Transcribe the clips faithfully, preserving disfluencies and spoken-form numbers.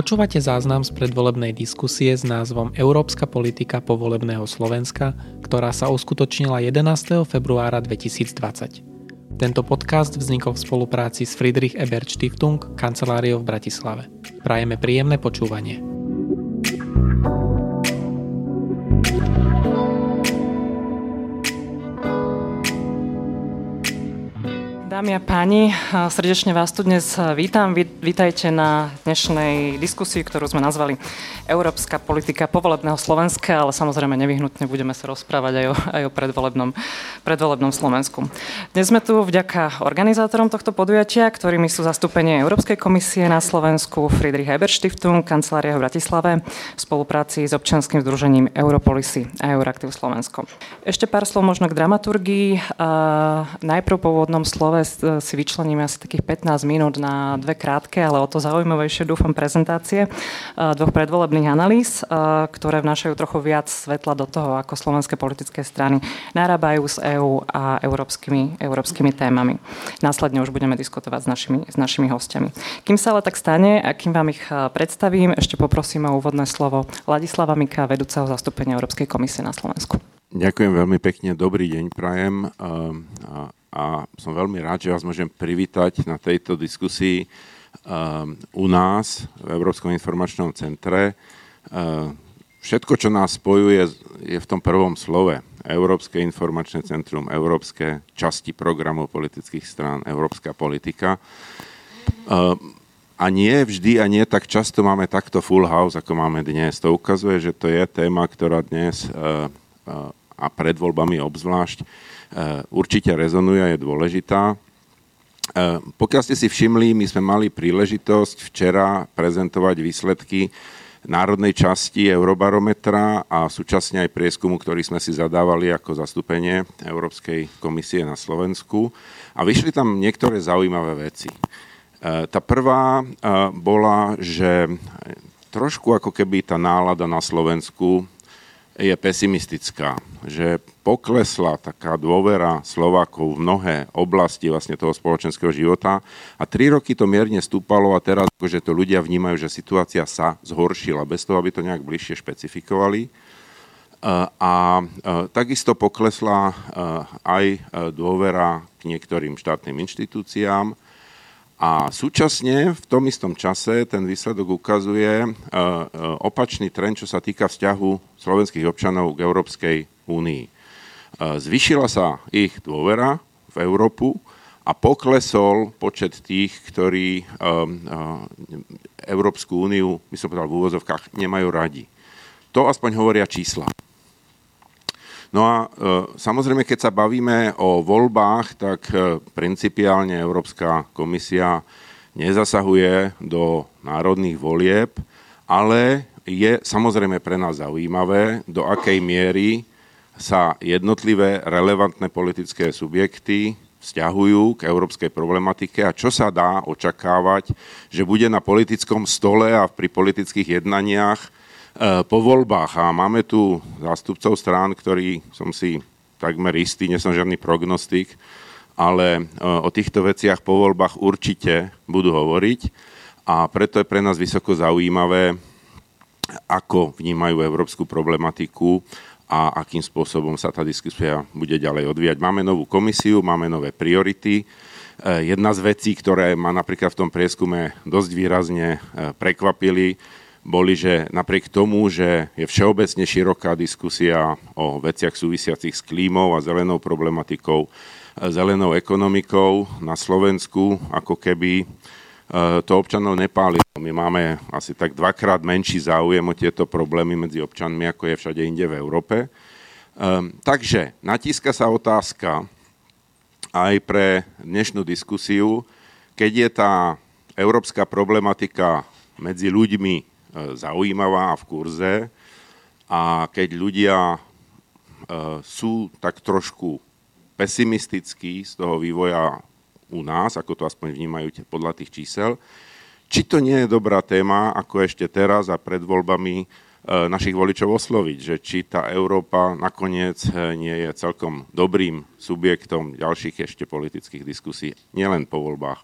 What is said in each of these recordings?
Počúvate záznam z predvolebnej diskusie s názvom Európska politika povolebného Slovenska, ktorá sa uskutočnila jedenásteho februára dvetisícdvadsať. Tento podcast vznikol v spolupráci s Friedrich Ebert Stiftung, kanceláriou v Bratislave. Prajeme príjemné počúvanie. Dámy a páni, srdečne vás tu dnes vítam. Vítajte na dnešnej diskusii, ktorú sme nazvali Európska politika povolebného Slovenska, ale samozrejme nevyhnutne budeme sa rozprávať aj o, aj o predvolebnom, predvolebnom Slovensku. Dnes sme tu vďaka organizátorom tohto podujatia, ktorými sú zastúpenie Európskej komisie na Slovensku, Friedrich Ebert Stiftung, kancelária v Bratislave, v spolupráci s občianskym združením Europolisy a Euraktiv Slovensko. Ešte pár slov možno k dramaturgii. Najprv po úvodnom slove si vyčleníme asi takých pätnásť minút na dve krátke, ale o to zaujímavejšie dúfam prezentácie dvoch predvolebných analýz, ktoré vnášajú trochu viac svetla do toho, ako slovenské politické strany narábajú s EÚ a európskymi, európskymi témami. Následne už budeme diskutovať s našimi, s našimi hostiami. Kým sa ale tak stane a kým vám ich predstavím, ešte poprosím o úvodné slovo Ladislava Mika, vedúceho zastúpenia Európskej komisie na Slovensku. Ďakujem veľmi pekne, dobrý deň prajem. A A som veľmi rád, že vás môžem privítať na tejto diskusii um, u nás v Európskom informačnom centre. Uh, všetko, čo nás spojuje, je v tom prvom slove. Európske informačné centrum, európske časti programov politických strán, európska politika. Uh, a nie vždy a nie tak často máme takto full house, ako máme dnes. To ukazuje, že to je téma, ktorá dnes uh, uh, a pred voľbami obzvlášť určite rezonuje a je dôležitá. Pokiaľ ste si všimli, my sme mali príležitosť včera prezentovať výsledky národnej časti Eurobarometra a súčasne aj prieskumu, ktorý sme si zadávali ako zastúpenie Európskej komisie na Slovensku. A vyšli tam niektoré zaujímavé veci. Tá prvá bola, že trošku ako keby tá nálada na Slovensku je pesimistická, že poklesla taká dôvera Slovákov v mnohé oblasti vlastne toho spoločenského života a tri roky to mierne stúpalo a teraz akože to ľudia vnímajú, že situácia sa zhoršila, bez toho, aby to nejak bližšie špecifikovali. A, a takisto poklesla aj dôvera k niektorým štátnym inštitúciám. A súčasne v tom istom čase ten výsledok ukazuje opačný trend, čo sa týka vzťahu slovenských občanov k Európskej únii. Zvýšila sa ich dôvera v Európu a poklesol počet tých, ktorí Európsku úniu, my som povedal v úvozovkách, nemajú radi. To aspoň hovoria čísla. No a e, samozrejme, keď sa bavíme o voľbách, tak e, principiálne Európska komisia nezasahuje do národných volieb, ale je samozrejme pre nás zaujímavé, do akej miery sa jednotlivé relevantné politické subjekty vzťahujú k európskej problematike a čo sa dá očakávať, že bude na politickom stole a pri politických jednaniach po voľbách. A máme tu zástupcov strán, ktorí som si takmer istý, nie som žiadny prognostik, ale o týchto veciach po voľbách určite budú hovoriť a preto je pre nás vysoko zaujímavé, ako vnímajú európsku problematiku a akým spôsobom sa tá diskusia bude ďalej odvíjať. Máme novú komisiu, máme nové priority. Jedna z vecí, ktoré ma napríklad v tom prieskume dosť výrazne prekvapili, boli, že napriek tomu, že je všeobecne široká diskusia o veciach súvisiacich s klímou a zelenou problematikou, zelenou ekonomikou na Slovensku, ako keby to občanov nepálilo. My máme asi tak dvakrát menší záujem o tieto problémy medzi občanmi, ako je všade inde v Európe. Takže natíska sa otázka aj pre dnešnú diskusiu, keď je tá európska problematika medzi ľuďmi zaujímavá a v kurze a keď ľudia e, sú tak trošku pesimistickí z toho vývoja u nás, ako to aspoň vnímajú podľa tých čísel, či to nie je dobrá téma, ako ešte teraz a pred voľbami e, našich voličov osloviť, že či tá Európa nakoniec nie je celkom dobrým subjektom ďalších ešte politických diskusí, nielen po voľbách.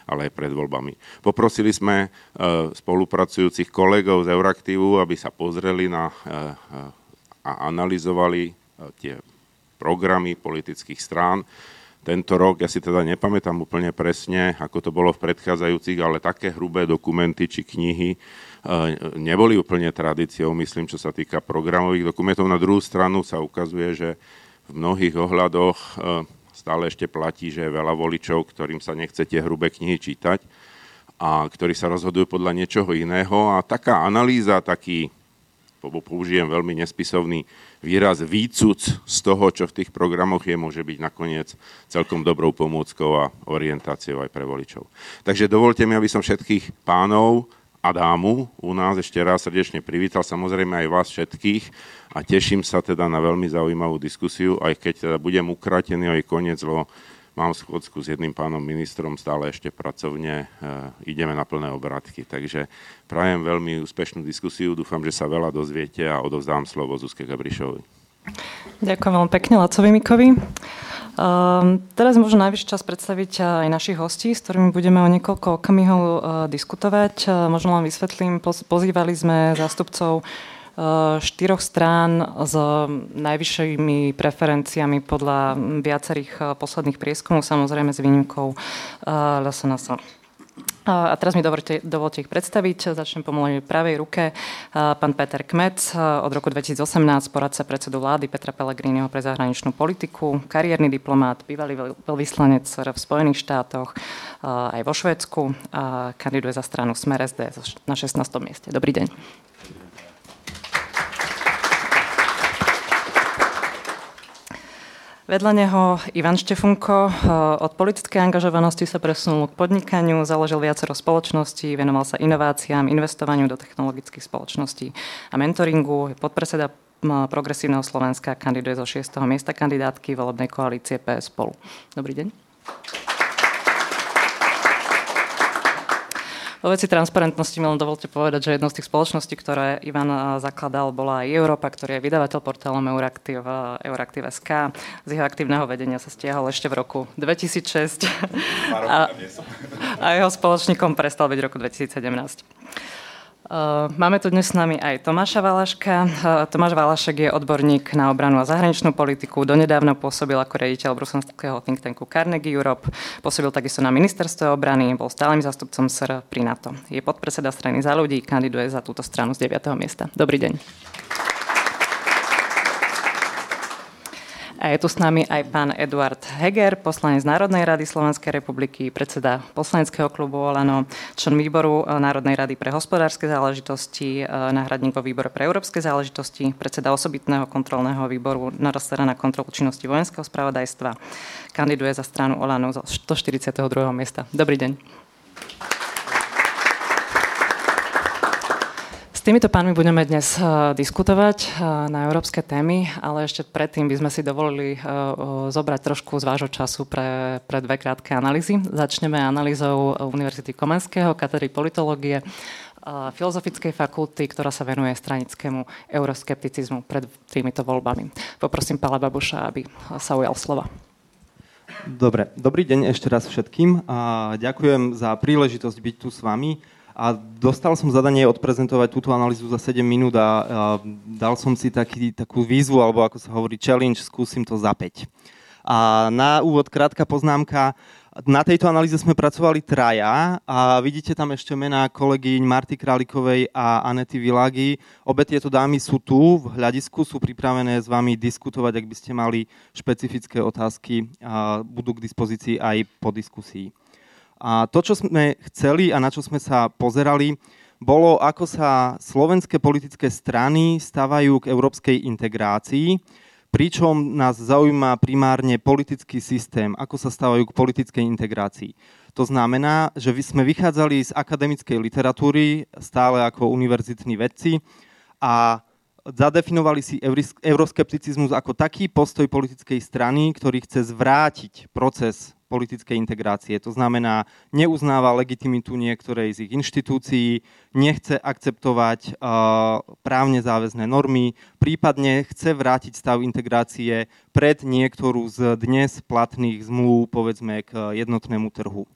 ale aj pred voľbami. Poprosili sme spolupracujúcich kolegov z Euraktívu, aby sa pozreli na a analyzovali tie programy politických strán. Tento rok, ja si teda nepamätám úplne presne, ako to bolo v predchádzajúcich, ale také hrubé dokumenty či knihy neboli úplne tradíciou, myslím, čo sa týka programových dokumentov. Na druhú stranu sa ukazuje, že v mnohých ohľadoch stále ešte platí, že je veľa voličov, ktorým sa nechce tie hrubé knihy čítať a ktorí sa rozhodujú podľa niečoho iného. A taká analýza, taký, použijem veľmi nespisovný výraz, výcuc z toho, čo v tých programoch je, môže byť nakoniec celkom dobrou pomôckou a orientáciou aj pre voličov. Takže dovolte mi, aby som všetkých pánov a dámu u nás ešte raz srdečne privítal, samozrejme aj vás všetkých a teším sa teda na veľmi zaujímavú diskusiu, aj keď teda budem ukrátený aj koniec, lebo mám schôdzku s jedným pánom ministrom, stále ešte pracovne, e, ideme na plné obrátky. Takže prajem veľmi úspešnú diskusiu, dúfam, že sa veľa dozviete a odovzdám slovo Zuzke Gabrišovej. Ďakujem veľmi pekne Lacovi Mikovi. Uh, teraz možno najvyšší čas predstaviť aj našich hostí, s ktorými budeme o niekoľko okamihov uh, diskutovať. Uh, možno len vysvetlím, poz- pozývali sme zástupcov uh, štyroch strán s najvyššími preferenciami podľa viacerých uh, posledných prieskumov, samozrejme s výnimkou uh, es en es. A teraz mi dovolte, dovolte ich predstaviť. Začnem po mojej pravej ruke. Pán Peter Kmec, od roku dvetisícosemnásť poradca predsedu vlády Petra Pellegriniho pre zahraničnú politiku, kariérny diplomát, bývalý veľvyslanec v Spojených štátoch, aj vo Švédsku, a kandiduje za stranu Smer es dé na šestnástom mieste. Dobrý deň. Vedľa neho Ivan Štefunko. Od politickej angažovanosti sa presunul k podnikaniu, založil viacero spoločností, venoval sa inováciám, investovaniu do technologických spoločností a mentoringu. Je podpredseda Progresívneho Slovenska, kandiduje zo šiesteho miesta kandidátky volebnej koalície pé es Spolu. Dobrý deň. Vo veci transparentnosti mi len dovolte povedať, že jednou z tých spoločností, ktoré Ivan zakladal, bola aj Európa, ktorý je vydavateľ portálom Euraktiv, Euraktiv bodka es ká. Z jeho aktívneho vedenia sa stiahol ešte v roku dvetisícšesť a, a jeho spoločníkom prestal byť v roku dvetisícsedemnásť. Máme tu dnes s nami aj Tomáša Valaška. Tomáš Valašek je odborník na obranu a zahraničnú politiku. Donedávna pôsobil ako riaditeľ bruselského think tanku Carnegie Europe. Pôsobil takisto na ministerstve obrany, bol stálym zástupcom es er pri NATO. Je podpredseda strany Za ľudí, kandiduje za túto stranu z deviateho miesta. Dobrý deň. A je tu s nami aj pán Eduard Heger, poslanec Národnej rady Slovenskej republiky, predseda poslaneckého klubu Olano, člen výboru Národnej rady pre hospodárske záležitosti, náhradník vo výbore pre európske záležitosti, predseda osobitného kontrolného výboru na na kontrolu činnosti vojenského spravodajstva. Kandiduje za stranu Olano zo stoštyridsiateho druhého miesta. Dobrý deň. S týmito pánmi budeme dnes uh, diskutovať uh, na európske témy, ale ešte predtým by sme si dovolili uh, uh, zobrať trošku z vášho času pre, pre dve krátke analýzy. Začneme analýzou Univerzity Komenského, katedry politológie, uh, Filozofickej fakulty, ktorá sa venuje stranickému euroskepticizmu pred týmito voľbami. Poprosím Pála Babuša, aby sa ujal slova. Dobre, dobrý deň ešte raz všetkým a ďakujem za príležitosť byť tu s vami. A dostal som zadanie odprezentovať túto analýzu za sedem minút a, a dal som si taký, takú výzvu, alebo ako sa hovorí challenge, skúsim to za päť. A na úvod krátka poznámka. Na tejto analýze sme pracovali traja a vidíte tam ešte mená kolegyň Marty Králikovej a Anety Világy. Obe tieto dámy sú tu v hľadisku, sú pripravené s vami diskutovať, ak by ste mali špecifické otázky, a budú k dispozícii aj po diskusii. A to, čo sme chceli a na čo sme sa pozerali, bolo, ako sa slovenské politické strany stavajú k európskej integrácii, pričom nás zaujíma primárne politický systém, ako sa stávajú k politickej integrácii. To znamená, že sme vychádzali z akademickej literatúry, stále ako univerzitní vedci, a zadefinovali si euroskepticizmus ako taký postoj politickej strany, ktorý chce zvrátiť proces politickej integrácie. To znamená, neuznáva legitimitu niektorej z ich inštitúcií, nechce akceptovať uh, právne záväzné normy, prípadne chce vrátiť stav integrácie pred niektorú z dnes platných zmluv, povedzme, k jednotnému trhu.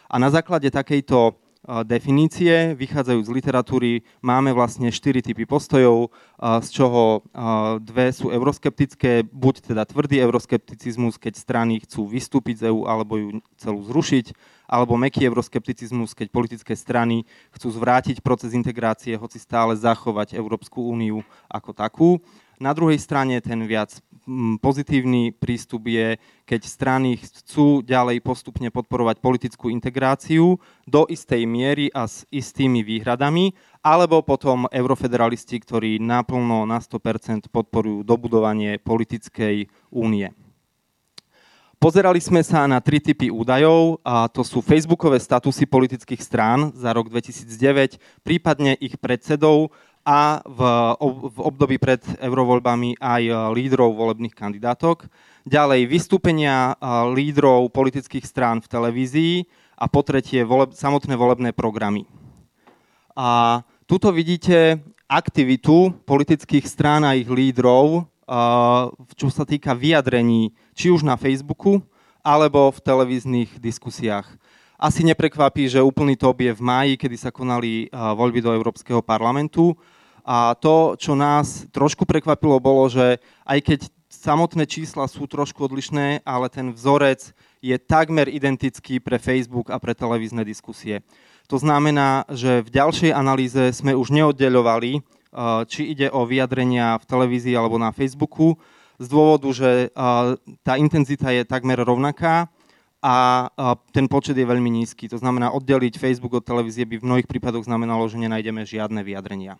A na základe takejto definície, vychádzajú z literatúry, máme vlastne štyri typy postojov, z čoho dve sú euroskeptické, buď teda tvrdý euroskepticizmus, keď strany chcú vystúpiť z EÚ alebo ju celú zrušiť, alebo mäkký euroskepticizmus, keď politické strany chcú zvrátiť proces integrácie, hoci stále zachovať Európsku úniu ako takú. Na druhej strane ten viac pozitívny prístup je, keď strany chcú ďalej postupne podporovať politickú integráciu do istej miery a s istými výhradami, alebo potom eurofederalisti, ktorí naplno na sto percent podporujú dobudovanie politickej únie. Pozerali sme sa na tri typy údajov, a to sú facebookové statusy politických strán za rok dvetisícdeväť, prípadne ich predsedov, a v, v období pred eurovoľbami aj lídrov volebných kandidátok. Ďalej vystúpenia lídrov politických strán v televízii a po tretie voleb, samotné volebné programy. A tuto vidíte aktivitu politických strán a ich lídrov, čo sa týka vyjadrení, či už na Facebooku, alebo v televíznych diskusiách. Asi neprekvapí, že úplný top je v máji, kedy sa konali voľby do Európskeho parlamentu. A to, čo nás trošku prekvapilo, bolo, že aj keď samotné čísla sú trošku odlišné, ale ten vzorec je takmer identický pre Facebook a pre televízne diskusie. To znamená, že v ďalšej analýze sme už neoddeľovali, či ide o vyjadrenia v televízii alebo na Facebooku, z dôvodu, že tá intenzita je takmer rovnaká a ten počet je veľmi nízky. To znamená, oddeliť Facebook od televízie by v mnohých prípadoch znamenalo, že nenájdeme žiadne vyjadrenia.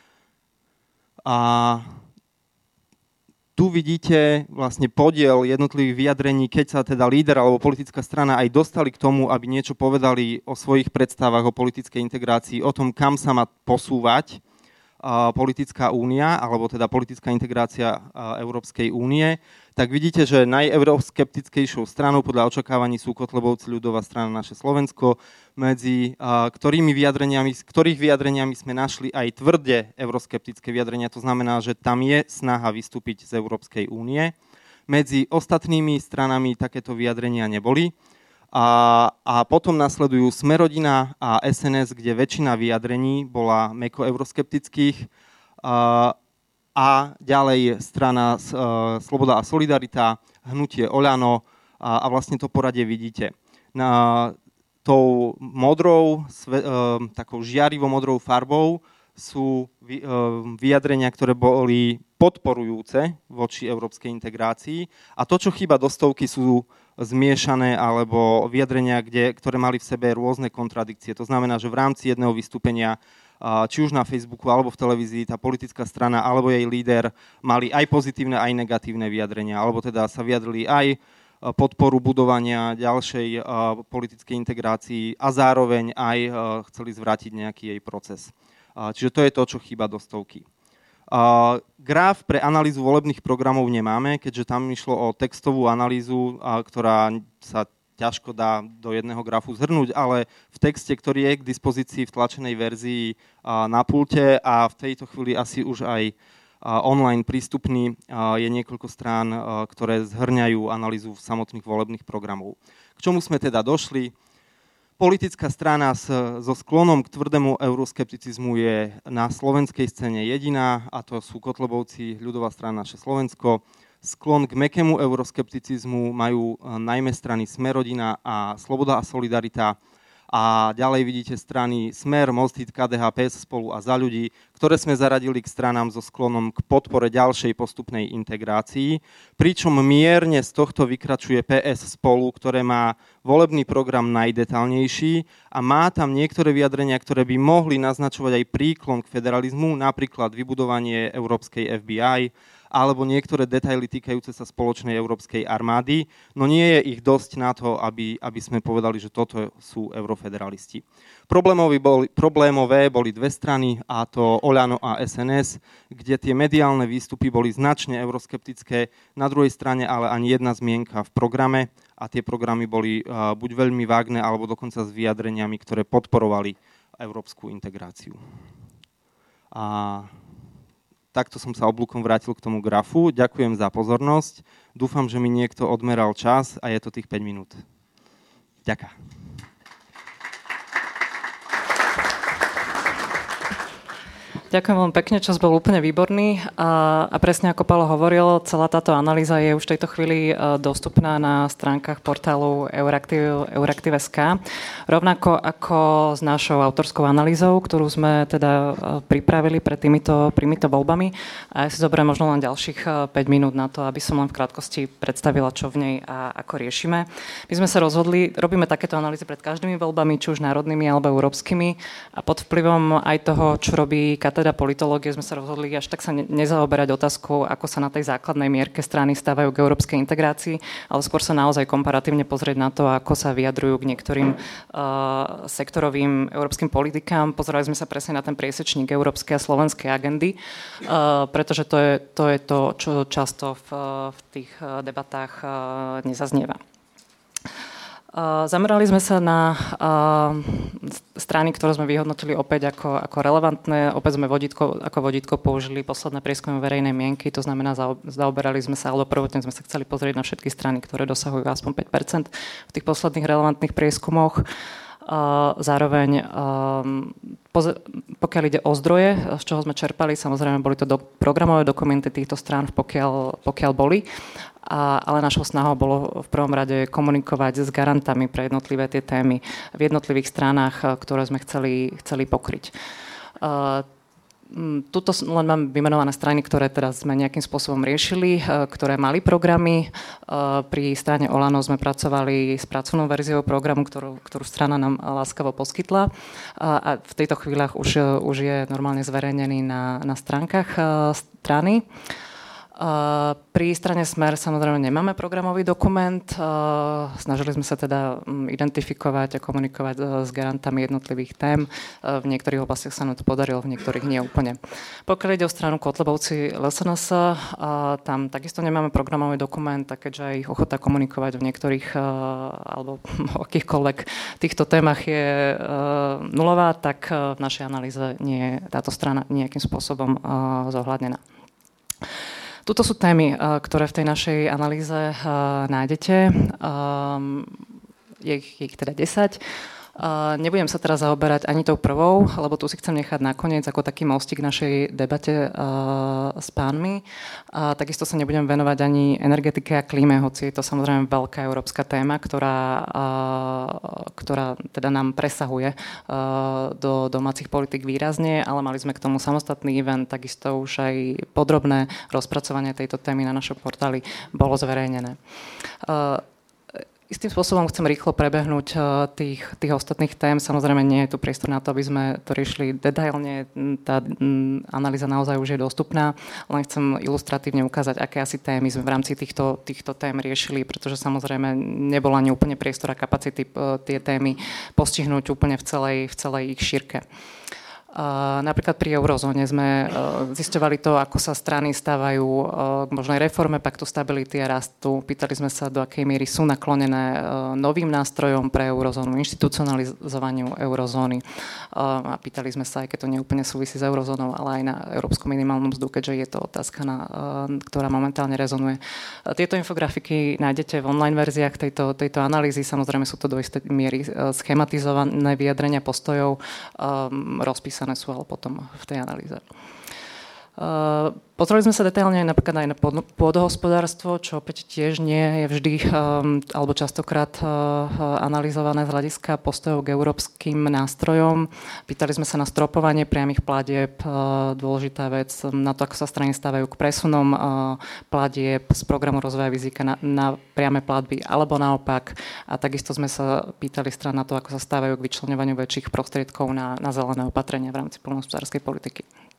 A tu vidíte vlastne podiel jednotlivých vyjadrení, keď sa teda líder alebo politická strana aj dostali k tomu, aby niečo povedali o svojich predstavách o politickej integrácii, o tom, kam sa má posúvať politická únia, alebo teda politická integrácia Európskej únie, tak vidíte, že najeuroskeptickejšou stranou podľa očakávaní sú Kotlebovci, ľudová strana Naše Slovensko, medzi ktorými vyjadreniami, ktorých vyjadreniami sme našli aj tvrde euroskeptické vyjadrenia, to znamená, že tam je snaha vystúpiť z Európskej únie. Medzi ostatnými stranami takéto vyjadrenia neboli. A, a potom nasledujú Smerodina a es en es, kde väčšina vyjadrení bola mäkko euroskeptických. A, a ďalej strana uh, Sloboda a Solidarita, hnutie Oľano a, a vlastne to poradie vidíte. Na, tou modrou, sve, uh, takou žiarivo modrou farbou sú vy, uh, vyjadrenia, ktoré boli podporujúce voči európskej integrácii. A to, čo chýba do stovky, sú zmiešané alebo vyjadrenia, kde, ktoré mali v sebe rôzne kontradikcie. To znamená, že v rámci jedného vystúpenia, či už na Facebooku alebo v televízii, tá politická strana alebo jej líder mali aj pozitívne, aj negatívne vyjadrenia, alebo teda sa vyjadrili aj podporu budovania ďalšej politickej integrácii a zároveň aj chceli zvrátiť nejaký jej proces. Čiže to je to, čo chýba do stovky. Uh, graf pre analýzu volebných programov nemáme, keďže tam išlo o textovú analýzu, uh, ktorá sa ťažko dá do jedného grafu zhrnúť, ale v texte, ktorý je k dispozícii v tlačenej verzii uh, na pulte a v tejto chvíli asi už aj uh, online prístupný, uh, je niekoľko strán, uh, ktoré zhrňajú analýzu samotných volebných programov. K čomu sme teda došli? Politická strana s, so sklonom k tvrdému euroskepticizmu je na slovenskej scéne jediná, a to sú Kotlebovci, ľudová strana Naše Slovensko. Sklon k mäkkému euroskepticizmu majú najmä strany Smerodina a Sloboda a Solidarita. A ďalej vidíte strany Smer, Most, Hit, ká dé há, pé es Spolu a Za ľudí, ktoré sme zaradili k stranám so sklonom k podpore ďalšej postupnej integrácii. Pričom mierne z tohto vykračuje pé es Spolu, ktoré má volebný program najdetálnejší a má tam niektoré vyjadrenia, ktoré by mohli naznačovať aj príklon k federalizmu, napríklad vybudovanie európskej ef bí aj, alebo niektoré detaily týkajúce sa spoločnej európskej armády, no nie je ich dosť na to, aby, aby sme povedali, že toto sú eurofederalisti. Problémové boli, problémové boli dve strany, a to Oľano a es en es, kde tie mediálne výstupy boli značne euroskeptické, na druhej strane ale ani jedna zmienka v programe, a tie programy boli uh, buď veľmi vágne, alebo dokonca s vyjadreniami, ktoré podporovali európsku integráciu. A takto som sa oblúkom vrátil k tomu grafu. Ďakujem za pozornosť. Dúfam, že mi niekto odmeral čas a je to tých päť minút. Ďakujem. Ďakujem veľmi pekne, čas bol úplne výborný a, a presne ako Paolo hovoril, celá táto analýza je už v tejto chvíli dostupná na stránkach portálu Euraktiv, Euraktiv bodka es ká. Rovnako ako s našou autorskou analýzou, ktorú sme teda pripravili pred týmito, týmito voľbami. A ja si zoberiem možno len ďalších päť minút na to, aby som len v krátkosti predstavila, čo v nej a ako riešime. My sme sa rozhodli, robíme takéto analýzy pred každými voľbami, či už národnými alebo európskymi a pod vplyvom aj toho, čo robí katedra politológie, sme sa rozhodli až tak sa ne- nezaoberať otázkou, ako sa na tej základnej mierke strany stávajú k európskej integrácii, ale skôr sa naozaj komparatívne pozrieť na to, ako sa vyjadrujú k niektorým uh, sektorovým európskym politikám. Pozerali sme sa presne na ten priesečník európskej a slovenskej agendy, uh, pretože to je, to je to, čo často v, v tých debatách uh, nezaznieva. Uh, zamerali sme sa na uh, strany, ktoré sme vyhodnotili opäť ako, ako relevantné. Opäť sme vodítko, ako vodítko použili posledné prieskumy verejnej mienky, to znamená, zaoberali sme sa, alebo prvotne sme sa chceli pozrieť na všetky strany, ktoré dosahujú aspoň päť percent v tých posledných relevantných prieskumoch. Uh, zároveň, um, poz- pokiaľ ide o zdroje, z čoho sme čerpali, samozrejme boli to do- programové dokumenty týchto strán, pokiaľ, pokiaľ boli. A, ale našou snahou bolo v prvom rade komunikovať s garantami pre jednotlivé tie témy v jednotlivých stranách, ktoré sme chceli, chceli pokryť. Uh, Tuto len mám vymenované strany, ktoré teraz sme nejakým spôsobom riešili, ktoré mali programy. Pri strane Olano sme pracovali s pracovnou verziou programu, ktorú, ktorú strana nám láskavo poskytla. A v tejto chvíľach už, už je normálne zverejnený na, na stránkach strany. Uh, pri strane Smer samozrejme nemáme programový dokument. Uh, snažili sme sa teda um, identifikovať a komunikovať uh, s garantami jednotlivých tém. Uh, v niektorých oblastiach sa nám to podarilo, v niektorých nie úplne. Pokiaľ ide o stranu Kotlebovci el es en es, uh, tam takisto nemáme programový dokument, a keďže aj ich ochota komunikovať v niektorých uh, alebo o akýchkoľvek týchto témach je uh, nulová, tak uh, v našej analýze nie je táto strana nejakým spôsobom uh, zohľadnená. Tuto sú témy, ktoré v tej našej analýze nájdete. Je ich, je ich teda desať. Uh, nebudem sa teraz zaoberať ani tou prvou, lebo tu si chcem nechať nakoniec ako taký mostík našej debate uh, s pánmi. Uh, takisto sa nebudem venovať ani energetike a klíme, hoci je to samozrejme veľká európska téma, ktorá, uh, ktorá teda nám presahuje uh, do domácich politik výrazne, ale mali sme k tomu samostatný event, takisto už aj podrobné rozpracovanie tejto témy na našom portáli bolo zverejnené. Uh, Istým spôsobom chcem rýchlo prebehnúť tých, tých ostatných tém. Samozrejme, nie je tu priestor na to, aby sme to riešili detailne. Tá analýza naozaj už je dostupná. Len chcem ilustratívne ukázať, aké asi témy sme v rámci týchto, týchto tém riešili, pretože samozrejme nebolo ani úplne priestor a kapacity tie témy postihnúť úplne v celej, v celej ich šírke. Uh, napríklad pri eurozóne sme uh, zisťovali to, ako sa strany stávajú uh, k možnej reforme paktu stability a rastu. Pýtali sme sa, do akej miery sú naklonené uh, novým nástrojom pre eurozónu, inštitucionalizovaniu eurozóny. Uh, a pýtali sme sa, aj keď to neúplne súvisí s eurozónou, ale aj na európsku minimálnu mzdu, keďže je to otázka, na, uh, ktorá momentálne rezonuje. Uh, tieto infografiky nájdete v online verziách tejto, tejto analýzy. Samozrejme sú to do istej miery uh, schematizované vyjadrenia postojov, um, rozpísané sú ale potom v tej analýze. Uh, pozreli sme sa detailne aj napríklad aj na pôdohospodárstvo, čo opäť tiež nie je vždy um, alebo častokrát uh, analyzované z hľadiska postojov k európskym nástrojom. Pýtali sme sa na stropovanie priamych platieb, uh, dôležitá vec, na to, ako sa strany stávajú k presunom uh, platieb z programu rozvoja vyzýka na, na priame platby alebo naopak. A takisto sme sa pýtali strán na to, ako sa stávajú k vyčleňovaniu väčších prostriedkov na, na zelené opatrenia v rámci poľnohospodárskej politiky.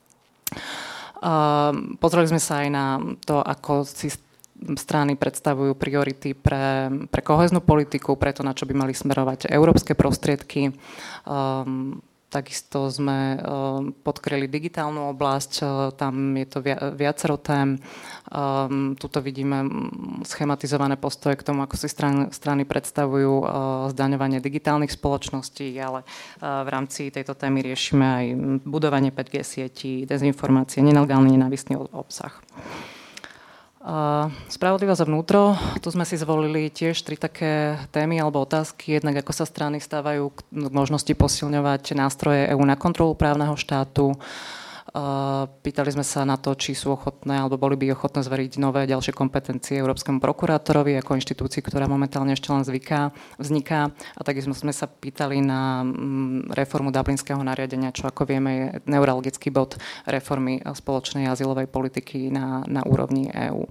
Uh, pozreli sme sa aj na to, ako si strany predstavujú priority pre, pre kohéznu politiku, pre to, na čo by mali smerovať európske prostriedky. Um, takisto sme um, podkryli digitálnu oblasť, uh, tam je to via, viacero tém. Um, tuto vidíme schematizované postoje k tomu, ako si strany, strany predstavujú uh, zdaňovanie digitálnych spoločností, ale uh, v rámci tejto témy riešime aj budovanie päť gé sietí, dezinformácie, nelegálny nenávistný obsah. Uh, Spravodlivosť a vnútro, tu sme si zvolili tiež tri také témy alebo otázky. Jednak ako sa strany stávajú k možnosti posilňovať nástroje EÚ na kontrolu právneho štátu, Pýtali sme sa na to, či sú ochotné alebo boli by ochotné zveriť nové ďalšie kompetencie Európskemu prokurátorovi ako inštitúcii, ktorá momentálne ešte len zvyká, vzniká. A takisto sme sa pýtali na reformu Dublinského nariadenia, čo ako vieme je neuralgický bod reformy spoločnej azylovej politiky na, na úrovni EÚ.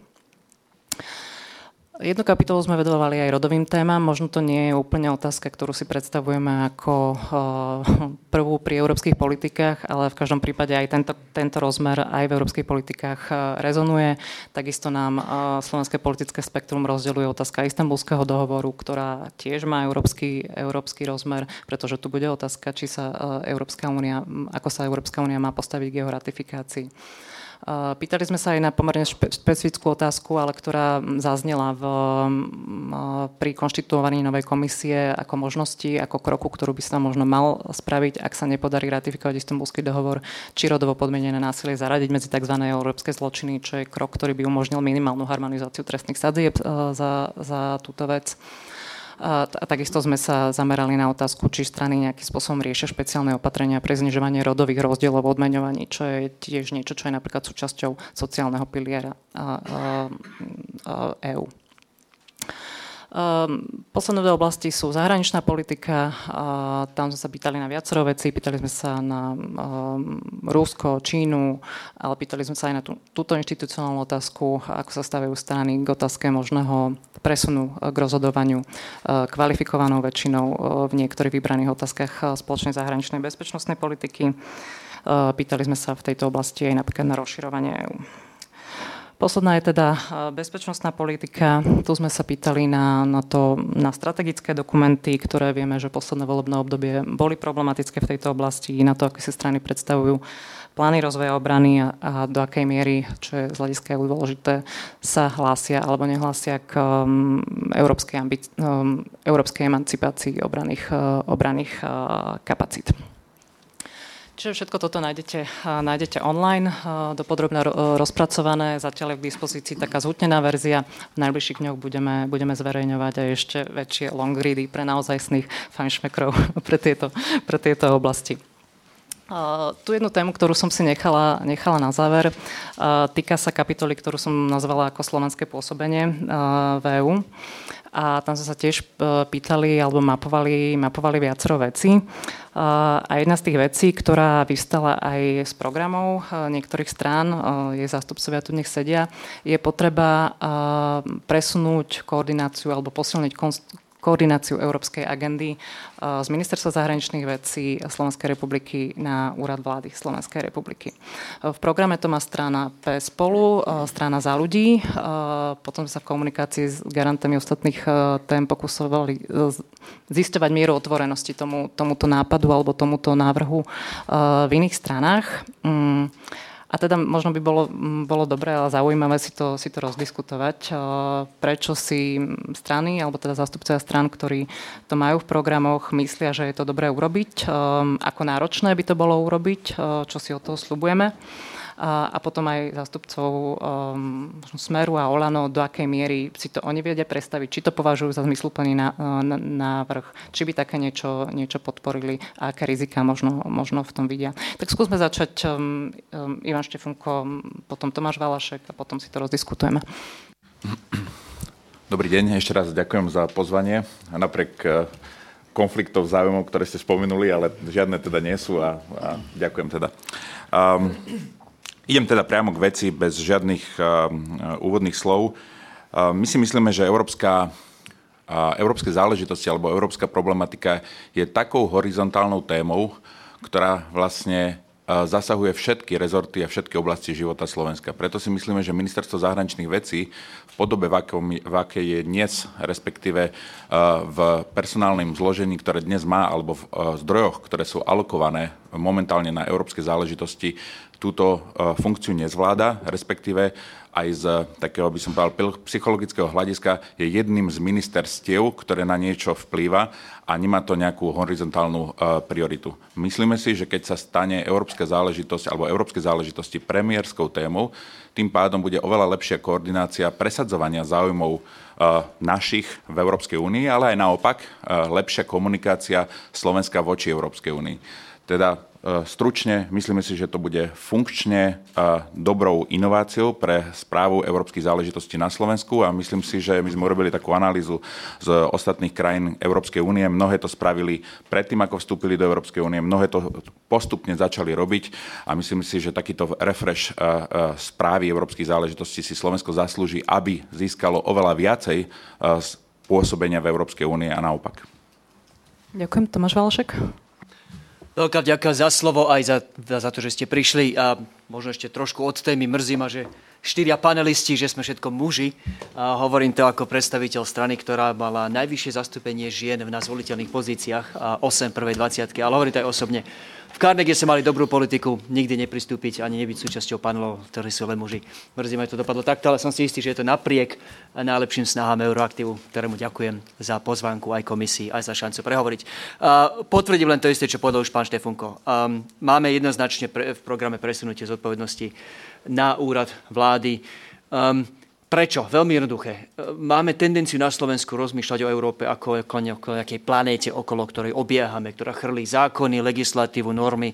Jednu kapitolu sme vedovali aj rodovým témam. Možno to nie je úplne otázka, ktorú si predstavujeme ako prvú pri európskych politikách, ale v každom prípade aj tento, tento rozmer aj v európskych politikách rezonuje. Takisto nám slovenské politické spektrum rozdeľuje otázka Istanbulského dohovoru, ktorá tiež má európsky, európsky rozmer, pretože tu bude otázka, či sa Európska únia, ako sa Európska únia má postaviť k jeho ratifikácii. Pýtali sme sa aj na pomerne špe- špecifickú otázku, ale ktorá zaznela v, pri konštituovaní novej komisie ako možnosti, ako kroku, ktorú by sa možno mal spraviť, ak sa nepodarí ratifikovať Istanbulský dohovor, či rodovo podmienené násilie zaradiť medzi tzv. Európske zločiny, čo je krok, ktorý by umožnil minimálnu harmonizáciu trestných sadzieb za, za túto vec. A takisto sme sa zamerali na otázku, či strany nejakým spôsobom riešia špeciálne opatrenia pre znižovanie rodových rozdielov v odmeňovaní, čo je tiež niečo, čo je napríklad súčasťou sociálneho piliera EÚ. Posledné dve oblasti sú zahraničná politika. Tam sme sa pýtali na viacero vecí. Pýtali sme sa na Rusko, Čínu, ale pýtali sme sa aj na tú, túto inštitucionálnu otázku, ako sa stavajú strany k otázke možného presunu k rozhodovaniu kvalifikovanou väčšinou v niektorých vybraných otázkach spoločnej zahraničnej bezpečnostnej politiky. Pýtali sme sa v tejto oblasti aj napríklad na rozširovanie EÚ. Posledná je teda bezpečnostná politika. Tu sme sa pýtali na, na, to, na strategické dokumenty, ktoré vieme, že posledné volebné obdobie boli problematické v tejto oblasti, na to, ako si strany predstavujú plány rozvoja obrany a, a do akej miery, čo je z hľadiska dôležité, sa hlásia alebo nehlásia k um, európskej, ambic- um, európskej emancipácii obranných, uh, obranných uh, kapacít. Čiže všetko toto nájdete, nájdete online, dopodrobne rozpracované, zatiaľ je k dispozícii taká zhutnená verzia. V najbližších dňoch budeme, budeme zverejňovať aj ešte väčšie long ready pre naozajstných fajnšmekrov pre tieto, pre tieto oblasti. Uh, tu jednu tému, ktorú som si nechala, nechala na záver, uh, týka sa kapitoly, ktorú som nazvala ako slovenské pôsobenie uh, v EÚ. A tam sme sa tiež pýtali alebo mapovali, mapovali viacero vecí. A jedna z tých vecí, ktorá vystala aj z programov niektorých strán, jej zástupcovia tu nech sedia, je potreba presunúť koordináciu alebo posilniť koordináciu európskej agendy z Ministerstva zahraničných vecí Slovenskej republiky na úrad vlády Slovenskej republiky. V programe to má strana P Spolu, strana Za ľudí, potom sa v komunikácii s garantami ostatných tém pokusovali zisťovať mieru otvorenosti tomu, tomuto nápadu alebo tomuto návrhu v iných stranách. A teda možno by bolo, bolo dobré a zaujímavé si to, si to rozdiskutovať, prečo si strany, alebo teda zástupcovia strán, ktorí to majú v programoch, myslia, že je to dobré urobiť, ako náročné by to bolo urobiť, čo si od toho sľubujeme. A, a potom aj zástupcov um, Smeru a Olano, do akej miery si to oni vedia predstaviť, či to považujú za zmysluplný návrh, či by také niečo, niečo podporili a aké rizika možno, možno v tom vidia. Tak skúsme začať um, um, Ivan Štefunko, potom Tomáš Valašek a potom si to rozdiskutujeme. Dobrý deň, ešte raz ďakujem za pozvanie. A napriek konfliktov záujmov, ktoré ste spomenuli, ale žiadne teda nie sú a, a ďakujem teda. Um, Idem teda priamo k veci, bez žiadnych uh, úvodných slov. Uh, my si myslíme, že európska, uh, európske záležitosti alebo európska problematika je takou horizontálnou témou, ktorá vlastne uh, zasahuje všetky rezorty a všetky oblasti života Slovenska. Preto si myslíme, že Ministerstvo zahraničných vecí v podobe, v, akom, v akej je dnes, respektíve uh, v personálnom zložení, ktoré dnes má, alebo v uh, zdrojoch, ktoré sú alokované momentálne na európske záležitosti, túto uh, funkciu nezvláda, respektíve aj z takého, by som povedal, psychologického hľadiska je jedným z ministerstiev, ktoré na niečo vplýva a nemá to nejakú horizontálnu uh, prioritu. Myslíme si, že keď sa stane európska záležitosť alebo európske záležitosti premiérskou témou, tým pádom bude oveľa lepšia koordinácia presadzovania záujmov uh, našich v Európskej únii, ale aj naopak uh, lepšia komunikácia Slovenska voči Európskej únii. Teda stručne, myslíme si, že to bude funkčne dobrou inováciou pre správu európskych záležitostí na Slovensku a myslím si, že my sme urobili takú analýzu z ostatných krajín Európskej únie. Mnohé to spravili predtým, ako vstúpili do Európskej únie, mnohé to postupne začali robiť a myslím si, že takýto refresh správy európskych záležitostí si Slovensko zaslúži, aby získalo oveľa viacej pôsobenia v Európskej únie a naopak. Ďakujem. Tomáš Valašek. Veľká vďaka za slovo aj za, za to, že ste prišli a možno ešte trošku od témy mrzí ma, že štyria panelisti, že sme všetko muži. A hovorím to ako predstaviteľ strany, ktorá mala najvyššie zastúpenie žien v nás voliteľných pozíciách a osem prvej dvadsiatky, ale hovorím to aj osobne. V Carnegie sme mali dobrú politiku, nikdy nepristúpiť ani nebyť súčasťou panelov, ktorí sú len muži. Mrzí ma, to dopadlo takto, ale som si istý, že je to napriek najlepším snahám Euroaktivu, ktorému ďakujem za pozvánku aj komisii, aj za šancu prehovoriť. Uh, potvrdím len to isté, čo povedal už pán Štefunko. Um, máme jednoznačne pre, v programe presunutie zodpovednosti na úrad vlády. Um, Prečo? Veľmi jednoduché. Máme tendenciu na Slovensku rozmýšľať o Európe ako o nejakej planéte, okolo ktorej obiehame, ktorá chrlí zákony, legislatívu, normy.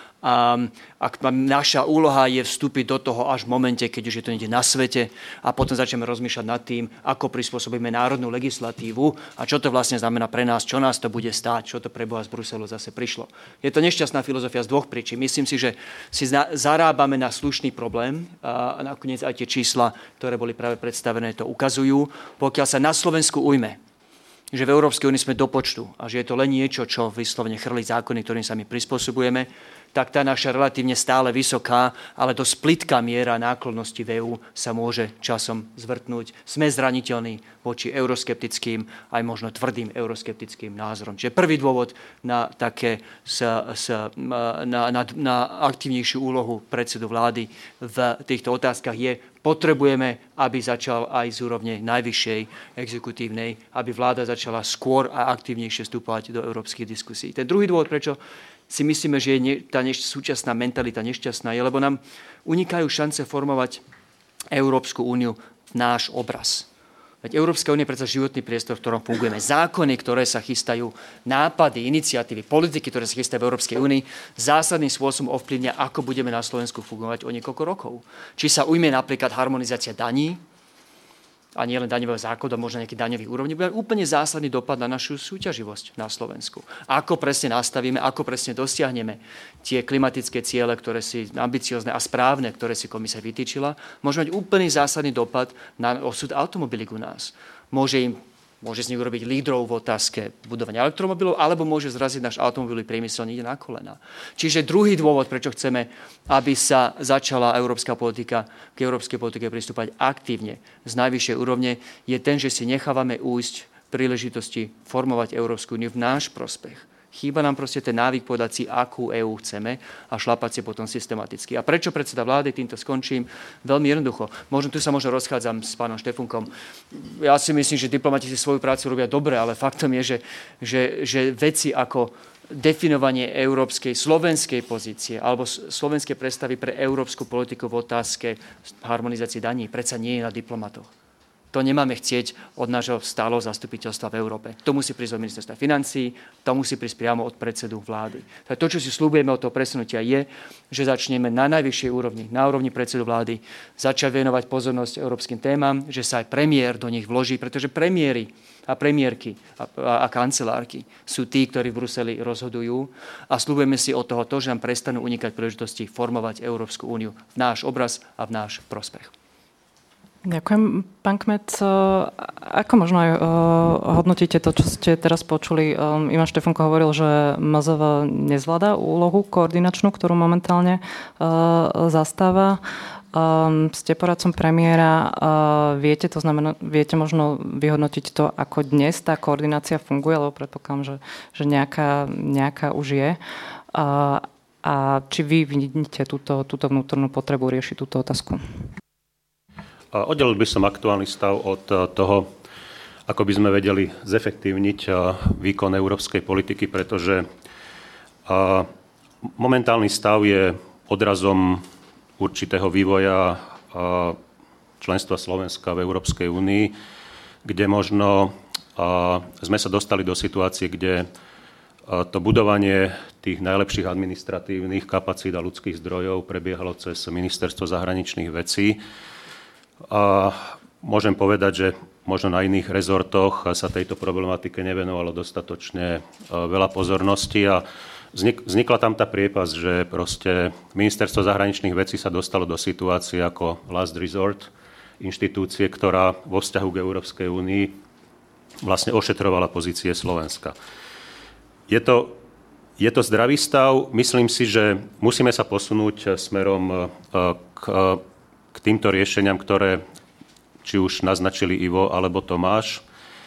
A ak naša úloha je vstúpiť do toho až v momente, keď už je to niekde na svete a potom začneme rozmýšľať nad tým, ako prispôsobíme národnú legislatívu a čo to vlastne znamená pre nás, čo nás to bude stáť, čo to pre Boha z Bruselu zase prišlo. Je to nešťastná filozofia z dvoch príčin. Myslím si, že si zarábame na slušný problém a nakoniec aj tie čísla, ktoré boli práve predstavené, to ukazujú. Pokiaľ sa na Slovensku ujme, že v Európskej únii sme do počtu a že je to len niečo, čo vyslovene chrlí zákony, ktorým sa my prispôsobujeme, tak tá naša relatívne stále vysoká, ale dosť plitká miera náklonnosti v EÚ sa môže časom zvrtnúť. Sme zraniteľní voči euroskeptickým, aj možno tvrdým euroskeptickým názorom. Čiže prvý dôvod na, také, sa, sa, na, na, na aktívnejšiu úlohu predsedu vlády v týchto otázkach je, potrebujeme, aby začal aj z úrovne najvyššej exekutívnej, aby vláda začala skôr a aktívnejšie vstúpať do európskych diskusí. Ten druhý dôvod, prečo si myslíme, že je ne, tá neš, súčasná mentalita nešťastná, je, lebo nám unikajú šance formovať Európsku úniu v náš obraz. Veď Európska únia je predsa životný priestor, v ktorom fungujeme. Zákony, ktoré sa chystajú, nápady, iniciatívy, politiky, ktoré sa chystajú v Európskej únii, zásadným spôsobom ovplyvnia, ako budeme na Slovensku fungovať o niekoľko rokov. Či sa ujme napríklad harmonizácia daní, a nie len daňového základu, možno nejaký daňových úrovní, bude úplne zásadný dopad na našu súťaživosť na Slovensku. Ako presne nastavíme, ako presne dosiahneme tie klimatické ciele, ktoré si ambiciozne a správne, ktoré si komisia vytýčila, môže mať úplne zásadný dopad na osud automobiliek u nás. Môže im Môže z nich urobiť lídrov v otázke budovania elektromobilov, alebo môže zraziť náš automobilový priemysel niekde na kolena. Čiže druhý dôvod, prečo chceme, aby sa začala európska politika, k európskej politike pristúpať aktívne z najvyššej úrovne, je ten, že si nechávame újsť príležitosti formovať Európsku úniu v náš prospech. Chýba nám proste ten návyk povedať si, akú EÚ chceme a šlapať si potom systematicky. A prečo predseda vlády, týmto skončím, veľmi jednoducho. Možno tu sa možno rozchádzam s pánom Štefunkom. Ja si myslím, že diplomati si svoju prácu robia dobre, ale faktom je, že, že, že veci ako definovanie európskej, slovenskej pozície alebo slovenskej predstavy pre európsku politiku v otázke harmonizácie daní predsa nie je na diplomatoch. To nemáme chcieť od nášho stáleho zastupiteľstva v Európe. To musí prísť od ministerstva financií, to musí prísť priamo od predsedu vlády. To, čo si sľubujeme od toho presunutia, je, že začneme na najvyššej úrovni, na úrovni predsedu vlády, začať venovať pozornosť európskym témam, že sa aj premiér do nich vloží, pretože premiéry a premiérky a, a, a kancelárky sú tí, ktorí v Bruseli rozhodujú a sľubujeme si od toho to, že nám prestanú unikať príležitosti formovať Európsku úniu v náš obraz a v náš prospech. Ďakujem. Pán Kmet, ako možno aj hodnotíte to, čo ste teraz počuli? Ivan Štefunko hovoril, že em zet vé nezvláda úlohu koordinačnú, ktorú momentálne zastáva. Ste poradcom premiéra. Viete, to znamená, viete možno vyhodnotiť to, ako dnes tá koordinácia funguje, lebo predpokladám, že, že nejaká, nejaká už je. A, a či vy vidíte túto, túto vnútornú potrebu riešiť túto otázku? Oddelil by som aktuálny stav od toho, ako by sme vedeli zefektívniť výkon európskej politiky, pretože momentálny stav je odrazom určitého vývoja členstva Slovenska v Európskej únii, kde možno sme sa dostali do situácie, kde to budovanie tých najlepších administratívnych kapacít a ľudských zdrojov prebiehalo cez Ministerstvo zahraničných vecí. A môžem povedať, že možno na iných rezortoch sa tejto problematike nevenovalo dostatočne veľa pozornosti a vznikla tam tá priepas, že proste Ministerstvo zahraničných vecí sa dostalo do situácie ako last resort, inštitúcie, ktorá vo vzťahu k Európskej únii vlastne ošetrovala pozície Slovenska. Je to, je to zdravý stav. Myslím si, že musíme sa posunúť smerom k, k týmto riešeniam, ktoré či už naznačili Ivo alebo Tomáš.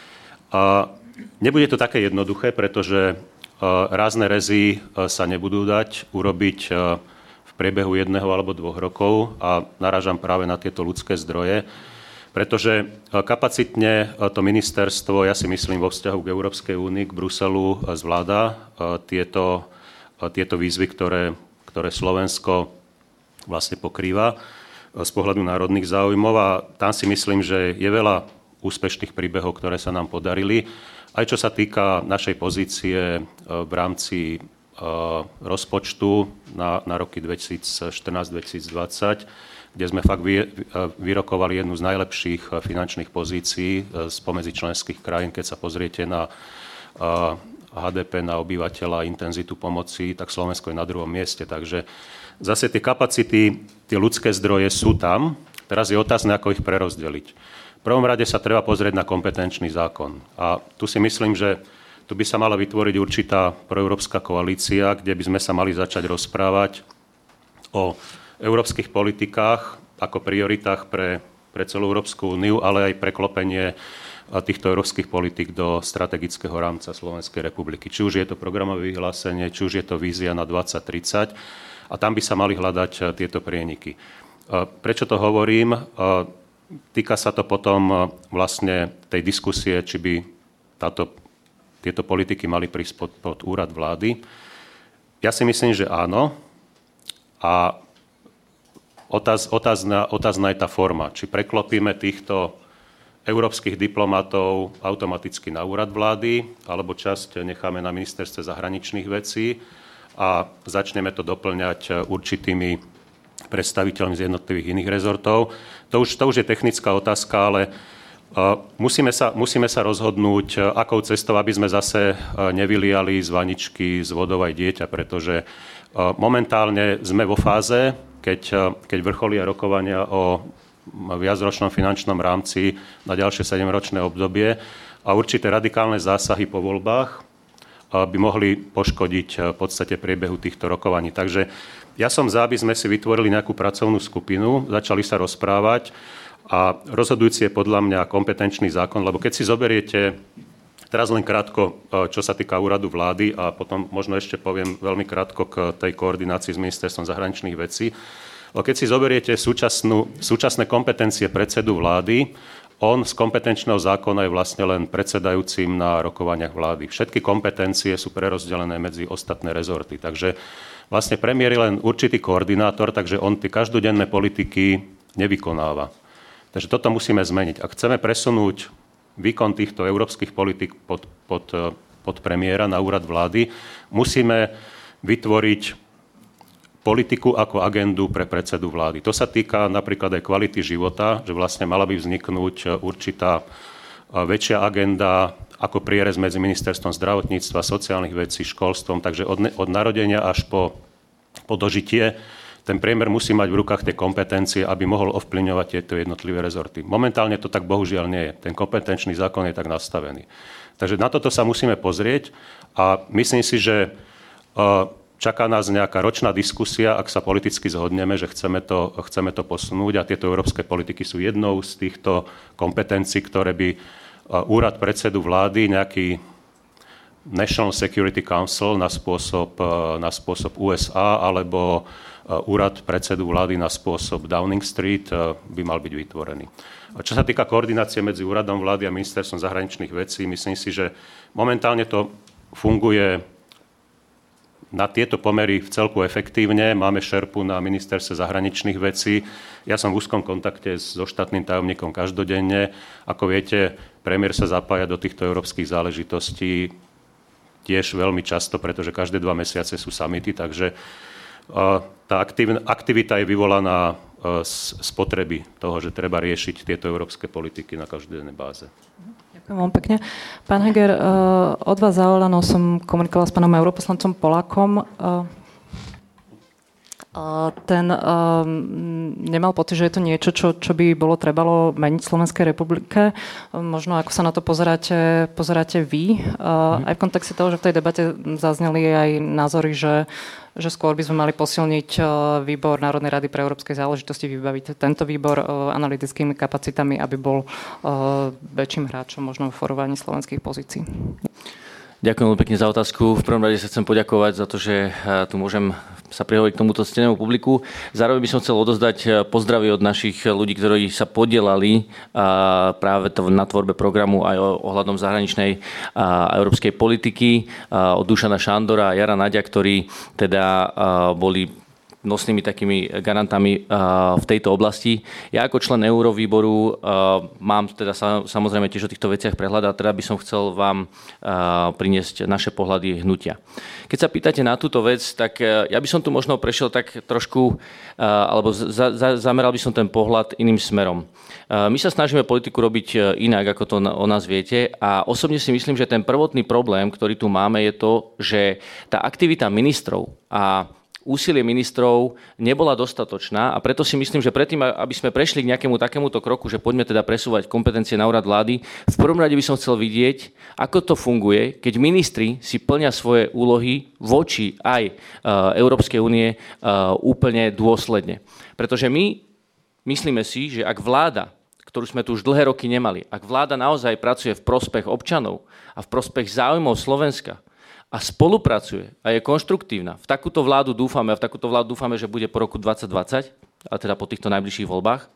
A nebude to také jednoduché, pretože rázne rezy sa nebudú dať urobiť v priebehu jedného alebo dvoch rokov a narážam práve na tieto ľudské zdroje, pretože kapacitne to ministerstvo, ja si myslím, vo vzťahu k Európskej únii, k Bruselu zvláda tieto, tieto výzvy, ktoré, ktoré Slovensko vlastne pokrýva z pohľadu národných záujmov a tam si myslím, že je veľa úspešných príbehov, ktoré sa nám podarili. Aj čo sa týka našej pozície v rámci rozpočtu na, na roky dvetisícštrnásť dvetisícdvadsať, kde sme fakt vy, vyrokovali jednu z najlepších finančných pozícií spomedzi členských krajín. Keď sa pozriete na há dé pé na obyvateľa, intenzitu pomoci, tak Slovensko je na druhom mieste. Takže zase tie kapacity, tie ľudské zdroje sú tam. Teraz je otázne, ako ich prerozdeliť. V prvom rade sa treba pozrieť na kompetenčný zákon. A tu si myslím, že tu by sa mala vytvoriť určitá proeurópska koalícia, kde by sme sa mali začať rozprávať o európskych politikách ako prioritách pre, pre celú Európsku úniu, ale aj preklopenie týchto európskych politík do strategického rámca Slovenskej republiky. Či už je to programové vyhlásenie, či už je to vízia na dvadsať tridsať. A tam by sa mali hľadať tieto prieniky. Prečo to hovorím? Týka sa to potom vlastne tej diskusie, či by táto, tieto politiky mali prísť pod, pod úrad vlády. Ja si myslím, že áno. A otáz, otázna, otázna je tá forma. Či preklopíme týchto európskych diplomatov automaticky na úrad vlády, alebo časť necháme na ministerstve zahraničných vecí a začneme to doplňať určitými predstaviteľmi z jednotlivých iných rezortov. To už, to už je technická otázka, ale uh, musíme, sa, musíme sa rozhodnúť, uh, akou cestou, aby sme zase uh, nevyliali z vaničky z vodou aj dieťa, pretože uh, momentálne sme vo fáze, keď, uh, keď vrcholia rokovania o viacročnom finančnom rámci na ďalšie sedemročné obdobie a určité radikálne zásahy po voľbách by mohli poškodiť v podstate priebehu týchto rokovaní. Takže ja som za, aby sme si vytvorili nejakú pracovnú skupinu, začali sa rozprávať a rozhodujúci je podľa mňa kompetenčný zákon, lebo keď si zoberiete, teraz len krátko, čo sa týka úradu vlády a potom možno ešte poviem veľmi krátko k tej koordinácii s ministerstvom zahraničných vecí. Keď si zoberiete súčasnú, súčasné kompetencie predsedu vlády, on z kompetenčného zákona je vlastne len predsedajúcim na rokovaniach vlády. Všetky kompetencie sú prerozdelené medzi ostatné rezorty. Takže vlastne premiér je len určitý koordinátor, takže on tie každodenné politiky nevykonáva. Takže toto musíme zmeniť. Ak chceme presunúť výkon týchto európskych politik pod, pod, pod premiéra na úrad vlády, musíme vytvoriť politiku ako agendu pre predsedu vlády. To sa týka napríklad aj kvality života, že vlastne mala by vzniknúť určitá väčšia agenda ako prierez medzi ministerstvom zdravotníctva, sociálnych vecí, školstvom, takže od, od narodenia až po, po dožitie ten premiér musí mať v rukách tie kompetencie, aby mohol ovplyvňovať tieto jednotlivé rezorty. Momentálne to tak bohužiaľ nie je. Ten kompetenčný zákon je tak nastavený. Takže na toto sa musíme pozrieť a myslím si, že uh, čaká nás nejaká ročná diskusia, ak sa politicky zhodneme, že chceme to, chceme to posunúť a tieto európske politiky sú jednou z týchto kompetencií, ktoré by úrad predsedu vlády, nejaký National Security Council na spôsob, na spôsob ú es á alebo úrad predsedu vlády na spôsob Downing Street by mal byť vytvorený. A čo sa týka koordinácie medzi úradom vlády a ministerstvom zahraničných vecí, myslím si, že momentálne to funguje na tieto pomery v celku efektívne. Máme šerpu na ministerstve zahraničných vecí. Ja som v úzkom kontakte so štátnym tajomníkom každodenne. Ako viete, premiér sa zapája do týchto európskych záležitostí tiež veľmi často, pretože každé dva mesiace sú summity, takže tá aktivita je vyvolaná z potreby toho, že treba riešiť tieto európske politiky na každodennej báze. Ďakujem vám pekne. Pán Heger, od vás za Olano som komunikovala s pánom europoslancom Polákom. Ten um, nemal pocit, že je to niečo, čo, čo by bolo trebalo meniť v Slovenskej republike. Možno ako sa na to pozeráte, pozeráte vy. Uh, aj v kontexte toho, že v tej debate zazneli aj názory, že, že skôr by sme mali posilniť uh, výbor Národnej rady pre európske záležitosti, vybaviť tento výbor uh, analytickými kapacitami, aby bol uh, väčším hráčom možno v forovaní slovenských pozícií. Ďakujem veľmi pekne za otázku. V prvom rade sa chcem poďakovať za to, že tu môžem sa prihovoriť k tomuto ctenému publiku. Zároveň by som chcel odozdať pozdravy od našich ľudí, ktorí sa podielali práve na tvorbe programu aj ohľadom zahraničnej a európskej politiky. Od Dušana Šandora a Jara Naďa, ktorí teda boli nosnými takými garantami uh, v tejto oblasti. Ja ako člen Eurovýboru uh, mám teda sa, samozrejme tiež o týchto veciach prehľad a teda by som chcel vám uh, priniesť naše pohľady hnutia. Keď sa pýtate na túto vec, tak uh, ja by som tu možno prešiel tak trošku, uh, alebo za, za, zameral by som ten pohľad iným smerom. Uh, my sa snažíme politiku robiť inak, ako to o nás viete, a osobne si myslím, že ten prvotný problém, ktorý tu máme, je to, že tá aktivita ministrov a úsilie ministrov nebola dostatočná a preto si myslím, že predtým, aby sme prešli k nejakému takémuto kroku, že poďme teda presúvať kompetencie na úrad vlády, v prvom rade by som chcel vidieť, ako to funguje, keď ministri si plnia svoje úlohy voči aj uh, Európskej únie uh, úplne dôsledne. Pretože my myslíme si, že ak vláda, ktorú sme tu už dlhé roky nemali, ak vláda naozaj pracuje v prospech občanov a v prospech záujmov Slovenska, a spolupracuje a je konštruktívna. V takúto vládu dúfame, a v takúto vládu dúfame, že bude po roku dvadsať dvadsať, a teda po týchto najbližších voľbách,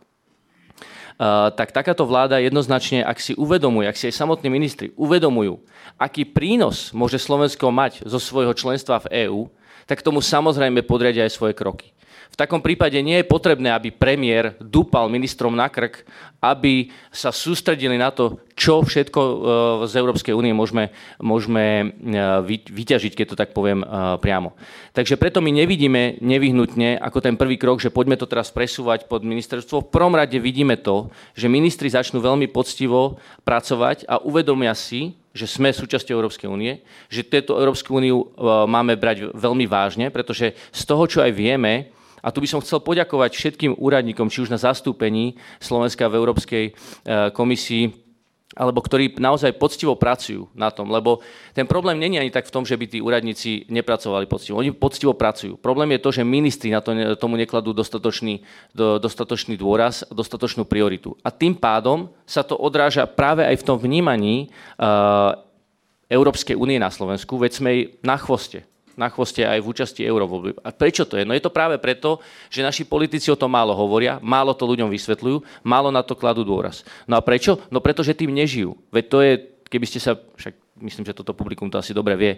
uh, tak takáto vláda jednoznačne, ak si uvedomuje, ak si aj samotní ministri uvedomujú, aký prínos môže Slovensko mať zo svojho členstva v EÚ, tak tomu samozrejme podriadia aj svoje kroky. V takom prípade nie je potrebné, aby premiér dúpal ministrom na krk, aby sa sústredili na to, čo všetko z Európskej únie môžeme, môžeme vyťažiť, keď to tak poviem priamo. Takže preto my nevidíme nevyhnutne ako ten prvý krok, že poďme to teraz presúvať pod ministerstvo. V prvom rade vidíme to, že ministri začnú veľmi poctivo pracovať a uvedomia si, že sme súčasťou Európskej únie, že túto Európsku úniu máme brať veľmi vážne, pretože z toho, čo aj vieme, a tu by som chcel poďakovať všetkým úradníkom, či už na zastúpení Slovenska v Európskej komisii, alebo ktorí naozaj poctivo pracujú na tom, lebo ten problém nie je ani tak v tom, že by tí úradníci nepracovali poctivo. Oni poctivo pracujú. Problém je to, že ministri na to, tomu nekladú dostatočný, do, dostatočný dôraz, dostatočnú prioritu. A tým pádom sa to odráža práve aj v tom vnímaní uh, Európskej únie na Slovensku, veď sme jej na chvoste. na chvoste aj v účasti eurovoľby. A prečo to je? No je to práve preto, že naši politici o tom málo hovoria, málo to ľuďom vysvetľujú, málo na to kladú dôraz. No a prečo? No pretože tým nežijú. Veď to je, keby ste sa, však myslím, že toto publikum to asi dobre vie, uh,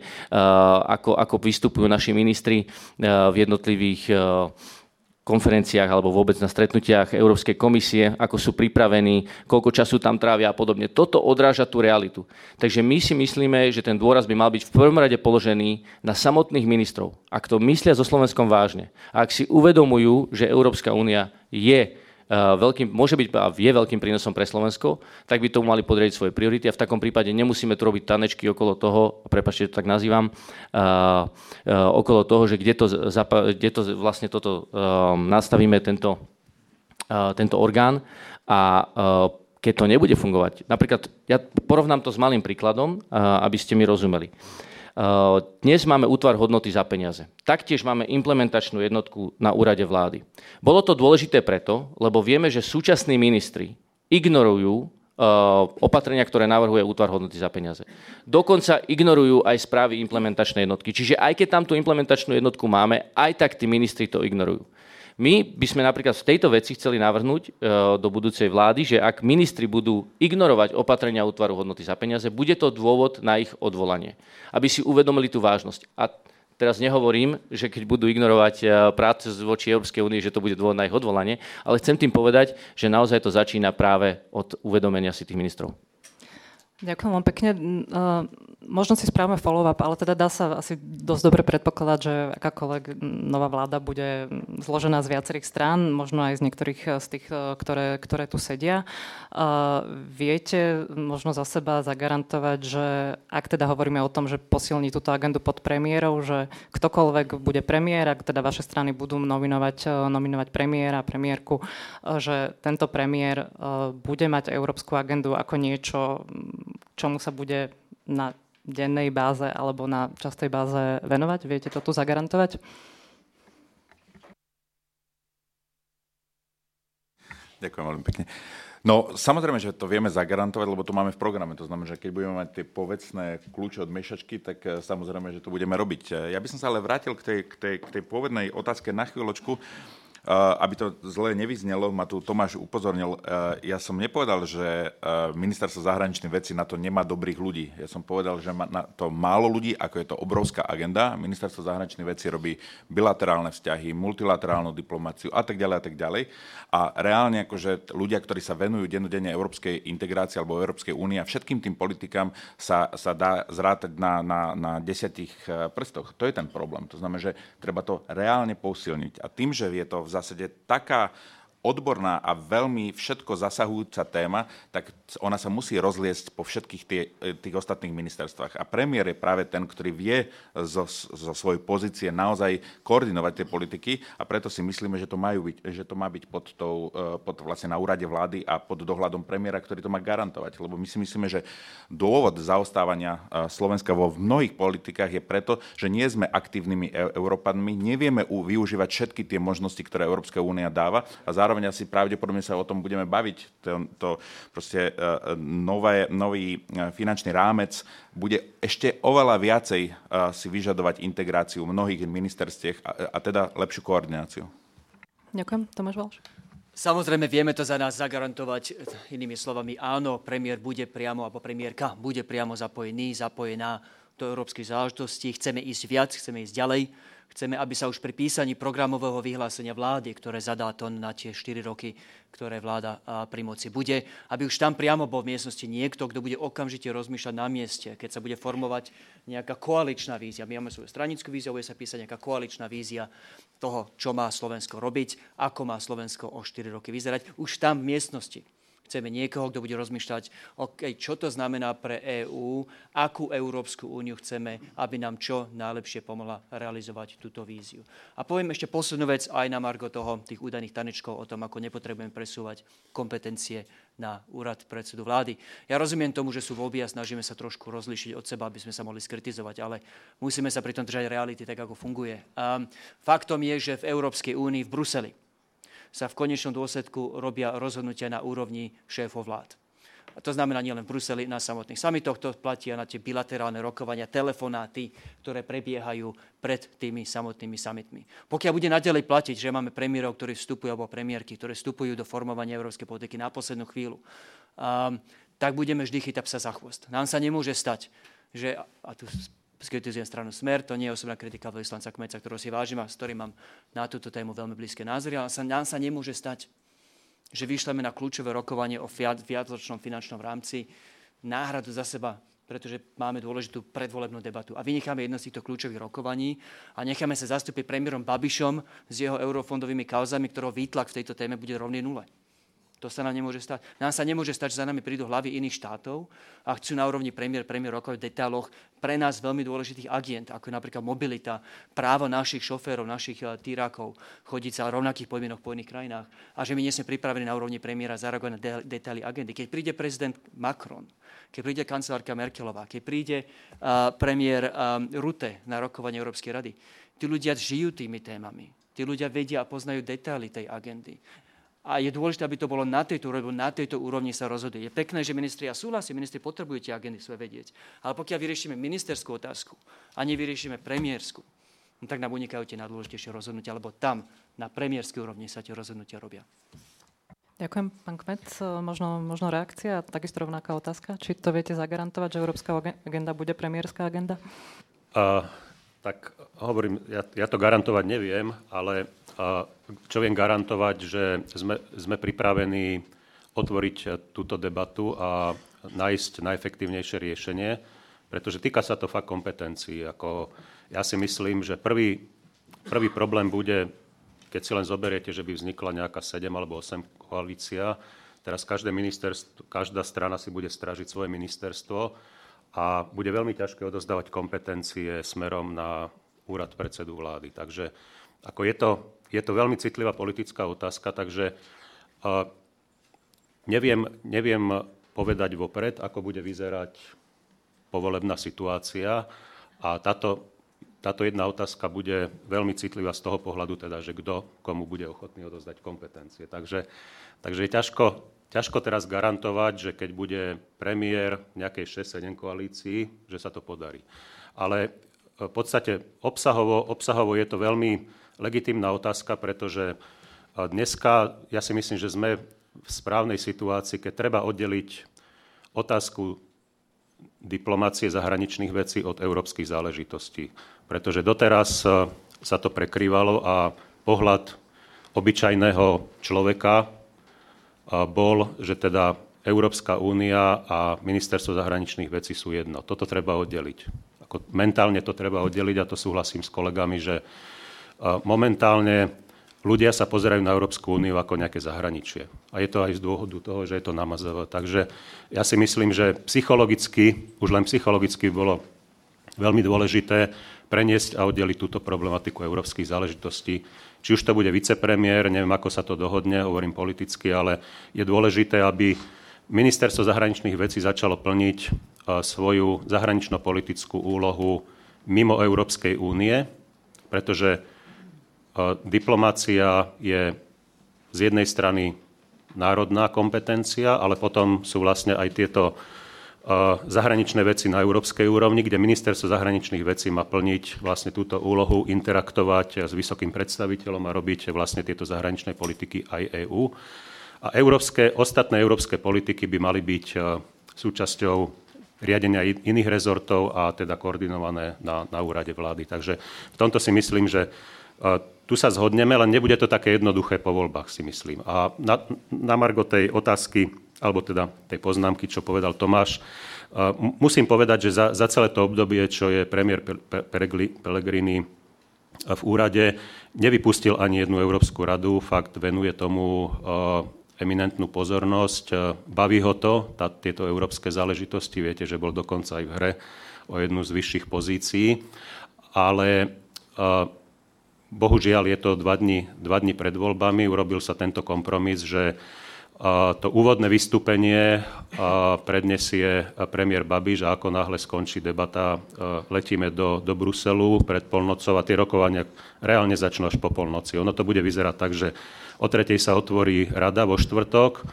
ako, ako vystupujú naši ministri uh, v jednotlivých uh, konferenciách alebo vôbec na stretnutiach Európskej komisie, ako sú pripravení, koľko času tam trávia a podobne. Toto odráža tú realitu. Takže my si myslíme, že ten dôraz by mal byť v prvom rade položený na samotných ministrov. Ak to myslia so Slovenskom vážne a ak si uvedomujú, že Európska únia je Uh, veľkým, môže byť a je veľkým prínosom pre Slovensko, tak by tomu mali podriadiť svoje priority a v takom prípade nemusíme tu robiť tanečky okolo toho, prepáčte, to tak nazývam, uh, uh, okolo toho, že kde to, zapa- kde to vlastne toto uh, nastavíme tento, uh, tento orgán a uh, keď to nebude fungovať, napríklad, ja porovnám to s malým príkladom, uh, aby ste mi rozumeli. Dnes máme útvar hodnoty za peniaze. Taktiež máme implementačnú jednotku na úrade vlády. Bolo to dôležité preto, lebo vieme, že súčasní ministri ignorujú opatrenia, ktoré navrhuje útvar hodnoty za peniaze. Dokonca ignorujú aj správy implementačnej jednotky. Čiže aj keď tam tú implementačnú jednotku máme, aj tak tí ministri to ignorujú. My by sme napríklad v tejto veci chceli navrhnúť e, do budúcej vlády, že ak ministri budú ignorovať opatrenia útvaru hodnoty za peniaze, bude to dôvod na ich odvolanie. Aby si uvedomili tú vážnosť. A teraz nehovorím, že keď budú ignorovať e, prácu voči Európskej únii, že to bude dôvod na ich odvolanie, ale chcem tým povedať, že naozaj to začína práve od uvedomenia si tých ministrov. Ďakujem vám pekne. možno si správame follow-up, ale teda dá sa asi dosť dobre predpokladať, že akákoľvek nová vláda bude zložená z viacerých strán, možno aj z niektorých z tých, ktoré, ktoré tu sedia. Viete možno za seba zagarantovať, že ak teda hovoríme o tom, že posilní túto agendu pod premiérov, že ktokoľvek bude premiér, ak teda vaše strany budú nominovať, nominovať premiéra, premiérku, že tento premiér bude mať európsku agendu ako niečo, čomu sa bude na dennej báze alebo na častej báze venovať? Viete to tu zagarantovať? Ďakujem veľmi pekne. No, samozrejme, že to vieme zagarantovať, lebo to máme v programe. To znamená, že keď budeme mať tie povecné kľúče od miešačky, tak samozrejme, že to budeme robiť. Ja by som sa ale vrátil k tej, k tej, k tej pôvodnej otázke na chvíľočku. Uh, aby to zle nevyznelo, ma tu Tomáš upozornil, uh, ja som nepovedal, že uh, ministerstvo zahraničných vecí na to nemá dobrých ľudí. Ja som povedal, že má na to málo ľudí, ako je to obrovská agenda. Ministerstvo zahraničných vecí robí bilaterálne vzťahy, multilaterálnu diplomáciu a tak ďalej a tak ďalej. A reálne akože ľudia, ktorí sa venujú dennodenne európskej integrácii alebo Európskej únie a všetkým tým politikám sa, sa dá zrátať na, na, na desiatich prstoch. To je ten problém. To znamená, že treba to reálne posilniť. A tým, že je to v zásade taká odborná a veľmi všetko zasahujúca téma, tak ona sa musí rozliesť po všetkých tie, tých ostatných ministerstvách. A premiér je práve ten, ktorý vie zo, zo svojej pozície naozaj koordinovať tie politiky a preto si myslíme, že to, majú byť, že to má byť pod, tou, pod vlastne na úrade vlády a pod dohľadom premiéra, ktorý to má garantovať. Lebo my si myslíme, že dôvod zaostávania Slovenska vo mnohých politikách je preto, že nie sme aktívnymi Európanmi, nevieme využívať všetky tie možnosti, ktoré Európska únia dáva a zároveň asi pravdepodobne sa o tom budeme baviť. To, to proste uh, nové, nový uh, finančný rámec bude ešte oveľa viacej uh, si vyžadovať integráciu mnohých ministerstiev a, a teda lepšiu koordináciu. Ďakujem. Tomáš Valš. Samozrejme, vieme to za nás zagarantovať. Inými slovami, áno, premiér bude priamo, alebo premiérka bude priamo zapojený, zapojená do európskych záležitostí. Chceme ísť viac, chceme ísť ďalej. Chceme, aby sa už pri písaní programového vyhlásenia vlády, ktoré zadá to na tie štyri roky, ktoré vláda pri moci bude, aby už tam priamo bol v miestnosti niekto, kto bude okamžite rozmýšľať na mieste, keď sa bude formovať nejaká koaličná vízia. My máme svoju stranickú víziu, bude sa písať nejaká koaličná vízia toho, čo má Slovensko robiť, ako má Slovensko o štyri roky vyzerať, už tam v miestnosti. Chceme niekoho, kto bude rozmýšľať, OK, čo to znamená pre EÚ, akú Európsku úniu chceme, aby nám čo najlepšie pomohla realizovať túto víziu. A poviem ešte poslednú vec aj na margo toho, tých údajných tanečkov o tom, ako nepotrebujeme presúvať kompetencie na úrad predsedu vlády. Ja rozumiem tomu, že sú voľby a snažíme sa trošku rozlíšiť od seba, aby sme sa mohli skritizovať, ale musíme sa pritom držať reality tak, ako funguje. Um, faktom je, že v Európskej únii, v Bruseli, sa v konečnom dôsledku robia rozhodnutia na úrovni šéfov vlád. A to znamená nielen v Bruseli, na samotných samitoch, to platia na tie bilaterálne rokovania, telefonáty, ktoré prebiehajú pred tými samotnými samitmi. Pokiaľ bude naďalej platiť, že máme premiérov, ktorí vstupujú, alebo premiérky, ktoré vstupujú do formovania európskej politiky na poslednú chvíľu, um, tak budeme vždy chytať psa za chvost. Nám sa nemôže stať, že, a tu skritizujem stranu Smer, to nie je osobná kritika veľvyslanca Kmeca, ktorého si vážim a s ktorým mám na túto tému veľmi blízke názory, ale sa, nám sa nemôže stať, že vyšleme na kľúčové rokovanie o viacročnom finančnom rámci náhradu za seba, pretože máme dôležitú predvolebnú debatu. A vynecháme jedno z týchto kľúčových rokovaní a necháme sa zastúpiť premiérom Babišom s jeho eurofondovými kauzami, ktorého výtlak v tejto téme bude rovný nule. To sa nám nemôže stať. Nám sa nemôže stať, že za nami prídu hlavy iných štátov a chcú na úrovni premiér, premiér rokovať v detailoch pre nás veľmi dôležitých agent, ako je napríklad mobilita, právo našich šoférov, našich týrákov chodiť sa v rovnakých podmienok po iných krajinách a že my nie sme pripravení na úrovni premiéra zareagovať na de- detaily agendy. Keď príde prezident Macron, keď príde kancelárka Merkelová, keď príde uh, premiér um, Rutte na rokovanie Európskej rady, tí ľudia žijú tými témami. Tí ľudia vedia a poznajú detaily tej agendy. A je dôležité, aby to bolo na tejto úrovni, na tejto úrovni sa rozhoduje. Je pekné, že ministri, ja súhlasím, ministri potrebujú tie agendy svoje vedieť. Ale pokiaľ vyriešime ministerskú otázku a nevyriešime premiérsku, no tak nám unikajú tie najdôležitejšie rozhodnutia, lebo tam na premiérskej úrovni sa tie rozhodnutia robia. Ďakujem, pán Kmet. Možno, možno reakcia, takisto rovnaká otázka. Či to viete zagarantovať, že európska agenda bude premiérska agenda? Uh, tak hovorím, ja, ja to garantovať neviem, ale uh, čo viem garantovať, že sme, sme pripravení otvoriť túto debatu a nájsť najefektívnejšie riešenie, pretože týka sa to fakt kompetencií. Ako ja si myslím, že prvý, prvý problém bude, keď si len zoberiete, že by vznikla nejaká sedem alebo osem koalícia. Teraz každé ministerstvo, každá strana si bude strážiť svoje ministerstvo a bude veľmi ťažké odozdávať kompetencie smerom na úrad predsedu vlády. Takže ako je to, je to veľmi citlivá politická otázka, takže uh, neviem, neviem povedať vopred, ako bude vyzerať povolebná situácia a táto, táto jedna otázka bude veľmi citlivá z toho pohľadu, teda, že kto komu bude ochotný odozdať kompetencie. Takže, takže je ťažko, ťažko teraz garantovať, že keď bude premiér v nejakej šesť sedem koalícii, že sa to podarí. Ale v podstate obsahovo, obsahovo je to veľmi legitímna otázka, pretože dneska ja si myslím, že sme v správnej situácii, keď treba oddeliť otázku diplomácie zahraničných vecí od európskych záležitostí. Pretože doteraz sa to prekrývalo a pohľad obyčajného človeka bol, že teda Európska únia a ministerstvo zahraničných vecí sú jedno. Toto treba oddeliť. Ako mentálne to treba oddeliť a to súhlasím s kolegami, že momentálne ľudia sa pozerajú na Európsku úniu ako nejaké zahraničie. A je to aj z dôvodu toho, že je to na em zet vé. Takže ja si myslím, že psychologicky, už len psychologicky bolo veľmi dôležité preniesť a oddeliť túto problematiku európskych záležitostí. Či už to bude vicepremiér, neviem, ako sa to dohodne, hovorím politicky, ale je dôležité, aby ministerstvo zahraničných vecí začalo plniť svoju zahranično-politickú úlohu mimo Európskej únie, pretože diplomácia je z jednej strany národná kompetencia, ale potom sú vlastne aj tieto zahraničné veci na európskej úrovni, kde ministerstvo zahraničných vecí má plniť vlastne túto úlohu, interaktovať s vysokým predstaviteľom a robiť vlastne tieto zahraničné politiky aj EÚ. A európske, ostatné európske politiky by mali byť súčasťou riadenia iných rezortov a teda koordinované na, na úrade vlády. Takže v tomto si myslím, že tu sa zhodneme, len nebude to také jednoduché po voľbách, si myslím. A na, na margo tej otázky, alebo teda tej poznámky, čo povedal Tomáš, musím povedať, že za, za celé to obdobie, čo je premiér Pellegrini v úrade, nevypustil ani jednu Európsku radu, fakt venuje tomu eminentnú pozornosť. Baví ho to, tá, tieto európske záležitosti, viete, že bol dokonca aj v hre o jednu z vyšších pozícií, ale bohužiaľ je to dva dni, dva dni pred voľbami, urobil sa tento kompromis, že to úvodné vystúpenie predniesie premiér Babiš a ako náhle skončí debata, letíme do, do Bruselu pred polnocou a tie rokovania reálne začnú až po polnoci. Ono to bude vyzerať tak, že o tretej sa otvorí rada vo štvrtok,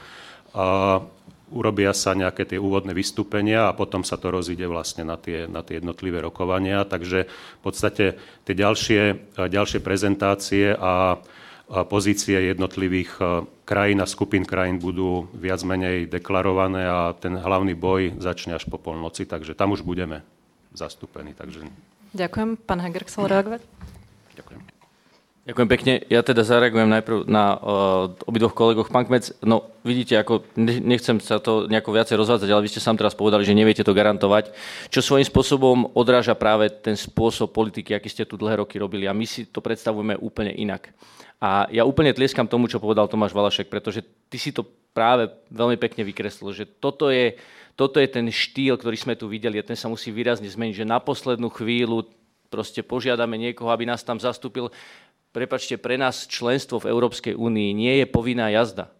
a urobia sa nejaké tie úvodné vystúpenia a potom sa to rozíde vlastne na tie, na tie jednotlivé rokovania. Takže v podstate tie ďalšie, ďalšie prezentácie a pozície jednotlivých krajín a skupín krajín budú viac menej deklarované a ten hlavný boj začne až po polnoci, takže tam už budeme zastúpení. Takže... Ďakujem. Pán Heger, chcel reagovať? Ďakujem. Ďakujem pekne. Ja teda zareagujem najprv na uh, obidvoch kolegoch. Pán Kmec, no vidíte, ako nechcem sa to nejako viacej rozvádzať, ale vy ste sám teraz povedali, že neviete to garantovať, čo svojím spôsobom odráža práve ten spôsob politiky, aký ste tu dlhé roky robili a my si to predstavujeme úplne inak. A ja úplne tlieskam tomu, čo povedal Tomáš Valašek, pretože ty si to práve veľmi pekne vykreslil, že toto je, toto je ten štýl, ktorý sme tu videli a ten sa musí výrazne zmeniť, že na poslednú chvíľu proste požiadame niekoho, aby nás tam zastúpil. Prepáčte, pre nás členstvo v Európskej únii nie je povinná jazda.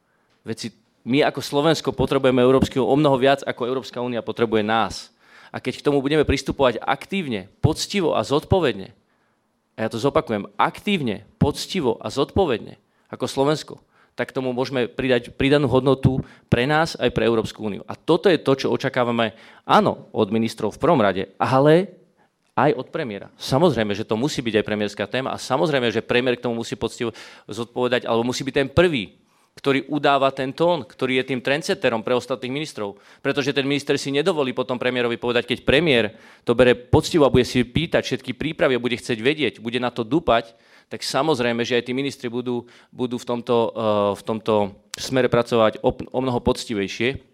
Veď my ako Slovensko potrebujeme Európsku úniu o mnoho viac, ako Európska únia potrebuje nás. A keď k tomu budeme pristupovať aktívne, poctivo a zodpovedne, a ja to zopakujem, aktívne, poctivo a zodpovedne, ako Slovensko, tak tomu môžeme pridať pridanú hodnotu pre nás aj pre Európsku úniu. A toto je to, čo očakávame, áno, od ministrov v prvom rade, ale aj od premiéra. Samozrejme, že to musí byť aj premiérska téma a samozrejme, že premiér k tomu musí poctivo zodpovedať, alebo musí byť ten prvý, ktorý udáva ten tón, ktorý je tým trendsetterom pre ostatných ministrov. Pretože ten minister si nedovolí potom premiérovi povedať, keď premiér to bere poctivo a bude si pýtať všetky prípravy a bude chcieť vedieť, bude na to dúpať, tak samozrejme, že aj tí ministri budú, budú v, tomto, uh, v tomto smere pracovať o, o mnoho poctivejšie.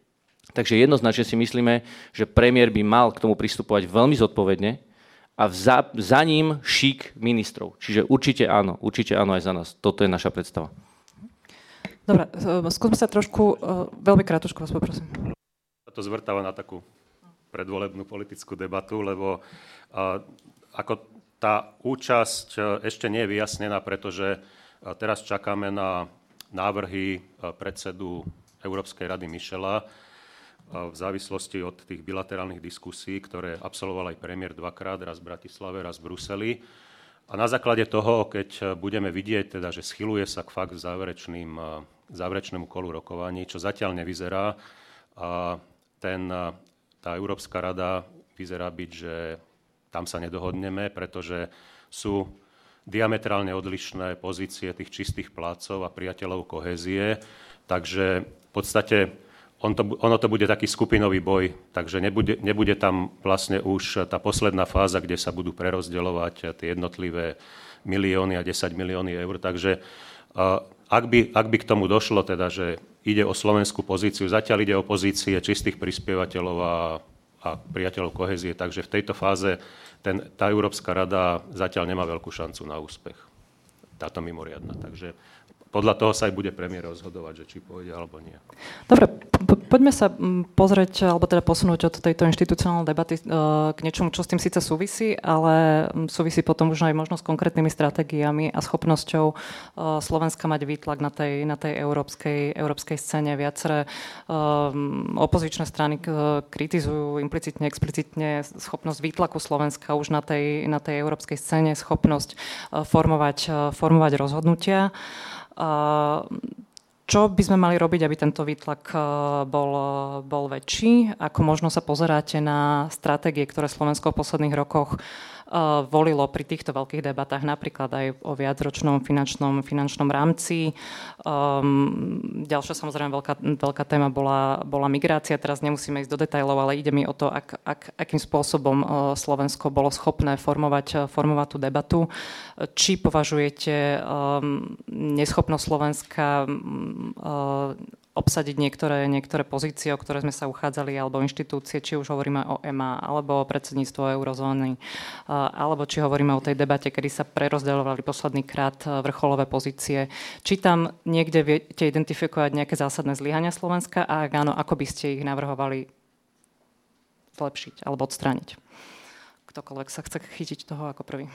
Takže jednoznačne si myslíme, že premiér by mal k tomu pristupovať veľmi zodpovedne a za, za ním šík ministrov. Čiže určite áno, určite áno aj za nás. Toto je naša predstava. Dobre, skúsme sa trošku, veľmi krátko vás poprosím. To zvrtáva na takú predvolebnú politickú debatu, lebo uh, ako tá účasť ešte nie je vyjasnená, pretože uh, teraz čakáme na návrhy uh, predsedu Európskej rady Michela uh, v závislosti od tých bilaterálnych diskusí, ktoré absolvoval aj premiér dvakrát, raz v Bratislave, raz v Bruseli. A na základe toho, keď budeme vidieť, teda, že schyluje sa k fakt záverečným, uh, záverečnému kolu rokovaní, čo zatiaľ nevyzerá, a ten, tá Európska rada vyzerá byť, že tam sa nedohodneme, pretože sú diametrálne odlišné pozície tých čistých plácov a priateľov kohézie. Takže v podstate on to, ono to bude taký skupinový boj, takže nebude, nebude tam vlastne už tá posledná fáza, kde sa budú prerozdeľovať tie jednotlivé milióny a desať milióny eur. Takže ak by, ak by k tomu došlo, teda, že ide o slovenskú pozíciu, zatiaľ ide o pozície čistých prispievateľov a, a priateľov kohézie, takže v tejto fáze ten, tá Európska rada zatiaľ nemá veľkú šancu na úspech, táto mimoriadna. Takže podľa toho sa aj bude premiér rozhodovať, že či pôjde alebo nie. Dobre, po, poďme sa pozrieť, alebo teda posunúť od tejto inštitucionálnej debaty k niečomu, čo s tým síce súvisí, ale súvisí potom už aj možno s konkrétnymi stratégiami a schopnosťou Slovenska mať výtlak na tej, na tej európskej, európskej scéne. Viaceré um, opozičné strany kritizujú implicitne, explicitne schopnosť výtlaku Slovenska už na tej, na tej európskej scéne, schopnosť formovať, formovať rozhodnutia. Čo by sme mali robiť, aby tento výtlak bol, bol väčší? Ako možno sa pozeráte na stratégie, ktoré Slovensko v posledných rokoch volilo pri týchto veľkých debatách, napríklad aj o viacročnom finančnom, finančnom rámci. Um, ďalšia samozrejme veľká, veľká téma bola, bola migrácia. Teraz nemusíme ísť do detailov, ale ide mi o to, ak, ak, akým spôsobom uh, Slovensko bolo schopné formovať, formovať tú debatu. Či považujete um, neschopnosť Slovenska um, obsadiť niektoré, niektoré pozície, o ktoré sme sa uchádzali, alebo inštitúcie, či už hovoríme o é em á, alebo o predsedníctvo eurozóny, alebo či hovoríme o tej debate, kedy sa prerozdeľovali posledný krát vrcholové pozície. Či tam niekde viete identifikovať nejaké zásadné zlyhania Slovenska a ak áno, ako by ste ich navrhovali zlepšiť alebo odstrániť? Ktokoľvek sa chce chytiť toho ako prvý.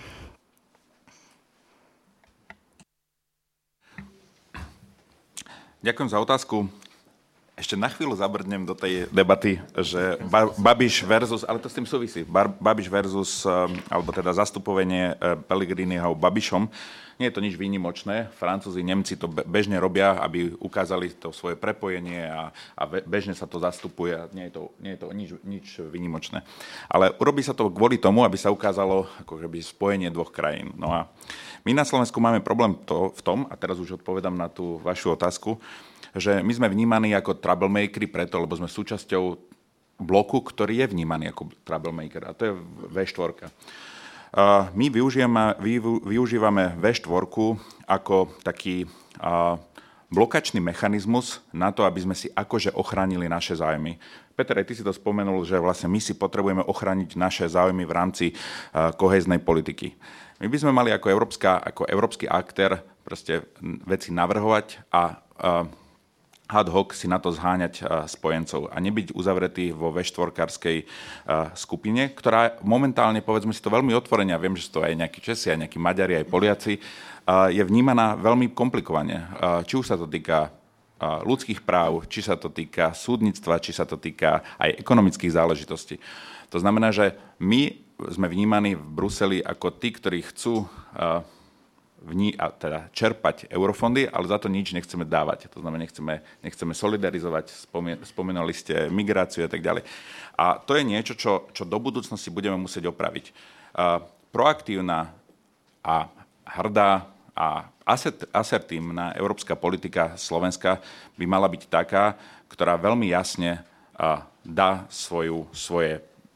Ďakujem za otázku. Ešte na chvíľu zabrdnem do tej debaty, že Babiš versus, ale to s tým súvisí, Babiš versus, alebo teda zastupovanie Pellegriniho Babišom, nie je to nič výnimočné. Francúzi, Nemci to bežne robia, aby ukázali to svoje prepojenie a, a bežne sa to zastupuje. Nie je to, nie je to nič, nič výnimočné. Ale urobí sa to kvôli tomu, aby sa ukázalo ako keby spojenie dvoch krajín. No a my na Slovensku máme problém to, v tom, a teraz už odpovedám na tú vašu otázku, že my sme vnímaní ako troublemakery preto, lebo sme súčasťou bloku, ktorý je vnímaný ako troublemaker, a to je vé štyri. My využívame, využívame vé štyri ako taký blokačný mechanizmus na to, aby sme si akože ochránili naše záujmy. Peter, aj ty si to spomenul, že vlastne my si potrebujeme ochrániť naše záujmy v rámci kohéznej politiky. My by sme mali ako, európska, ako európsky aktér proste veci navrhovať a ad hoc si na to zháňať spojencov a nebyť uzavretý vo vé štyri-kárskej skupine, ktorá momentálne, povedzme si to veľmi otvorene, a viem, že sú to aj nejakí Česi, aj nejakí Maďari, aj Poliaci, je vnímaná veľmi komplikovane. Či už sa to týka ľudských práv, či sa to týka súdnictva, či sa to týka aj ekonomických záležitostí. To znamená, že my sme vnímaní v Bruseli ako tí, ktorí chcú vní, a teda čerpať eurofondy, ale za to nič nechceme dávať. To znamená, nechceme, nechceme solidarizovať, spomínali ste migráciu a tak ďalej. A to je niečo, čo, čo do budúcnosti budeme musieť opraviť. Proaktívna a hrdá a asertívna európska politika Slovenska by mala byť taká, ktorá veľmi jasne dá svoju, svoje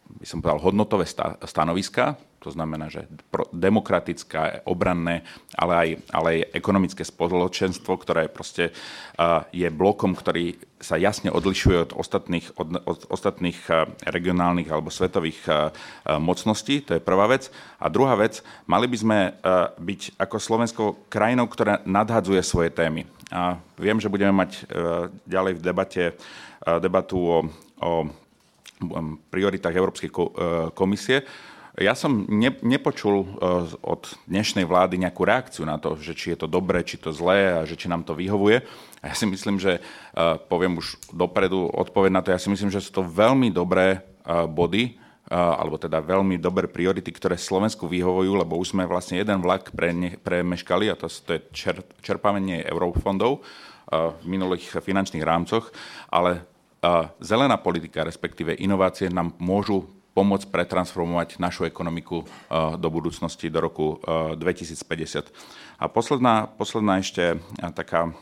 by som povedal, hodnotové stanoviská, to znamená, že demokratické, obranné, ale aj, ale aj ekonomické spoločenstvo, ktoré proste je blokom, ktorý sa jasne odlišuje od ostatných, od, od ostatných regionálnych alebo svetových mocností, to je prvá vec. A druhá vec, mali by sme byť ako Slovensko krajinou, ktorá nadhadzuje svoje témy. A viem, že budeme mať ďalej v debate debatu o, o prioritách Európskej komisie. Ja som ne, nepočul od dnešnej vlády nejakú reakciu na to, že či je to dobré, či to zlé a že či nám to vyhovuje. A ja si myslím, že poviem už dopredu odpoveď na to, ja si myslím, že sú to veľmi dobré body, alebo teda veľmi dobré priority, ktoré Slovensku vyhovujú, lebo už sme vlastne jeden vlak pre, ne, premeškali a to, to je čer, čerpávanie eurofondov v minulých finančných rámcoch, ale zelená politika, respektíve inovácie nám môžu pomôcť pretransformovať našu ekonomiku do budúcnosti, do roku dvetisícpäťdesiat. A posledná, posledná ešte taká,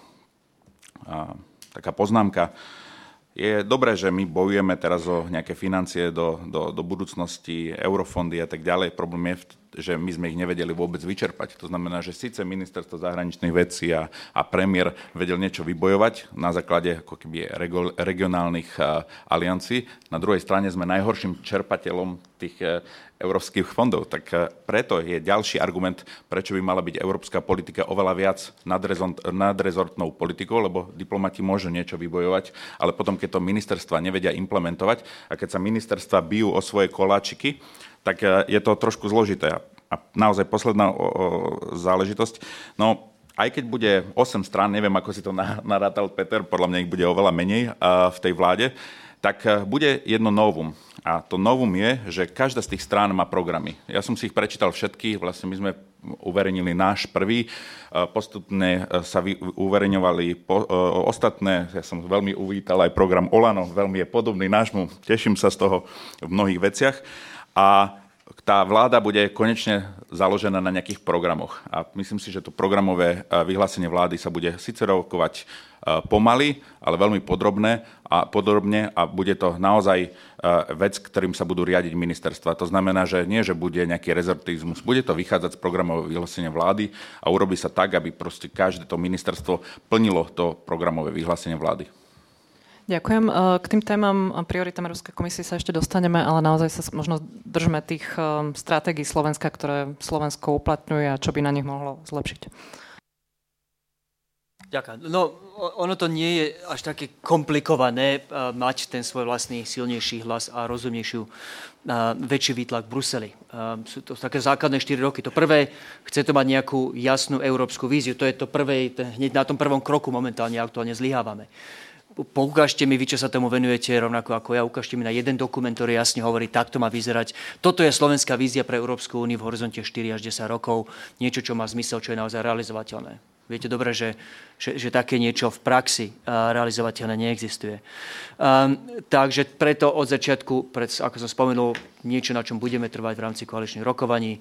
taká poznámka. Je dobré, že my bojujeme teraz o nejaké financie do, do, do budúcnosti, eurofondy a tak ďalej. Problém je, že my sme ich nevedeli vôbec vyčerpať. To znamená, že síce ministerstvo zahraničných vecí a, a premiér vedel niečo vybojovať na základe ako keby rego, regionálnych a, aliancií. Na druhej strane sme najhorším čerpateľom tých a, európskych fondov. Tak a, preto je ďalší argument, prečo by mala byť európska politika oveľa viac nadrezortnou politikou, lebo diplomati môžu niečo vybojovať, ale potom, keď to ministerstva nevedia implementovať a keď sa ministerstva bijú o svoje koláčiky, tak je to trošku zložité. A naozaj posledná o, o, záležitosť. No, aj keď bude osem strán, neviem, ako si to narátal Peter, podľa mňa ich bude oveľa menej a, v tej vláde, tak bude jedno novum. A to novum je, že každá z tých strán má programy. Ja som si ich prečítal všetky, vlastne my sme uverejnili náš prvý, postupne sa uverejňovali po, ostatné, ja som veľmi uvítal aj program Olano, veľmi je podobný nášmu, teším sa z toho v mnohých veciach. A tá vláda bude konečne založená na nejakých programoch. A myslím si, že to programové vyhlásenie vlády sa bude síce rokovať pomaly, ale veľmi podrobné a podrobne a bude to naozaj vec, ktorým sa budú riadiť ministerstva. To znamená, že nie, že bude nejaký rezortizmus, bude to vychádzať z programového vyhlásenia vlády a urobí sa tak, aby proste každé to ministerstvo plnilo to programové vyhlásenie vlády. Ďakujem. K tým témam prioritám Európskej komisie sa ešte dostaneme, ale naozaj sa možno držme tých stratégií Slovenska, ktoré Slovensko uplatňuje a čo by na nich mohlo zlepšiť. Ďakujem. No, ono to nie je až také komplikované uh, mať ten svoj vlastný silnejší hlas a rozumnejšiu, uh, väčší výtlak v Bruseli. Uh, sú to také základné štyri roky. To prvé, chce to mať nejakú jasnú európsku víziu. To je to prvé, hneď na tom prvom kroku momentálne aktuálne zlyhávame. Ukážte mi vy, čo sa tomu venujete, rovnako ako ja, ukážte mi na jeden dokument, ktorý jasne hovorí, takto má vyzerať. Toto je slovenská vízia pre Európsku úniu v horizonte štyri až desať rokov. Niečo, čo má zmysel, čo je naozaj realizovateľné. Viete dobre, že, že, že také niečo v praxi uh, realizovateľné neexistuje. Um, takže preto od začiatku, pred, ako som spomenul, niečo, na čom budeme trvať v rámci koaličných rokovaní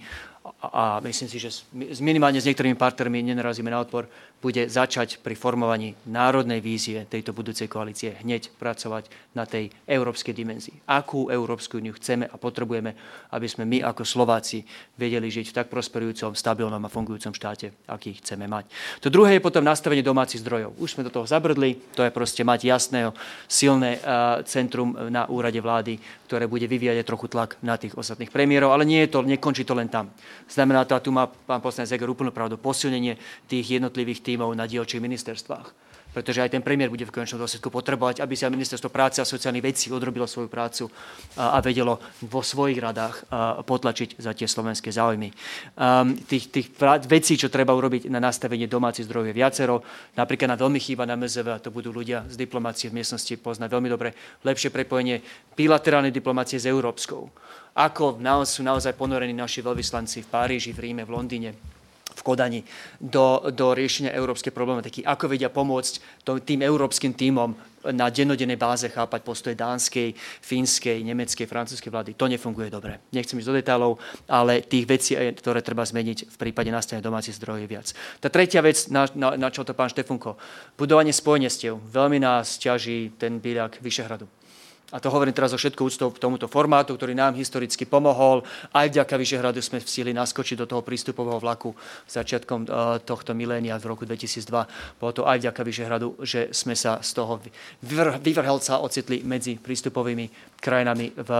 a, a myslím si, že s, minimálne s niektorými partnermi nenarazíme na odpor, bude začať pri formovaní národnej vízie tejto budúcej koalície hneď pracovať na tej európskej dimenzii. Akú Európsku úniu chceme a potrebujeme, aby sme my ako Slováci vedeli žiť v tak prosperujúcom, stabilnom a fungujúcom štáte, aký chceme mať. To druhé je potom nastavenie domácich zdrojov. Už sme do toho zabrdli, to je proste mať jasné, silné uh, centrum na úrade vlády, ktoré bude vyvíjať trochu tlak na tých ostatných premiérov, ale nie je to, nekončí to len tam. Znamená to, a tu má pán poslanec Heger úplnú pravdu, posilnenie tých jednotlivých tímov na dielčích ministerstvách. Pretože aj ten premiér bude v konečnom dôsledku potrebovať, aby si aj ministerstvo práce a sociálnych vecí odrobilo svoju prácu a, a vedelo vo svojich radách a, potlačiť za tie slovenské záujmy. Um, tých, tých vecí, čo treba urobiť na nastavenie domácich zdrojov je viacero. Napríklad na veľmi chýba na em es vé, a to budú ľudia z diplomácie v miestnosti poznať veľmi dobre, lepšie prepojenie bilaterálnej diplomácie s európskou. Ako sú naozaj ponorení naši veľvyslanci v Paríži, v Ríme, v Londýne, v Kodani do, do riešenia európskej problematiky. Ako vedia pomôcť tým európskym tímom na dennodennej báze chápať postoje dánskej, fínskej, nemeckej, francúzskej vlády. To nefunguje dobre. Nechcem ísť do detailov, ale tých vecí, ktoré treba zmeniť v prípade nastavenia domácich zdrojov je viac. Tá tretia vec, na, na, na čo to pán Štefunko, budovanie spojenectiev. Veľmi nás ťaží ten bíľak Vyšehradu. a to hovorím teraz o všetkou úctou k tomuto formátu, ktorý nám historicky pomohol. Aj vďaka Vyšehradu sme stihli naskočiť do toho prístupového vlaku začiatkom tohto milénia v roku dvetisíctva. Bolo to aj vďaka Vyšehradu, že sme sa z toho vyvrhelca ocitli medzi prístupovými krajinami v,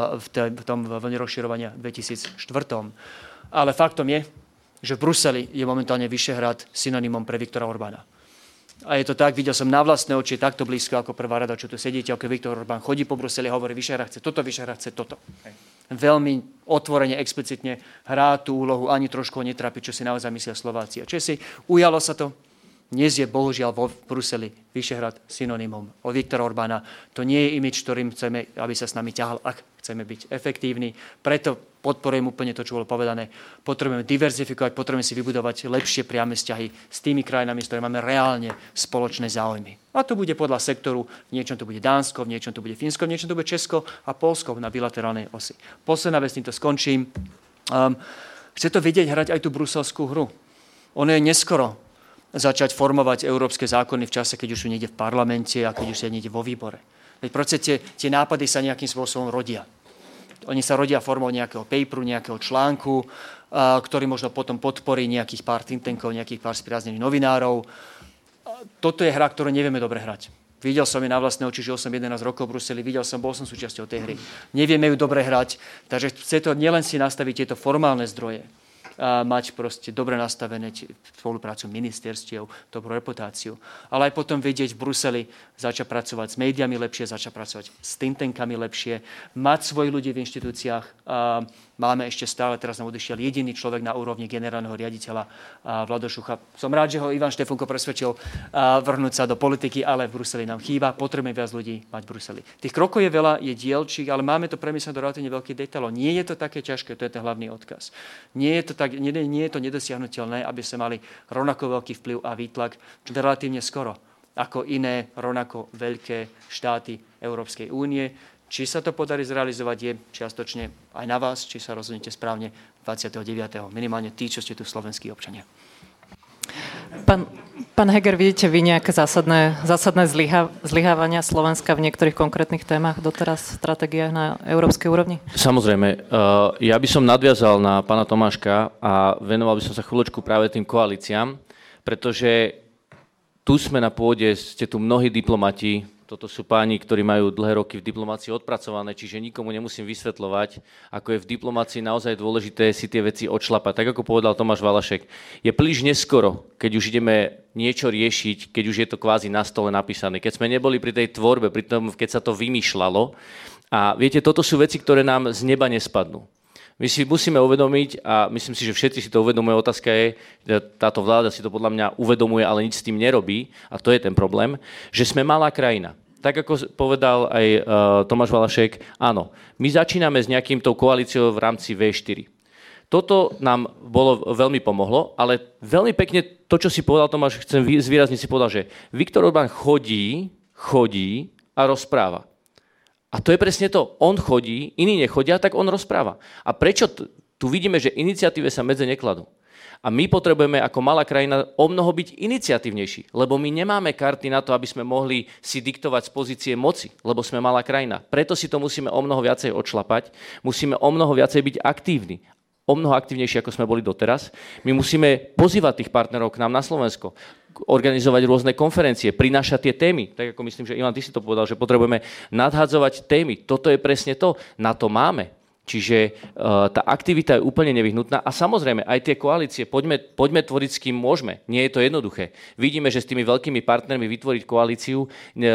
v tom vlne rozširovania dvetisícštyri. Ale faktom je, že v Bruseli je momentálne Vyšehrad synonymom pre Viktora Orbána. A je to tak, videl som na vlastné oči takto blízko ako prvá rada, čo tu sedíte, ako Viktor Orbán chodí po Bruseli a hovorí, Vyšehrad chce toto, Vyšehrad chce toto. Hej. Veľmi otvorene, explicitne hrá tú úlohu, ani trošku netrápi, čo si naozaj myslia Slováci a Česi. Ujalo sa to. Dnes je bohužiaľ vo Bruseli Vyšehrad synonymom od Viktora Orbána. To nie je imič, ktorým chceme, aby sa s nami ťahal, ak chceme byť efektívni. Preto podporujem úplne to, čo bolo povedané. Potrebujeme diverzifikovať, potrebujeme si vybudovať lepšie priame vzťahy s tými krajinami, s ktorými máme reálne spoločné záujmy. A to bude podľa sektoru, v niečom to bude Dánsko, v niečom to bude Fínsko, v niečom to bude Česko a Poľsko na bilaterálnej osi. Posledná vec, týmto skončím. Um, chce to vidieť hrať aj tú bruselskú hru. Ono je neskoro začať formovať európske zákony v čase, keď už sú niekde v parlamente a keď už sú niekde vo výbore. Veď proste tie, tie nápady sa nejakým spôsobom rodia. Oni sa rodia formou nejakého paperu, nejakého článku, a, ktorý možno potom podporí nejakých pár think tankov, nejakých pár spriaznených novinárov. A toto je hra, ktorú nevieme dobre hrať. Videl som ju na vlastné oči, žil som jedenásť rokov v Bruseli, videl som, bol som súčasťou tej hry. Nevieme ju dobre hrať, takže chce to nielen si nastaviť tieto formálne zdroje, a mať proste dobre nastavené spoluprácu ministerstiev, dobrú reputáciu. Ale aj potom vedieť v Bruseli, začať pracovať s médiami lepšie, začať pracovať s think tankami lepšie, mať svojich ľudí v inštitúciách. A máme ešte stále, teraz nám odišiel jediný človek na úrovni generálneho riaditeľa Vlado Šucha. Som rád, že ho Ivan Štefunko presvedčil vrhnúť sa do politiky, ale v Bruseli nám chýba. Potrebujeme viac ľudí mať v Bruseli. Tých krokov je veľa, je dielčích, ale máme to premyslené do relatívne veľkých detailov. Nie je to také ťažké, to je ten hlavný odkaz. Nie je to tak, nie, nie je to nedosiahnuteľné, aby sme mali rovnako veľký vplyv a výtlak relatívne skoro ako iné rovnako veľké štáty Európskej únie. Či sa to podarí zrealizovať, je čiastočne aj na vás, či sa rozhodnete správne dvadsiateho deviateho Minimálne tí, čo ste tu slovenskí občania. Pán, pán Heger, vidíte vy nejaké zásadné, zásadné zlyha, zlyhávania Slovenska v niektorých konkrétnych témach doteraz v stratégiách na európskej úrovni? Samozrejme. Ja by som nadviazal na pána Tomáška a venoval by som sa chvíľočku práve tým koalíciám, pretože tu sme na pôde, ste tu mnohí diplomati, toto sú páni, ktorí majú dlhé roky v diplomácii odpracované, čiže nikomu nemusím vysvetľovať, ako je v diplomácii naozaj dôležité si tie veci odšlapať. Tak ako povedal Tomáš Valašek, je príliš neskoro, keď už ideme niečo riešiť, keď už je to kvázi na stole napísané. Keď sme neboli pri tej tvorbe, pri tom, keď sa to vymýšľalo. A viete, toto sú veci, ktoré nám z neba nespadnú. My si musíme uvedomiť, a myslím si, že všetci si to uvedomujú, otázka je, táto vláda si to podľa mňa uvedomuje, ale nič s tým nerobí, a to je ten problém, že sme malá krajina. Tak ako povedal aj uh, Tomáš Valašek, áno, my začíname s nejakým tou koalíciou v rámci vé štyri. Toto nám bolo veľmi pomohlo, ale veľmi pekne to, čo si povedal Tomáš, chcem zvýrazniť, si povedal, že Viktor Orbán chodí, chodí a rozpráva. A to je presne to. On chodí, iní nechodia, tak on rozpráva. A prečo t- tu vidíme, že iniciatíve sa medze nekladú? A my potrebujeme ako malá krajina o mnoho byť iniciatívnejší, lebo my nemáme karty na to, aby sme mohli si diktovať z pozície moci, lebo sme malá krajina. Preto si to musíme o mnoho viacej odšlapať, musíme o mnoho viacej byť aktívni. O mnoho aktívnejšie, ako sme boli doteraz. My musíme pozývať tých partnerov k nám na Slovensko, organizovať rôzne konferencie, prinášať tie témy. Tak ako myslím, že Ivan, ty si to povedal, že potrebujeme nadhadzovať témy. Toto je presne to. Na to máme. Čiže uh, tá aktivita je úplne nevyhnutná. A samozrejme, aj tie koalície, poďme, poďme tvoriť, s kým môžeme. Nie je to jednoduché. Vidíme, že s tými veľkými partnermi vytvoriť koalíciu uh,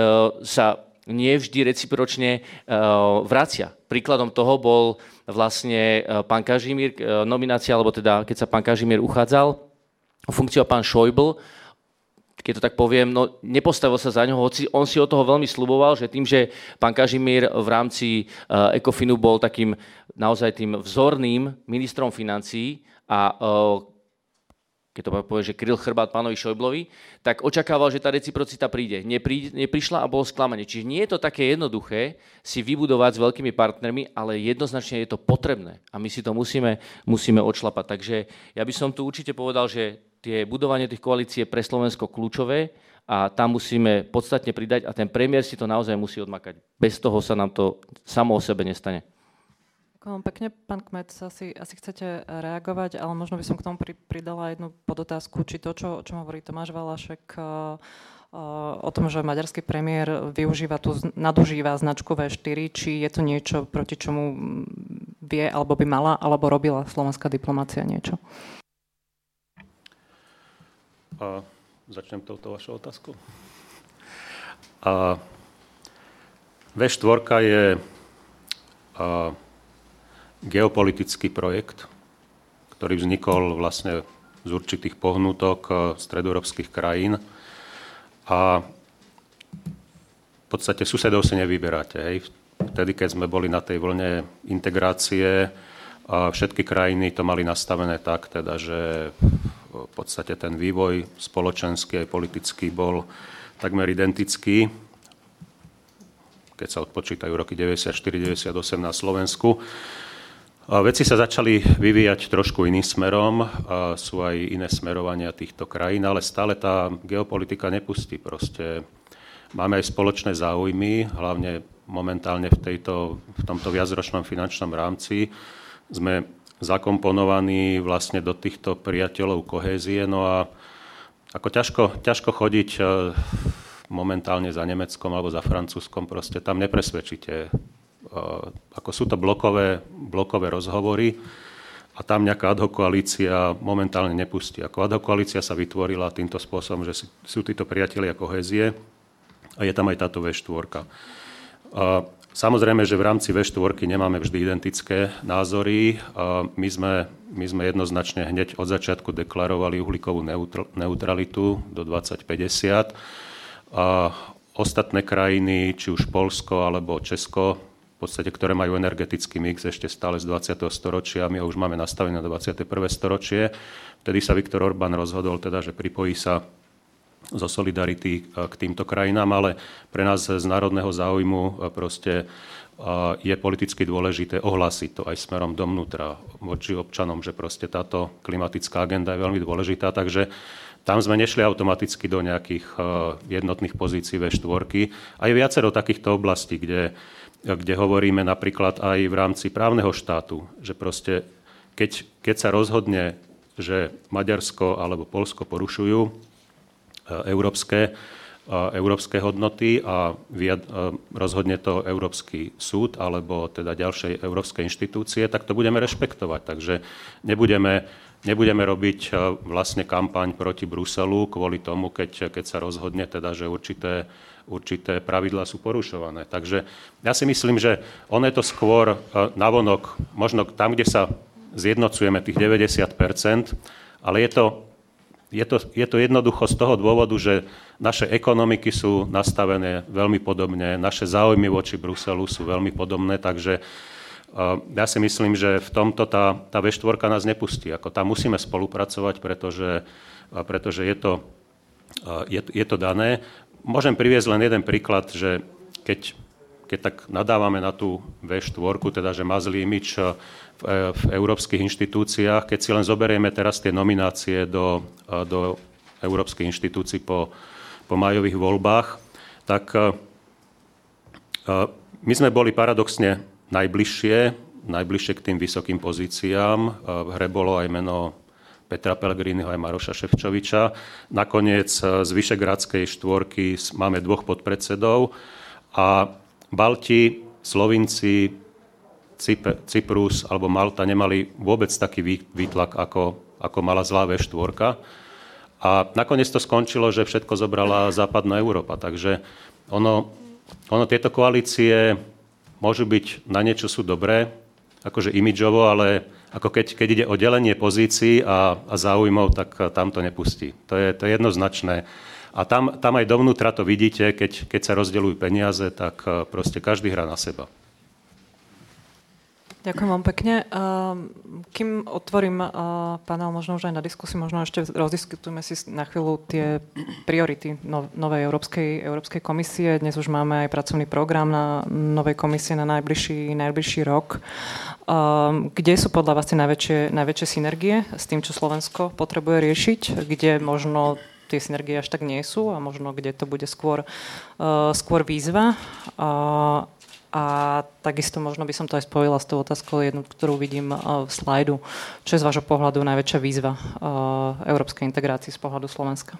sa nie vždy recipročne uh, vracia. Príkladom toho bol vlastne uh, pán Kažimír, uh, nominácia, alebo teda keď sa pán Kažimír uchádzal o funkciu a pán Schäuble, keď to tak poviem, no nepostavil sa za ňoho, hoci on si od toho veľmi sľuboval, že tým, že pán Kažimír v rámci uh, Ecofinu bol takým naozaj tým vzorným ministrom financií a uh, keď to povie, že kryl chrbát pánovi Schäublovi, tak očakával, že tá reciprocita príde. Neprí, neprišla a bolo sklamanie. Čiže nie je to také jednoduché si vybudovať s veľkými partnermi, ale jednoznačne je to potrebné a my si to musíme, musíme odšlapať. Takže ja by som tu určite povedal, že tie budovanie tých koalícií je pre Slovensko kľúčové a tam musíme podstatne pridať a ten premiér si to naozaj musí odmakať. Bez toho sa nám to samo o sebe nestane. Ďakujem pekne, pán Kmet, asi, asi chcete reagovať, ale možno by som k tomu pri, pridala jednu podotázku, či to, čo, čo hovorí Tomáš Valašek uh, uh, o tom, že maďarský premiér využíva tú, nadužíva značku vé štyri, či je to niečo, proti čomu vie, alebo by mala, alebo robila slovenská diplomácia niečo? A začnem touto vašou otázkou. A vé štyri je a, geopolitický projekt, ktorý vznikol vlastne z určitých pohnutok stredoeurópskych krajín a v podstate susedov si nevyberáte. Hej. Vtedy, keď sme boli na tej vlne integrácie, a všetky krajiny to mali nastavené tak, teda, že v podstate ten vývoj spoločenský aj politický bol takmer identický, keď sa odpočítajú roky deväťdesiatštyri deväťdesiatosem na Slovensku. Veci sa začali vyvíjať trošku iným smerom, sú aj iné smerovania týchto krajín, ale stále tá geopolitika nepustí. Proste máme aj spoločné záujmy, hlavne momentálne v, tejto, v tomto viacročnom finančnom rámci. Sme zakomponovaní vlastne do týchto priateľov kohézie, no a ako ťažko, ťažko chodiť momentálne za Nemeckom alebo za Francúzskom, proste tam nepresvedčíte. Ako sú to blokové, blokové rozhovory a tam nejaká ad hoc koalícia momentálne nepustí. Ako ad hoc koalícia sa vytvorila týmto spôsobom, že sú títo priatelia kohézie a je tam aj táto vé štyri. Samozrejme, že v rámci vé štyri nemáme vždy identické názory. My sme, my sme jednoznačne hneď od začiatku deklarovali uhlíkovú neutralitu do dvadsať päťdesiat. A ostatné krajiny, či už Poľsko alebo Česko, v podstate, ktoré majú energetický mix ešte stále z dvadsiateho storočia, my ho už máme nastavené na dvadsiate prvé storočie. Vtedy sa Viktor Orbán rozhodol, teda, že pripojí sa zo solidarity k týmto krajinám, ale pre nás z národného záujmu proste je politicky dôležité ohlásiť to aj smerom dovnútra voči občanom, že proste táto klimatická agenda je veľmi dôležitá, takže tam sme nešli automaticky do nejakých jednotných pozícií vé štyri. A je viacero takýchto oblastí, kde, kde hovoríme napríklad aj v rámci právneho štátu, že proste keď, keď sa rozhodne, že Maďarsko alebo Poľsko porušujú európske, európske hodnoty a rozhodne to Európsky súd alebo teda ďalšie európske inštitúcie, tak to budeme rešpektovať. Takže nebudeme, nebudeme robiť vlastne kampaň proti Bruselu kvôli tomu, keď, keď sa rozhodne teda, že určité, určité pravidlá sú porušované. Takže ja si myslím, že ono je to skôr navonok, možno tam, kde sa zjednocujeme tých deväťdesiat percent, ale je to Je to, je to jednoducho z toho dôvodu, že naše ekonomiky sú nastavené veľmi podobne, naše záujmy voči Bruselu sú veľmi podobné, takže uh, ja si myslím, že v tomto tá, tá vé štyri nás nepustí. Ako tam musíme spolupracovať, pretože, uh, pretože je, to, uh, je, je to dané. Môžem priviesť len jeden príklad, že keď, keď tak nadávame na tú vé štyri, teda že má zlý imič v, v európskych inštitúciách, keď si len zoberieme teraz tie nominácie do, do európskych inštitúcií po, po májových voľbách, tak my sme boli paradoxne najbližšie, najbližšie k tým vysokým pozíciám. V hre bolo aj meno Petra Pellegriniho aj Maroša Šefčoviča. Nakoniec z Vyšegrádskej štvorky máme dvoch podpredsedov a Balti, Slovinci, Cyprus alebo Malta nemali vôbec taký výtlak, ako, ako mala zlá vé štyri. A nakoniec to skončilo, že všetko zobrala západná Európa. Takže ono, ono tieto koalície môžu byť, na niečo sú dobré, akože imidžovo, ale ako keď, keď ide o delenie pozícií a, a záujmov, tak tam to nepustí. To je, to je jednoznačné. A tam, tam aj dovnútra to vidíte, keď, keď sa rozdeľujú peniaze, tak proste každý hrá na seba. Ďakujem vám pekne. Kým otvorím panel, možno už aj na diskusiu, možno ešte rozdiskutujeme si na chvíľu tie priority novej Európskej, Európskej komisie. Dnes už máme aj pracovný program na novej komisie na najbližší, najbližší rok. Kde sú podľa vás tie najväčšie, najväčšie synergie s tým, čo Slovensko potrebuje riešiť? Kde možno tie synergie až tak nie sú a možno kde to bude skôr, uh, skôr výzva. Uh, A takisto možno by som to aj spojila s tou otázkou, jednu, ktorú vidím v slajdu. Čo je z vášho pohľadu najväčšia výzva európskej integrácii z pohľadu Slovenska?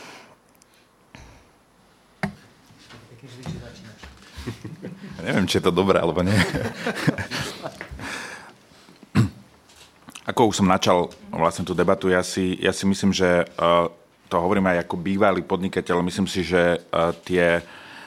Ja neviem, či je to dobré, alebo nie. Ako už som načal vlastne tú debatu, ja si, ja si myslím, že to hovorím aj ako bývalý podnikateľ, myslím si, že tie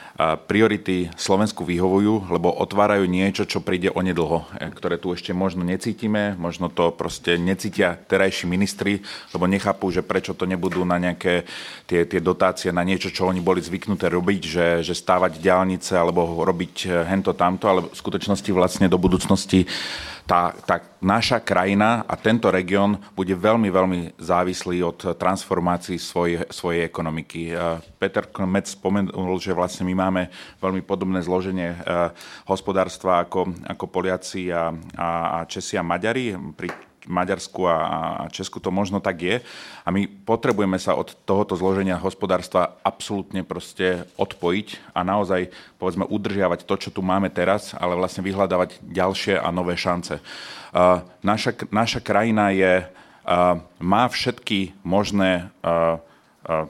priority Slovensku vyhovujú, lebo otvárajú niečo, čo príde onedlho, ktoré tu ešte možno necítime, možno to proste necítia terajší ministri, lebo nechápu, že prečo to nebudú na nejaké tie, tie dotácie, na niečo, čo oni boli zvyknuté robiť, že, že stávať diaľnice alebo robiť hento tamto, ale v skutočnosti vlastne do budúcnosti Tá, tá naša krajina a tento región bude veľmi, veľmi závislý od transformácií svojej, svojej ekonomiky. Peter Kmet spomenul, že vlastne my máme veľmi podobné zloženie hospodárstva ako, ako Poliaci a, a, a Česi a Maďari. Pri Maďarsku a Česku to možno tak je. A my potrebujeme sa od tohoto zloženia hospodárstva absolútne proste odpojiť a naozaj, povedzme, udržiavať to, čo tu máme teraz, ale vlastne vyhľadávať ďalšie a nové šance. Uh, naša, naša krajina je, uh, má všetky možné uh, uh,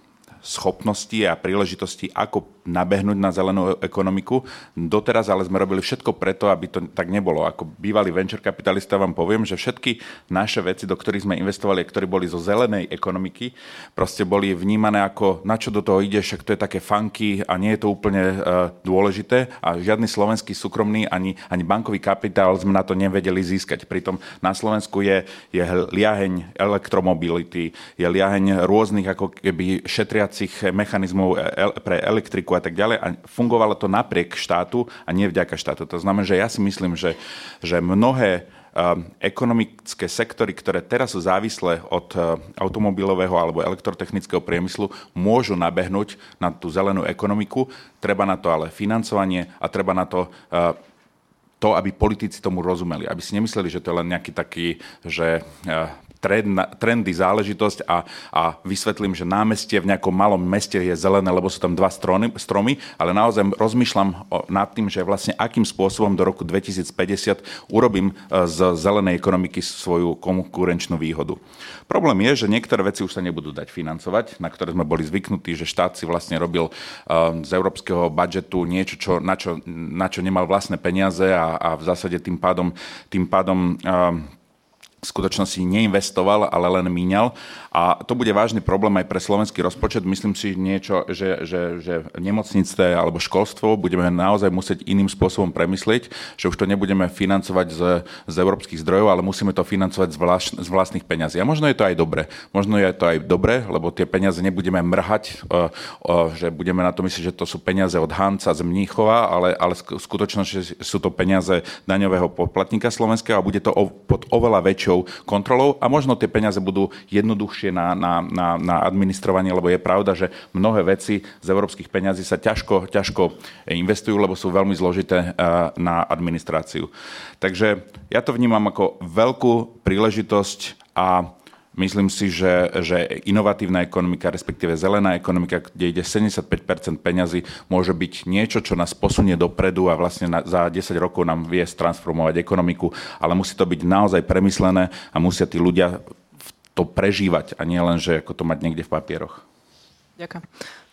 schopnosti a príležitosti, ako nabehnúť na zelenú ekonomiku. Doteraz ale sme robili všetko preto, aby to tak nebolo. Ako bývalý venture kapitalista vám poviem, že všetky naše veci, do ktorých sme investovali, ktorí boli zo zelenej ekonomiky, proste boli vnímané ako, na čo do toho ideš, však to je také funky a nie je to úplne uh, dôležité a žiadny slovenský súkromný ani, ani bankový kapitál sme na to nevedeli získať. Pritom na Slovensku je, je liaheň elektromobility, je liaheň rôznych ako keby šetriacich mechanizmov el- pre elektriku a tak ďalej a fungovalo to napriek štátu a nie vďaka štátu. To znamená, že ja si myslím, že, že mnohé um, ekonomické sektory, ktoré teraz sú závislé od uh, automobilového alebo elektrotechnického priemyslu, môžu nabehnúť na tú zelenú ekonomiku. Treba na to ale financovanie a treba na to uh, to, aby politici tomu rozumeli. Aby si nemysleli, že to je len nejaký taký, že uh, trendy, záležitosť a, a vysvetlím, že námestie v nejakom malom meste je zelené, lebo sú tam dva stromy, stromy, ale naozaj rozmýšľam o, nad tým, že vlastne akým spôsobom do roku dvetisícpäťdesiat urobím z zelenej ekonomiky svoju konkurenčnú výhodu. Problém je, že niektoré veci už sa nebudú dať financovať, na ktoré sme boli zvyknutí, že štát si vlastne robil uh, z európskeho budžetu niečo, čo, na, čo, na čo nemal vlastné peniaze a, a v zásade tým pádom, tým pádom uh, v skutočnosti neinvestoval, ale len míňal. A to bude vážny problém aj pre slovenský rozpočet. Myslím si niečo, že, že, že nemocnice alebo školstvo budeme naozaj musieť iným spôsobom premyslieť, že už to nebudeme financovať z, z európskych zdrojov, ale musíme to financovať z, vlaš, z vlastných peňazí. A možno je to aj dobre. Možno je to aj dobre, lebo tie peniaze nebudeme mrhať, o, o, že budeme na to myslieť, že to sú peniaze od Hanca z Mníchova, ale, ale v skutočnosti sú to peniaze daňového poplatníka slovenského a bude to o, pod oveľa väčšou kontrolou a možno tie peniaze budú jednoduchšie na, na, na, na administrovanie, lebo je pravda, že mnohé veci z európskych peňazí sa ťažko, ťažko investujú, lebo sú veľmi zložité na administráciu. Takže ja to vnímam ako veľkú príležitosť a myslím si, že, že inovatívna ekonomika, respektíve zelená ekonomika, kde ide sedemdesiatpäť percent peňazí, môže byť niečo, čo nás posunie dopredu a vlastne na, za desať rokov nám vie transformovať ekonomiku, ale musí to byť naozaj premyslené a musia tí ľudia to prežívať a nie len, že ako to mať niekde v papieroch. Ďakujem.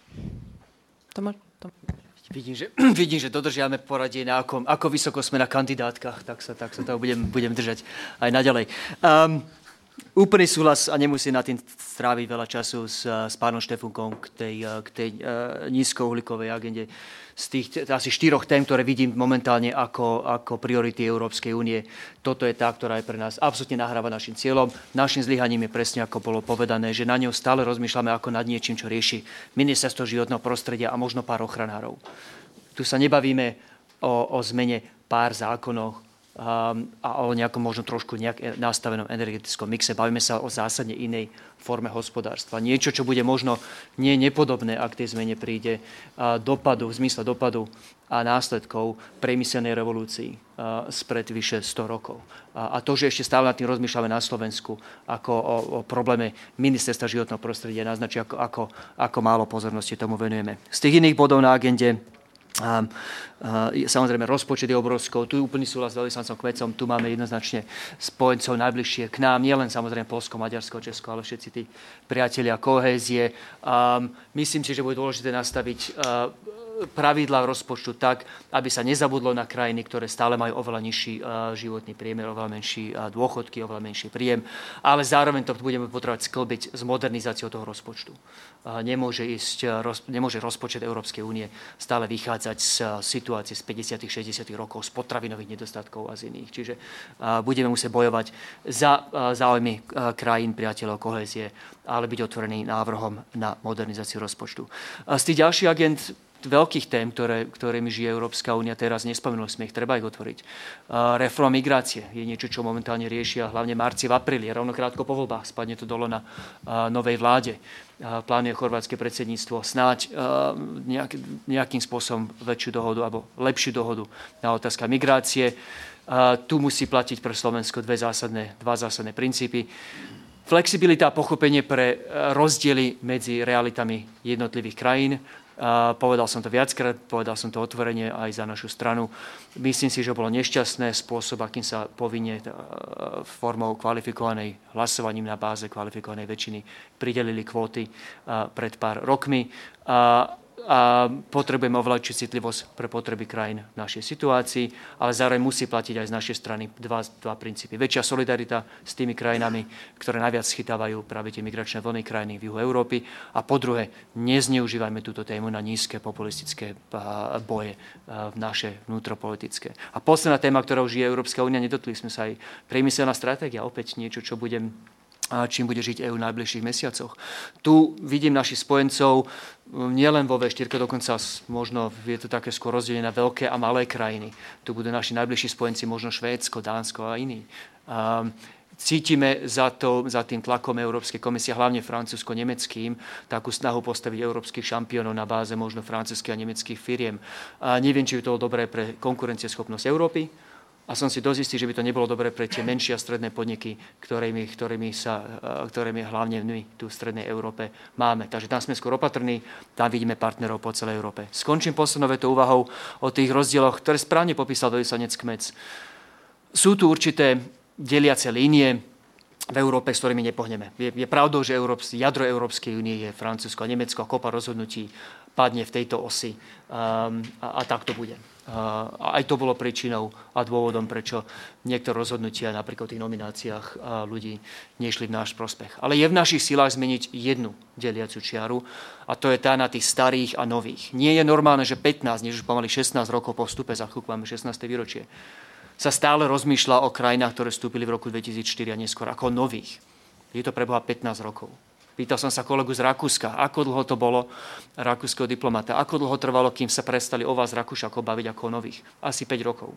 Tomáš? Tom... Vidím, že, vidím, že dodržiame poradie, na akom, ako vysoko sme na kandidátkach, tak sa, tak sa toho budem, budem držať aj naďalej. Um, Úplný súhlas a nemusí na tým stráviť veľa času s, s pánom Štefunkom k tej, k tej uh, nízkouhlíkovej agende. Z tých asi štyroch tém, ktoré vidím momentálne ako, ako priority Európskej únie, toto je tá, ktorá je pre nás absolútne nahráva našim cieľom. Našim zlyhaním je presne, ako bolo povedané, že na ňou stále rozmýšľame ako nad niečím, čo rieši Ministerstvo životného prostredia a možno pár ochranárov. Tu sa nebavíme o, o zmene pár zákonov, a o nejakom možno trošku nejak nastavenom energetickom mixe. Bavíme sa o zásadne inej forme hospodárstva. Niečo, čo bude možno nie nepodobné, ak tej zmene príde, dopadu, v zmysle dopadu a následkov priemyselnej revolúcii spred vyše sto rokov. A to, že ešte stále nad tým rozmýšľame na Slovensku ako o, o probléme ministerstva životného prostredia, naznačí, ako, ako, ako málo pozornosti tomu venujeme. Z tých iných bodov na agende A, a, samozrejme, rozpočet je obrovskou. Tu je úplný súhlas s veľvyslancom Kmecom. Tu máme jednoznačne spojencov najbližšie k nám. Nielen samozrejme Poľsko, Maďarsko, Česko, ale všetci tí priatelia kohézie. A, myslím si, že bude dôležité nastaviť a, pravidlá rozpočtu tak, aby sa nezabudlo na krajiny, ktoré stále majú oveľa nižší a, životný priemer, oveľa menší a, dôchodky, oveľa menší príjem. Ale zároveň to budeme potrebovať sklbiť s modernizáciou toho rozpočtu. A, nemôže, ísť, roz, nemôže rozpočet Európskej únie stále vychádzať z situácie z päťdesiatych šesťdesiatych rokov, z potravinových nedostatkov a z iných. Čiže a, budeme musieť bojovať za a, záujmy a, krajín, priateľov, kohézie, ale byť otvorený návrhom na modernizáciu rozpočtu. A z tých ďalších agent veľkých tém, ktoré, ktorými žije Európska únia, teraz nespomenuli sme ich, treba ich otvoriť. Uh, reforma migrácie je niečo, čo momentálne riešia hlavne marci v apríli, rovno krátko po voľbách, spadne to dolo na uh, novej vláde. Uh, plánuje chorvátske predsedníctvo snáď uh, nejak, nejakým spôsobom väčšiu dohodu alebo lepšiu dohodu na otázka migrácie. Uh, tu musí platiť pre Slovensko dve zásadné, dva zásadné princípy. Flexibilita a pochopenie pre rozdiely medzi realitami jednotlivých krajín. Uh, povedal som to viackrát, povedal som to otvorene aj za našu stranu. Myslím si, že bolo nešťastné spôsob, akým sa povinne uh, formou kvalifikovanej hlasovaním na báze kvalifikovanej väčšiny pridelili kvóty uh, pred pár rokmi. Uh, a potrebujeme oveľa citlivosť pre potreby krajín v našej situácii, ale zároveň musí platiť aj z našej strany dva, dva princípy. Väčšia solidarita s tými krajinami, ktoré najviac schytávajú práve tie migračné vlny krajiny v juhu Európy. A po druhé, nezneužívajme túto tému na nízke populistické boje v naše vnútropolitické. A posledná téma, ktorou žije Európska únia, nedotkli sme sa aj priemyselná stratégia, opäť niečo, čo budem čím bude žiť é ú v najbližších mesiacoch. Tu vidím našich spojencov nielen vo vé štyri, dokonca možno je to také skôr rozdelené na veľké a malé krajiny. Tu budú naši najbližší spojenci, možno Švédsko, Dánsko a iní. Um, Cítime za, to, za tým tlakom Európskej komisie, hlavne francúzsko-nemeckým, takú snahu postaviť európskych šampiónov na báze možno francúzskych a nemeckých firiem. A neviem, či by to bolo dobré pre konkurencieschopnosť Európy. A som si dosť istý, že by to nebolo dobré pre tie menšie a stredné podniky, ktorými, ktorými, sa, ktorými hlavne my tu v strednej Európe máme. Takže tam sme skôr opatrní, tam vidíme partnerov po celej Európe. Skončím poslednou vetou úvahou o tých rozdieloch, ktoré správne popísal veľvyslanec Kmec. Sú tu určité deliace línie v Európe, s ktorými nepohneme. Je, je pravdou, že Európs, jadro Európskej únie je Francúzsko a Nemecko a kopa rozhodnutí padne v tejto osi um, a, a tak to bude. Uh, a aj to bolo príčinou a dôvodom, prečo niektoré rozhodnutia napríklad v tých nomináciách uh, ľudí nešli v náš prospech. Ale je v našich silách zmeniť jednu deliacu čiaru a to je tá na tých starých a nových. Nie je normálne, že pätnásť, než už pomaly šestnásť rokov po vstupe, za chvíľku máme šestnáste výročie, sa stále rozmýšľa o krajinách, ktoré vstúpili v roku dvetisícštyri a neskôr ako nových. Je to preboha pätnásť rokov. Pýtal som sa kolegu z Rakúska, ako dlho to bolo rakúskeho diplomata, ako dlho trvalo, kým sa prestali o vás Rakúšakov baviť ako o nových. Asi päť rokov.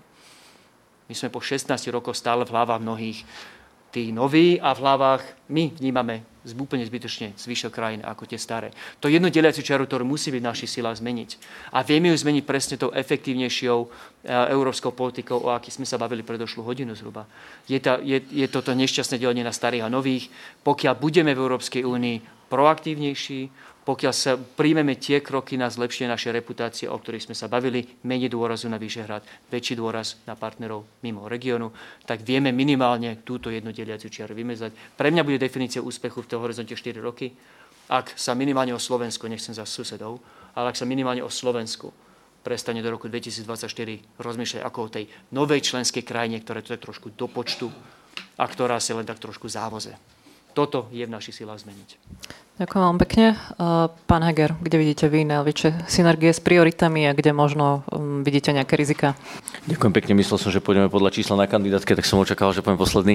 My sme po šestnástich rokoch stále v hlavách mnohých tí noví a v hlavách my vnímame úplne zbytočne zvyšok krajín ako tie staré. To jednu deliaciu čiaru, ktorú musí byť v našich silách zmeniť. A vieme ju zmeniť presne tou efektívnejšou európskou politikou, o aký sme sa bavili predošlú hodinu zhruba. Je, ta, je, je toto nešťastné delenie na starých a nových. Pokiaľ budeme v Európskej únii proaktívnejší, pokiaľ sa príjmeme tie kroky na zlepšenie našej reputácie, o ktorých sme sa bavili, menej dôrazu na Vyšehrad, väčší dôraz na partnerov mimo regiónu, tak vieme minimálne túto jednu deliaciu čiaru vymazať. Pre mňa bude definícia úspechu v toho horizonte štyri roky, ak sa minimálne o Slovensku, nechcem za susedov, ale ak sa minimálne o Slovensku prestane do roku dvetisícdvadsaťštyri rozmýšľať ako o tej novej členskej krajine, ktorá to je trošku do počtu a ktorá si len tak trošku závoze. Toto je v našich silách zmeniť. Ďakujem vám pekne. Pán Heger, kde vidíte vy najväčšie synergie s prioritami a kde možno vidíte nejaké rizika? Ďakujem pekne. Myslel som, že pôjdeme podľa čísla na kandidátke, tak som očakával, že pôjdem posledný.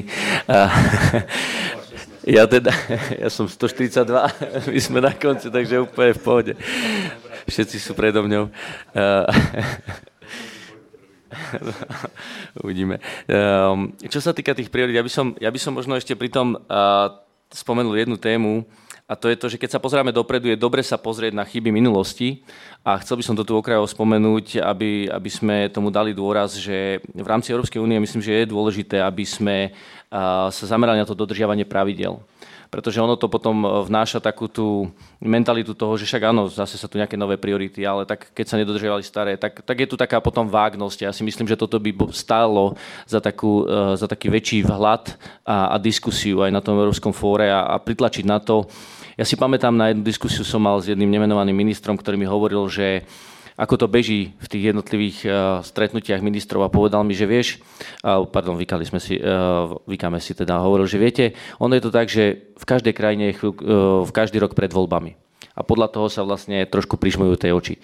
Ja teda, ja som stoštyridsaťdva, my sme na konci, takže úplne v pohode. Všetci sú predo mňou. Uvidíme. Um, čo sa týka tých priorít, ja by som, ja by som možno ešte pri tom uh, spomenul jednu tému, a to je to, že keď sa pozeráme dopredu, je dobre sa pozrieť na chyby minulosti. A chcel by som to tu okrajovo spomenúť, aby, aby sme tomu dali dôraz, že v rámci Európskej únie myslím, že je dôležité, aby sme uh, sa zamerali na to dodržiavanie pravidiel. Pretože ono to potom vnáša takú tú mentalitu toho, že však áno, zase sa tu nejaké nové priority, ale tak keď sa nedodržiavali staré, tak, tak je tu taká potom vágnosť. Ja si myslím, že toto by stálo za, takú, za taký väčší vhľad a, a diskusiu aj na tom Európskom fóre a, a pritlačiť na to. Ja si pamätám, na jednu diskusiu som mal s jedným nemenovaným ministrom, ktorý mi hovoril, že ako to beží v tých jednotlivých uh, stretnutiach ministrov a povedal mi, že vieš, uh, pardon, vykali sme si, uh, vykáme si teda, hovoril, že viete, ono je to tak, že v každej krajine je chvíľ, uh, v každý rok pred voľbami. A podľa toho sa vlastne trošku prižmujú tie oči.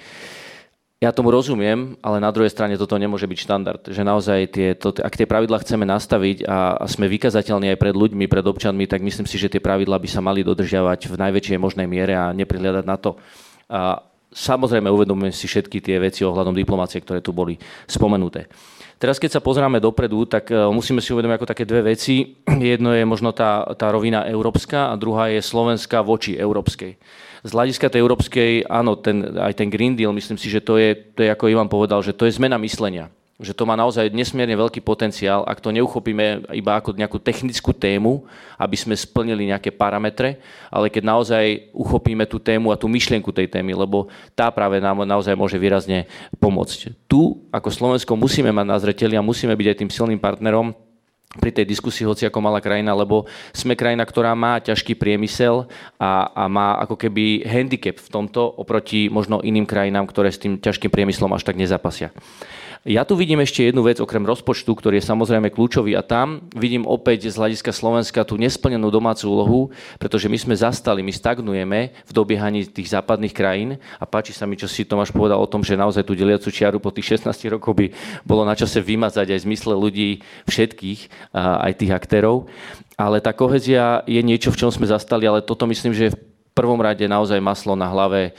Ja tomu rozumiem, ale na druhej strane toto nemôže byť štandard. Že naozaj, tie, to, ak tie pravidlá chceme nastaviť a, a sme vykazateľní aj pred ľuďmi, pred občanmi, tak myslím si, že tie pravidlá by sa mali dodržiavať v najväčšej možnej miere a neprihliadať na to. A samozrejme uvedomujeme si všetky tie veci ohľadom diplomácie, ktoré tu boli spomenuté. Teraz, keď sa pozeráme dopredu, tak musíme si uvedomiť ako také dve veci. Jedno je možno tá, tá rovina európska a druhá je slovenská voči európskej. Z hľadiska tej európskej, áno, ten, aj ten Green Deal, myslím si, že to je, to je, ako Ivan povedal, že to je zmena myslenia. Že to má naozaj nesmierne veľký potenciál, ak to neuchopíme iba ako nejakú technickú tému, aby sme splnili nejaké parametre, ale keď naozaj uchopíme tú tému a tú myšlienku tej témy, lebo tá práve nám naozaj môže výrazne pomôcť. Tu, ako Slovensko, musíme mať na zreteli a musíme byť aj tým silným partnerom pri tej diskusii, hoci ako malá krajina, lebo sme krajina, ktorá má ťažký priemysel a, a má ako keby handicap v tomto oproti možno iným krajinám, ktoré s tým ťažkým priemyslom až tak nezapasia. Ja tu vidím ešte jednu vec, okrem rozpočtu, ktorý je samozrejme kľúčový a tam vidím opäť z hľadiska Slovenska tú nesplnenú domácu úlohu, pretože my sme zastali, my stagnujeme v dobiehaní tých západných krajín a páči sa mi, čo si Tomáš povedal o tom, že naozaj tú deliacu čiaru po tých šestnástich rokoch by bolo na čase vymazať aj v zmysle ľudí všetkých, aj tých aktérov. Ale tá kohézia je niečo, v čom sme zastali, ale toto myslím, že je v prvom rade naozaj maslo na hlave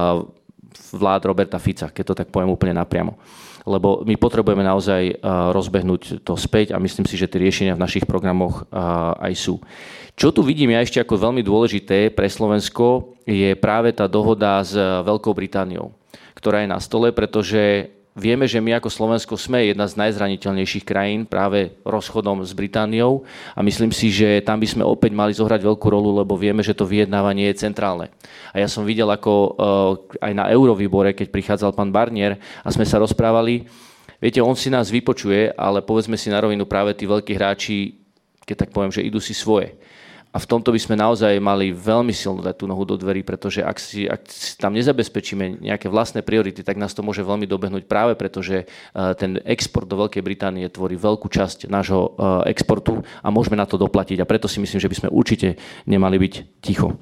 vlád Roberta Fica, keď to tak poviem úplne napriamo. Lebo my potrebujeme naozaj rozbehnúť to späť a myslím si, že tie riešenia v našich programoch aj sú. Čo tu vidím ja ešte ako veľmi dôležité pre Slovensko je práve tá dohoda s Veľkou Britániou, ktorá je na stole, pretože vieme, že my ako Slovensko sme jedna z najzraniteľnejších krajín práve rozchodom s Britániou a myslím si, že tam by sme opäť mali zohrať veľkú rolu, lebo vieme, že to vyjednávanie je centrálne. A ja som videl, ako uh, aj na Eurovýbore, keď prichádzal pán Barnier a sme sa rozprávali, viete, on si nás vypočuje, ale povedzme si na rovinu, práve tí veľkí hráči, keď tak poviem, že idú si svoje. A v tomto by sme naozaj mali veľmi silno dať tú nohu do dverí, pretože ak si, ak si tam nezabezpečíme nejaké vlastné priority, tak nás to môže veľmi dobehnúť práve preto, že ten export do Veľkej Británie tvorí veľkú časť nášho exportu a môžeme na to doplatiť. A preto si myslím, že by sme určite nemali byť ticho.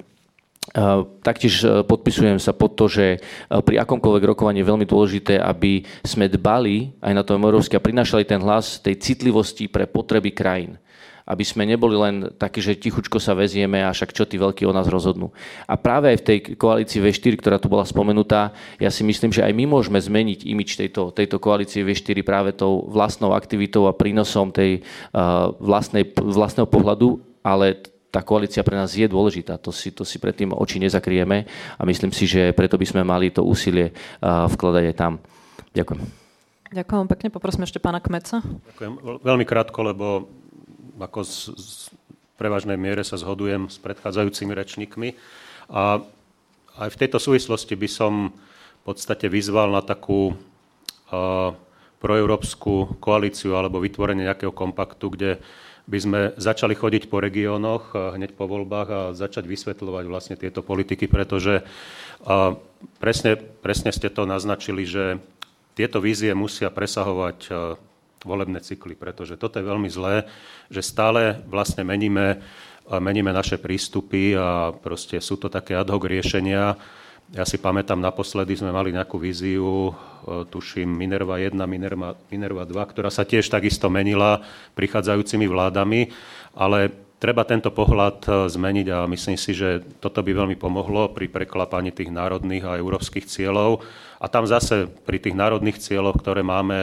Taktiež podpisujem sa pod to, že pri akomkoľvek rokovaní je veľmi dôležité, aby sme dbali aj na to európske a prinášali ten hlas tej citlivosti pre potreby krajín. Aby sme neboli len takí, že tichučko sa vezieme a však čo tí veľkí o nás rozhodnú. A práve aj v tej koalícii vé štyri, ktorá tu bola spomenutá, ja si myslím, že aj my môžeme zmeniť imič tejto, tejto koalície vé štyri práve tou vlastnou aktivitou a prínosom tej uh, vlastnej, vlastného pohľadu, ale tá koalícia pre nás je dôležitá, to si, to si predtým oči nezakrieme a myslím si, že preto by sme mali to úsilie uh, vkladať aj tam. Ďakujem. Ďakujem pekne, poprosím ešte pána Kmeca. Ďakujem, veľmi krátko, lebo ako z, z prevažnej miere sa zhodujem s predchádzajúcimi rečníkmi. A aj v tejto súvislosti by som v podstate vyzval na takú uh, proeurópsku koalíciu alebo vytvorenie nejakého kompaktu, kde by sme začali chodiť po regiónoch uh, hneď po voľbách a začať vysvetľovať vlastne tieto politiky, pretože uh, presne, presne ste to naznačili, že tieto vízie musia presahovať uh, volebné cykly, pretože toto je veľmi zlé, že stále vlastne meníme, meníme naše prístupy a proste sú to také ad hoc riešenia. Ja si pamätám, naposledy sme mali nejakú víziu, tuším Minerva jeden, Minerva, Minerva dva, ktorá sa tiež takisto menila prichádzajúcimi vládami, ale treba tento pohľad zmeniť a myslím si, že toto by veľmi pomohlo pri preklapaní tých národných a európskych cieľov. A tam zase pri tých národných cieľoch, ktoré máme,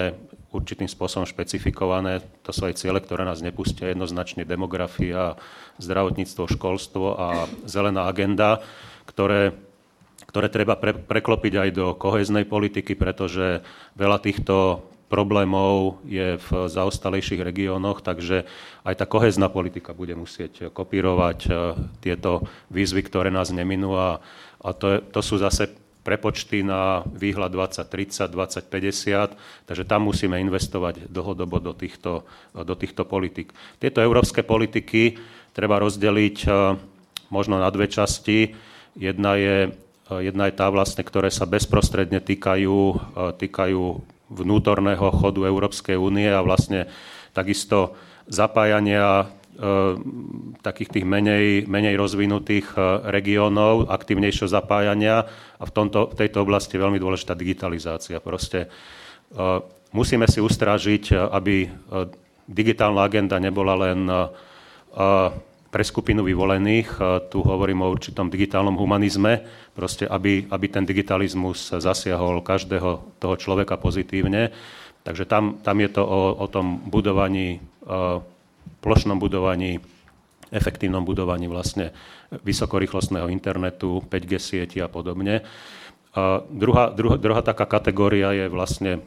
určitým spôsobom špecifikované. To sú aj ciele, ktoré nás nepustia jednoznačne: demografia, zdravotníctvo, školstvo a zelená agenda, ktoré, ktoré treba pre, preklopiť aj do kohéznej politiky, pretože veľa týchto problémov je v zaostalejších regiónoch, takže aj tá kohézna politika bude musieť kopírovať tieto výzvy, ktoré nás neminú, a, a to, to sú zase prepočty na výhľad dvadsať tridsať, dvadsať päťdesiat, takže tam musíme investovať dlhodobo do týchto, do týchto politik. Tieto európske politiky treba rozdeliť možno na dve časti. Jedna je, jedna je tá vlastne, ktoré sa bezprostredne týkajú, týkajú vnútorného chodu Európskej únie a vlastne takisto zapájania takých tých menej, menej rozvinutých regiónov, aktívnejšieho zapájania, a v, tomto, v tejto oblasti je veľmi dôležitá digitalizácia. Proste uh, musíme si ustrážiť, aby uh, digitálna agenda nebola len uh, pre skupinu vyvolených. Uh, tu hovorím o určitom digitálnom humanizme, proste aby, aby ten digitalizmus zasiahol každého toho človeka pozitívne. Takže tam, tam je to o, o tom budovaní uh, plošnom budovaní, efektívnom budovaní vlastne vysokorýchlostného internetu, päť G sieti a podobne. A druhá, druhá, druhá taká kategória je vlastne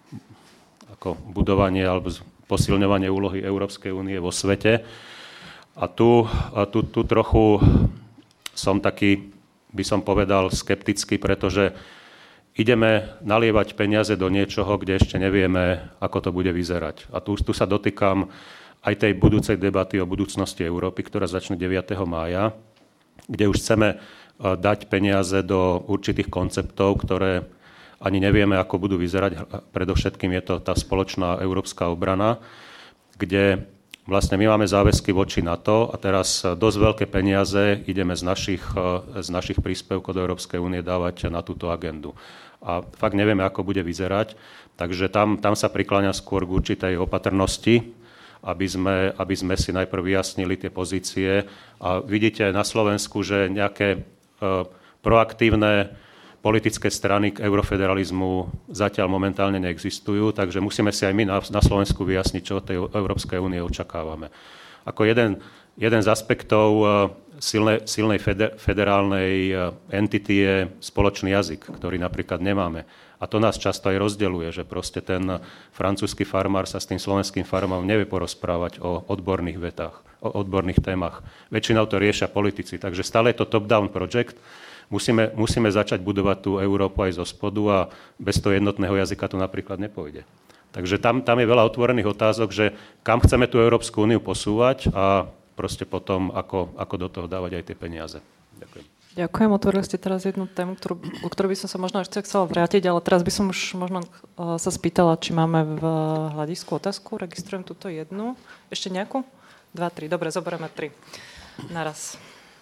ako budovanie alebo posilňovanie úlohy Európskej únie vo svete. A tu, a tu, tu trochu som taký, by som povedal, skeptický, pretože ideme nalievať peniaze do niečoho, kde ešte nevieme, ako to bude vyzerať. A tu, tu sa dotýkam aj tej budúcej debaty o budúcnosti Európy, ktorá začne deviateho mája, kde už chceme dať peniaze do určitých konceptov, ktoré ani nevieme, ako budú vyzerať. Predovšetkým je to tá spoločná európska obrana, kde vlastne my máme záväzky voči NATO a teraz dosť veľké peniaze ideme z našich, z našich príspevkov do Európskej únie dávať na túto agendu. A fakt nevieme, ako bude vyzerať, takže tam, tam sa prikláňa skôr k určitej opatrnosti, aby sme, aby sme si najprv vyjasnili tie pozície. A vidíte na Slovensku, že nejaké e, proaktívne politické strany k eurofederalizmu zatiaľ momentálne neexistujú, takže musíme si aj my na, na Slovensku vyjasniť, čo od tej Európskej únie očakávame. Ako jeden, jeden z aspektov e, silnej, silnej feder, federálnej e, entity je spoločný jazyk, ktorý napríklad nemáme. A to nás často aj rozdeľuje, že proste ten francúzsky farmár sa s tým slovenským farmárom nevie porozprávať o odborných vetách, o odborných témach. Väčšinou to riešia politici, takže stále je to top-down project. Musíme, musíme začať budovať tú Európu aj zo spodu a bez toho jednotného jazyka to napríklad nepôjde. Takže tam, tam je veľa otvorených otázok, že kam chceme tú Európsku úniu posúvať a proste potom, ako, ako do toho dávať aj tie peniaze. Ďakujem. Ďakujem, otvorili ste teraz jednu tému, ktorú, o ktorej by som sa možno ešte chcela vrátiť, ale teraz by som už možno uh, sa spýtala, či máme v hľadisku otázku. Registrujem túto jednu. Ešte nejakú? Dva, tri. Dobre, zoberieme tri. Naraz.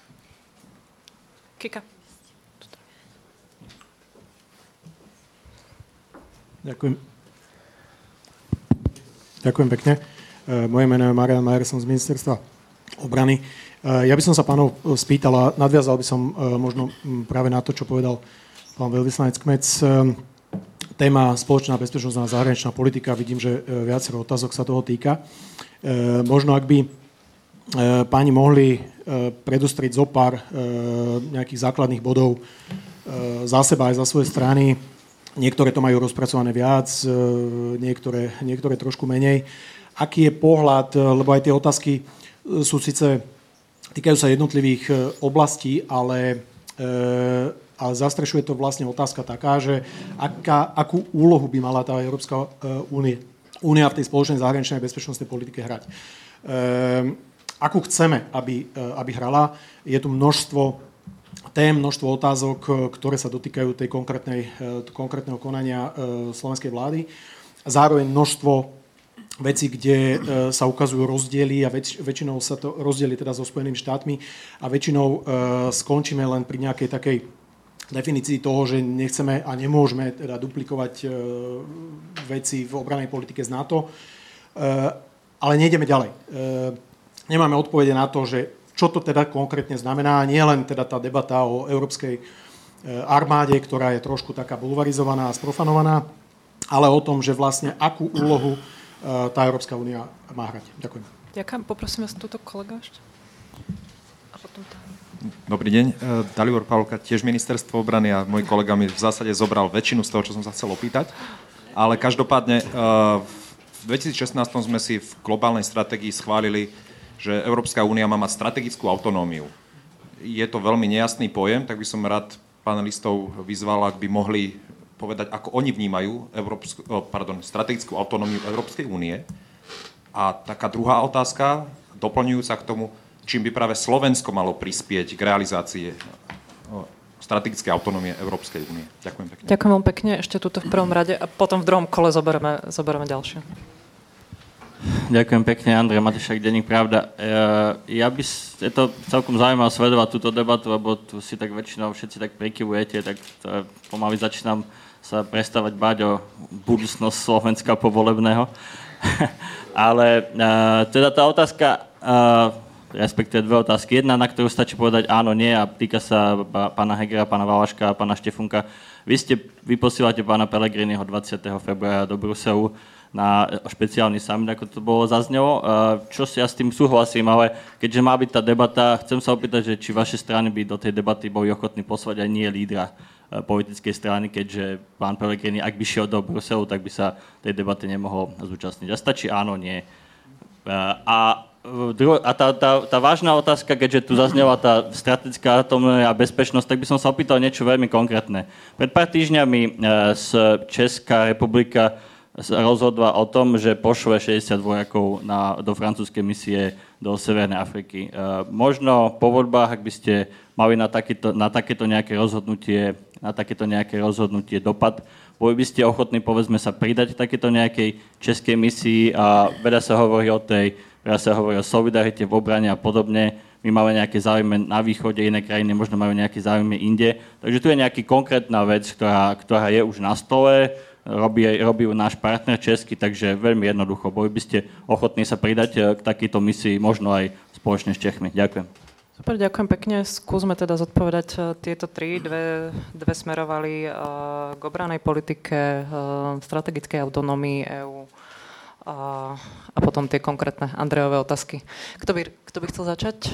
Kika. Ďakujem. Ďakujem pekne. Uh, moje meno je Marian Majer, som z Ministerstva obrany. Ja by som sa pánov spýtal a nadviazal by som možno práve na to, čo povedal pán veľvyslanec Kmec. Téma spoločná bezpečnostná zahraničná politika, vidím, že viacero otázok sa toho týka. Možno ak by páni mohli predostrieť zo pár nejakých základných bodov za seba aj za svoje strany. Niektoré to majú rozpracované viac, niektoré, niektoré trošku menej. Aký je pohľad, lebo aj tie otázky sú síce týkajú sa jednotlivých oblastí, ale, ale zastrešuje to vlastne otázka taká, že aká, akú úlohu by mala tá Európska únia, únia v tej spoločnej zahraničnej bezpečnostnej politike hrať. Akú chceme, aby, aby hrala. Je tu množstvo tém, množstvo otázok, ktoré sa dotýkajú tej konkrétnej, konkrétneho konania slovenskej vlády. Zároveň množstvo veci, kde sa ukazujú rozdiely a väč- väčšinou sa to rozdiely teda so Spojenými štátmi a väčšinou uh, skončíme len pri nejakej takej definícii toho, že nechceme a nemôžeme teda duplikovať uh, veci v obrannej politike z NATO, uh, ale nejdeme ďalej. Uh, nemáme odpovede na to, že čo to teda konkrétne znamená. Nie len teda tá debata o európskej uh, armáde, ktorá je trošku taká bulvarizovaná a sprofanovaná, ale o tom, že vlastne akú úlohu tá Európska únia má hrať. Ďakujem. Ďakujem. Poprosím vás túto kolega ešte. A potom tá. Dobrý deň. Dalibor Pavlka, tiež ministerstvo obrany a môj kolega mi v zásade zobral väčšinu z toho, čo som sa chcel opýtať. Ale každopádne v dvetisícšestnásť sme si v globálnej stratégii schválili, že Európska únia má mať strategickú autonómiu. Je to veľmi nejasný pojem, tak by som rád panelistov vyzval, ak by mohli povedať, ako oni vnímajú Európsku, pardon, strategickú autonómiu Európskej únie. A taká druhá otázka, doplňujúca k tomu, čím by práve Slovensko malo prispieť k realizácii strategickej autonómie Európskej únie. Ďakujem pekne. Ďakujem vám pekne ešte tuto v prvom rade a potom v druhom kole zoberieme, zoberieme ďalšie. Ďakujem pekne, Andrej Matešák, denník Pravda. Ja by, je to celkom zaujímavé sledovať túto debatu, lebo tu si tak väčšinou všetci tak prikyvujete, tak to pomaly začínam sa prestávať báť o budúcnosť Slovenska povolebného. Ale teda tá otázka, respektíve dve otázky. Jedna, na ktorú stačí povedať áno, nie a týka sa pána Hegera, pána Valaška a pána Štefunka. Vy ste, vy posílate pána Pellegriniho dvadsiateho februára do Bruselu na špeciálny summit, ako to bolo zaznelo. Čo si ja s tým súhlasím, ale keďže má byť tá debata, chcem sa opýtať, že či vaše strany by do tej debaty boli ochotní poslať aj nie lídra politickej strany, keďže pán Pellegrini, ak by šiel do Bruselu, tak by sa tej debaty nemohol zúčastniť. A stačí áno, nie. A A tá, tá, tá vážna otázka, keďže tu zaznela tá strategická atómová bezpečnosť, tak by som sa opýtal niečo veľmi konkrétne. Pred pár týždňami z Česká republika rozhodla o tom, že pošle šesťdesiat vojakov na, do francúzskej misie do Severnej Afriky. Možno po voľbách, ak by ste mali na takéto, na takéto nejaké rozhodnutie, na takéto nejaké rozhodnutie dopad, boli by ste ochotní, povedzme, sa pridať takéto nejakej českej misii a veľa sa hovorí o tej Veľa sa hovorí o solidarite v obrane a podobne. My máme nejaké záujmy na východe, iné krajiny možno majú nejaké záujmy inde. Takže tu je nejaká konkrétna vec, ktorá, ktorá je už na stole, robí, robí náš partner český, takže veľmi jednoducho. Boli by ste ochotní sa pridať k takejto misii, možno aj spoločne s Čechmi. Ďakujem. Super, ďakujem pekne. Skúsme teda zodpovedať tieto tri. Dve, dve smerovali uh, k obranej politike, uh, strategickej autonómii EÚ. A, a potom tie konkrétne Andrejové otázky. Kto by, kto by chcel začať?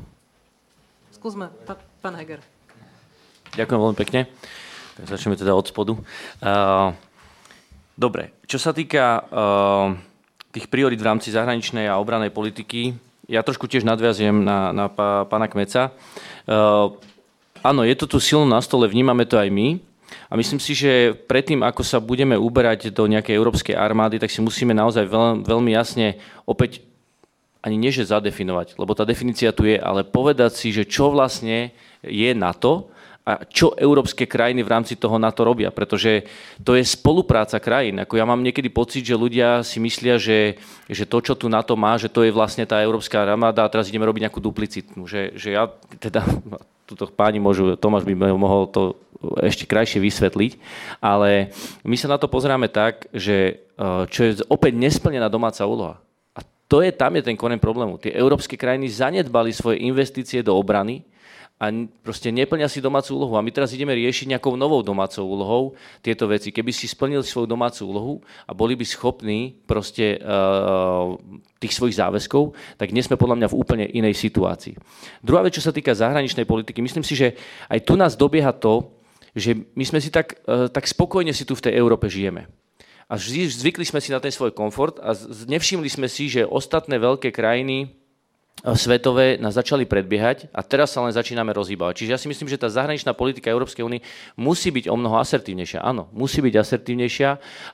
Skúsme, pán, pán Heger. Ďakujem veľmi pekne. Tak začneme teda od spodu. Uh, dobre, čo sa týka uh, tých priorít v rámci zahraničnej a obrannej politiky, ja trošku tiež nadviaziem na, na pá, pána Kmeca. Uh, áno, je to tu silno na stole, vnímame to aj my. A myslím si, že predtým, ako sa budeme uberať do nejakej európskej armády, tak si musíme naozaj veľ, veľmi jasne opäť ani nie, že zadefinovať, lebo tá definícia tu je, ale povedať si, že čo vlastne je NATO a čo európske krajiny v rámci toho NATO robia, pretože to je spolupráca krajín. Ako ja mám niekedy pocit, že ľudia si myslia, že, že to, čo tu NATO má, že to je vlastne tá európska armáda a teraz ideme robiť nejakú duplicitnú. Že, že ja teda... Tuto páni môžu, Tomáš by mohol to ešte krajšie vysvetliť, ale my sa na to pozeráme tak, že čo je opäť nesplnená domáca úloha. A to je, tam je ten koreň problému. Tie európske krajiny zanedbali svoje investície do obrany a proste neplnia si domácu úlohu. A my teraz ideme riešiť nejakou novou domácou úlohou tieto veci. Keby si splnili svoju domácu úlohu a boli by schopní proste uh, tých svojich záväzkov, tak dnes sme podľa mňa v úplne inej situácii. Druhá vec, čo sa týka zahraničnej politiky, myslím si, že aj tu nás dobieha to, že my sme si tak, uh, tak spokojne si tu v tej Európe žijeme. A zvykli sme si na ten svoj komfort a nevšimli sme si, že ostatné veľké krajiny svetové nás začali predbiehať a teraz sa len začíname rozhýbavať. Čiže ja si myslím, že tá zahraničná politika Európskej únie musí byť o mnoho asertívnejšia. Áno, musí byť asertívnejšia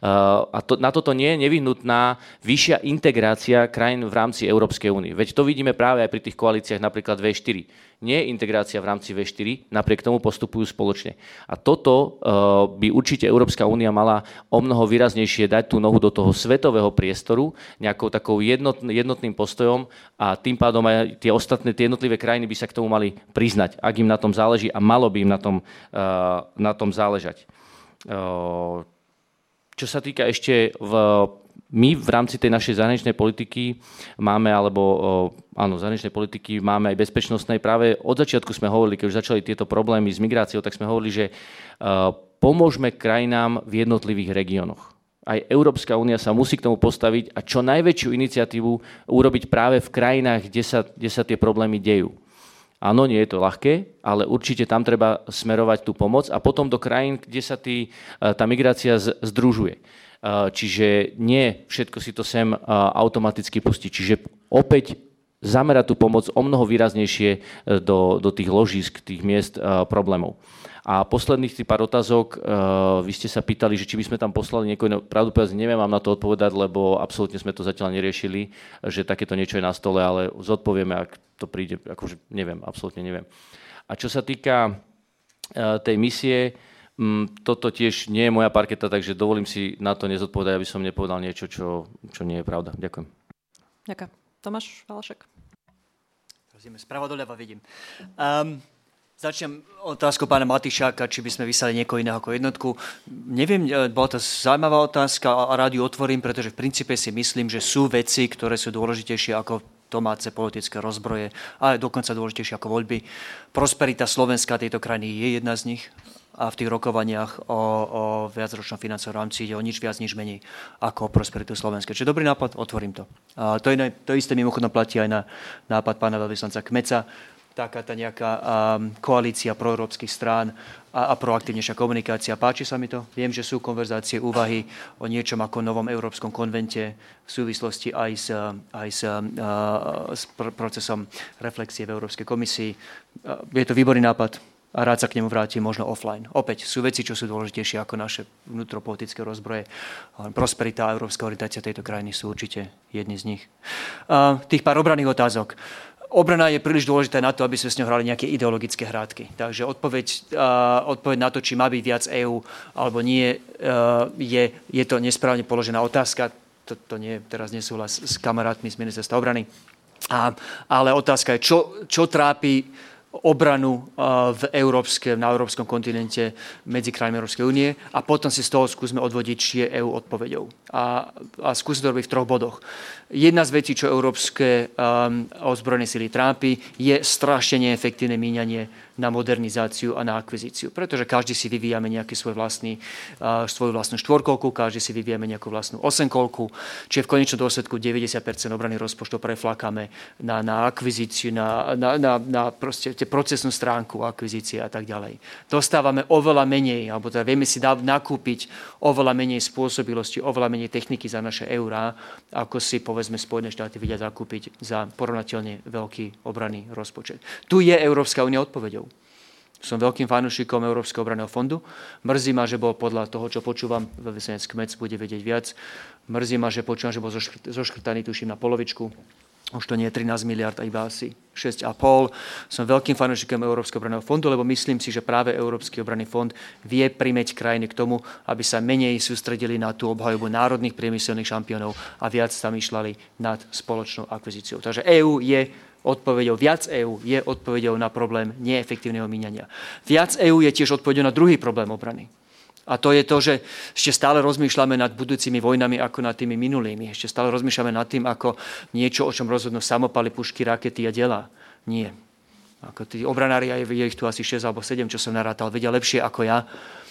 a to, na toto nie je nevyhnutná vyššia integrácia krajín v rámci Európskej únie. Veď to vidíme práve aj pri tých koalíciách napríklad vé štyri. Nie je integrácia v rámci vé štyri, napriek tomu postupujú spoločne. A toto uh, by určite Európska únia mala o mnoho výraznejšie dať tú nohu do toho svetového priestoru, nejakou takou jednot, jednotným postojom a tým pádom aj tie ostatné, tie jednotlivé krajiny by sa k tomu mali priznať, ak im na tom záleží a malo by im na tom, uh, na tom záležať. Uh, čo sa týka ešte v My v rámci tej našej zahraničnej politiky máme, alebo áno, zahraničnej politiky máme aj bezpečnostnej. Práve od začiatku sme hovorili, keď už začali tieto problémy s migráciou, tak sme hovorili, že pomôžme krajinám v jednotlivých regiónoch. aj Európska únia sa musí k tomu postaviť a čo najväčšiu iniciatívu urobiť práve v krajinách, kde sa, kde sa tie problémy dejú. Áno, nie je to ľahké, ale určite tam treba smerovať tú pomoc a potom do krajín, kde sa tý, tá migrácia združuje. Čiže nie všetko si to sem automaticky pustí. Čiže opäť zamerať tú pomoc o mnoho výraznejšie do, do tých ložísk, tých miest problémov. A posledných tých pár otázok, vy ste sa pýtali, že či by sme tam poslali niekoho, no, pravdu povedať, neviem vám na to odpovedať, lebo absolútne sme to zatiaľ neriešili, že takéto niečo je na stole, ale zodpovieme, ak to príde, akože neviem, absolútne neviem. A čo sa týka tej misie, toto tiež nie je moja parketa, takže dovolím si na to nezodpovedať, aby som nepovedal niečo, čo, čo nie je pravda. Ďakujem. Ďakujem. Tomáš Valašek. Rozumiem, spravo doľava vidím. Um, Začnem otázku pána Matišáka, či by sme vyslali niekoho iného ako jednotku. Neviem, bola to zaujímavá otázka a rád ju otvorím, pretože v princípe si myslím, že sú veci, ktoré sú dôležitejšie ako domáce politické rozbroje, ale dokonca dôležitejšie ako voľby. Prosperita Slovenska tejto krajiny je jedna z nich a v tých rokovaniach o, o viacročnom financovnom rámci ide o nič viac, nič menej ako o prosperitu Slovenska. Čiže dobrý nápad, otvorím to. A to, je, to isté mimochodom platí aj na nápad pána veľvyslanca Kmeca, taká tá nejaká um, koalícia proeurópskych strán a, a proaktívnejšia komunikácia. Páči sa mi to. Viem, že sú konverzácie, úvahy o niečom ako novom Európskom konvente v súvislosti aj s, aj s, uh, s pr- procesom reflexie v Európskej komisii. Uh, je to výborný nápad a rád sa k nemu vrátim možno offline. Opäť sú veci, čo sú dôležitejšie ako naše vnútropolitické rozbroje. Prosperita a európska orientácia tejto krajiny sú určite jedni z nich. Uh, tých pár obranných otázok. Obrana je príliš dôležitá na to, aby sme s ňou hrali nejaké ideologické hrádky. Takže odpoveď, uh, odpoveď na to, či má byť viac EÚ alebo nie, uh, je, je to nesprávne položená otázka. To, to nie je teraz nesúhlas s kamarátmi z ministerstva obrany. A, ale otázka je, čo, čo trápi obranu v európske, na európskom kontinente medzi krajinami Európskej únie a potom si z toho skúsme odvodiť, či je EÚ odpoveďou. A, a skúsim to robiť v troch bodoch. Jedna z vecí, čo európske um, ozbrojené sily trápi, je strašne neefektívne míňanie na modernizáciu a na akvizíciu. Pretože každý si vyvíjame nejaký svoj vlastný, uh, svoju vlastnú štvorkolku, každý si vyvíjame nejakú vlastnú osemkolku, čiže v konečnom dôsledku deväťdesiat percent obranných rozpočtov preflákame na, na akvizíciu, na, na, na, na proste procesnú stránku akvizície a tak ďalej. Dostávame oveľa menej, alebo teda vieme si dá, nakúpiť oveľa menej spôsobilosti, oveľa menej techniky za naše eurá, ako si povedzme Spojené štáty vedia zakúpiť za porovnateľne veľký obranný rozpočet. Tu je Európska únia odpoveďou. Som veľkým fanúšikom Európskeho obranného fondu. Mrzí ma, že bol podľa toho, čo počúvam, veľvyslanec Kmec bude vedieť viac. Mrzí ma, že počúvam, že bol zoškrtaný, tuším, na polovičku. Už to nie je trinásť miliárd, a iba asi šesť a pol. Som veľkým fanúšikom Európskeho obranného fondu, lebo myslím si, že práve Európsky obranný fond vie primäť krajiny k tomu, aby sa menej sústredili na tú obhajobu národných priemyselných šampiónov a viac zamýšľali nad spoločnou akvizíciou. Takže EÚ je odpoveďou, viac EÚ je odpoveďou na problém neefektívneho míňania. Viac EÚ je tiež odpoveďou na druhý problém obrany. A to je to, že ešte stále rozmýšľame nad budúcimi vojnami ako nad tými minulými. Ešte stále rozmýšľame nad tým, ako niečo, o čom rozhodnú samopaly, pušky, rakety a delá. Nie. Ako tí obranári, je ich tu asi šesť alebo sedem, čo som narátal, vedia lepšie ako ja,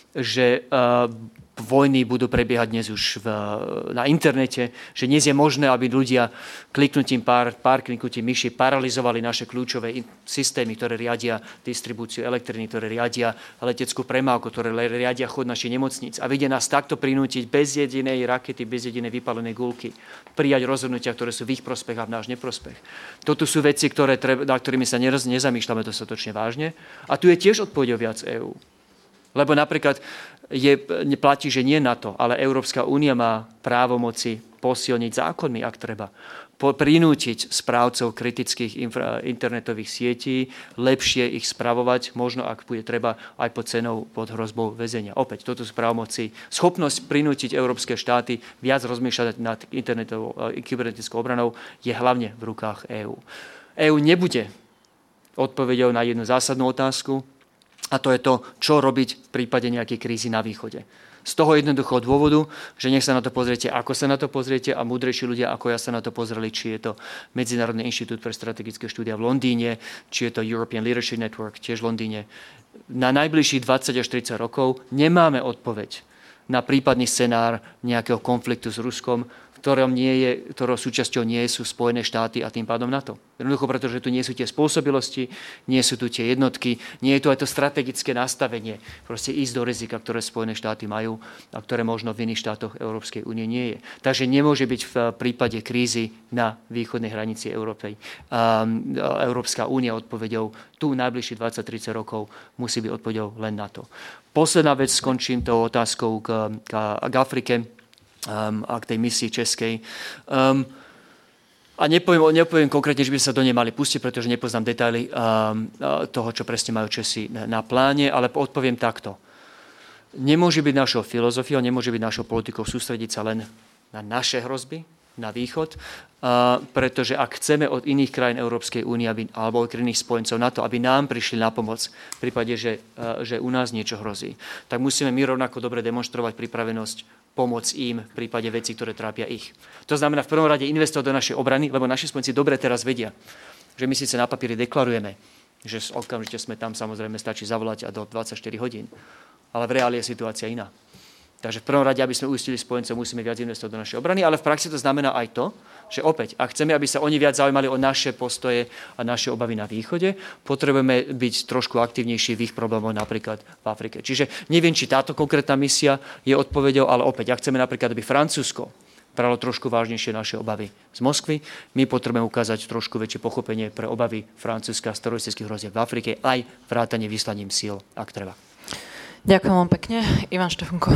že uh, vojny budú prebiehať dnes už v, na internete, že dnes je možné, aby ľudia kliknutím pár, pár kliknutím myši paralizovali naše kľúčové systémy, ktoré riadia distribúciu elektriny, ktoré riadia leteckú premávku, ktoré riadia chod našich nemocníc. A vedia nás takto prinútiť bez jedinej rakety, bez jedinej vypálenej guľky prijať rozhodnutia, ktoré sú v ich prospech a v náš neprospech. Toto sú veci, ktoré treba, na ktorými sa nezamýšľame dostatočne vážne. A tu je tiež odpoveď viac EÚ. Lebo napríklad je, neplatí, že nie NATO, ale Európska únia má právomoci posilniť zákonmi, ak treba. Po, prinútiť správcov kritických infra, internetových sietí, lepšie ich spravovať, možno ak bude treba aj pod cenou, pod hrozbou väzenia. Opäť, toto sú právomoci. Schopnosť prinútiť európske štáty viac rozmýšľať nad internetovou kybernetickou obranou je hlavne v rukách EÚ. EÚ nebude odpoveďou na jednu zásadnú otázku, a to je to, čo robiť v prípade nejakej krízy na východe. Z toho jednoduchého dôvodu, že nech sa na to pozriete, ako sa na to pozriete a múdrejší ľudia, ako ja sa na to pozreli, či je to Medzinárodný inštitút pre strategické štúdia v Londýne, či je to European Leadership Network, tiež v Londýne. Na najbližších dvadsať až tridsať rokov nemáme odpoveď na prípadný scenár nejakého konfliktu s Ruskom, v ktorom nie je, ktorou súčasťou nie sú Spojené štáty a tým pádom NATO. Jednoducho, pretože tu nie sú tie spôsobilosti, nie sú tu tie jednotky, nie je tu aj to strategické nastavenie, proste ísť do rizika, ktoré Spojené štáty majú a ktoré možno v iných štátoch Európskej únie nie je. Takže nemôže byť v prípade krízy na východnej hranici Európy um, Európska únia odpoveďou tu najbližších dvadsať tridsať rokov musí byť odpoveďou len NATO. Posledná vec, skončím tou otázkou k, k, k Afrike. Um, a k tej misii českej. Um, a nepoviem, nepoviem konkrétne, že by sa do nej mali pustiť, pretože nepoznám detaily um, toho, čo presne majú Česi na, na pláne, ale odpoviem takto. Nemôže byť našou filozofiou, nemôže byť našou politikou sústrediť sa len na naše hrozby, na východ, uh, pretože ak chceme od iných krajín Európskej únie alebo od iných spojencov na to, aby nám prišli na pomoc v prípade, že, uh, že u nás niečo hrozí, tak musíme my rovnako dobre demonštrovať pripravenosť pomôcť im v prípade vecí, ktoré trápia ich. To znamená v prvom rade investovať do našej obrany, lebo naši spojenci dobre teraz vedia, že my síce na papieri deklarujeme, že okamžite sme tam, samozrejme stačí zavolať a do dvadsaťštyri hodín, ale v reáli je situácia iná. Takže v prvom rade, aby sme uistili spojencov, musíme viac investovať do našej obrany, ale v praxi to znamená aj to, že opäť, ak chceme, aby sa oni viac zaujímali o naše postoje a naše obavy na východe, potrebujeme byť trošku aktívnejší v ich problémoch napríklad v Afrike. Čiže neviem, či táto konkrétna misia je odpoveďou, ale opäť, ak chceme napríklad, aby Francúzsko bralo trošku vážnejšie naše obavy z Moskvy, my potrebujeme ukázať trošku väčšie pochopenie pre obavy Francúzska z teroristických hrozieb v Afrike, aj vrátane vyslaním síl, ak treba. Ďakujem vám pekne. Ivan Štefanko.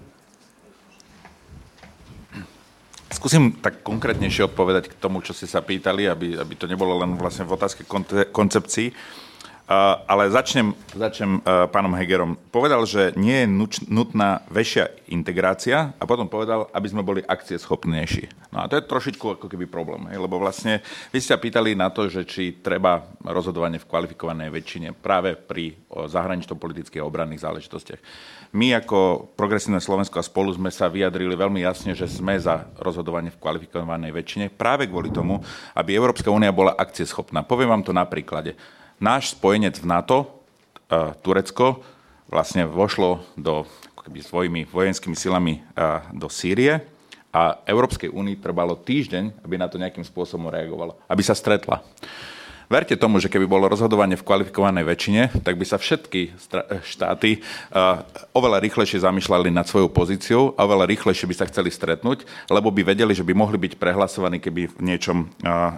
Skúsim tak konkrétnejšie odpovedať k tomu, čo ste sa pýtali, aby, aby to nebolo len vlastne v otázke koncepcií. Uh, ale začnem, začnem uh, pánom Hegerom. Povedal, že nie je nuč, nutná väčšia integrácia a potom povedal, aby sme boli akcieschopnejší. No a to je trošičku ako keby problém, hej? Lebo vlastne vy ste sa pýtali na to, že či treba rozhodovanie v kvalifikovanej väčšine práve pri zahranično-politických a obranných záležitostiach. My ako Progresívne Slovensko a Spolu sme sa vyjadrili veľmi jasne, že sme za rozhodovanie v kvalifikovanej väčšine práve kvôli tomu, aby Európska únia bola akcieschopná. Poviem vám to na príklade. Náš spojenec v NATO, uh, Turecko, vlastne vošlo do, ako keby, svojimi vojenskými silami uh, do Sýrie a Európskej únii trvalo týždeň, aby na to nejakým spôsobom reagovala, aby sa stretla. Verte tomu, že keby bolo rozhodovanie v kvalifikovanej väčšine, tak by sa všetky štáty uh, oveľa rýchlejšie zamýšľali nad svojou pozíciou a oveľa rýchlejšie by sa chceli stretnúť, lebo by vedeli, že by mohli byť prehlasovaní, keby v niečom uh,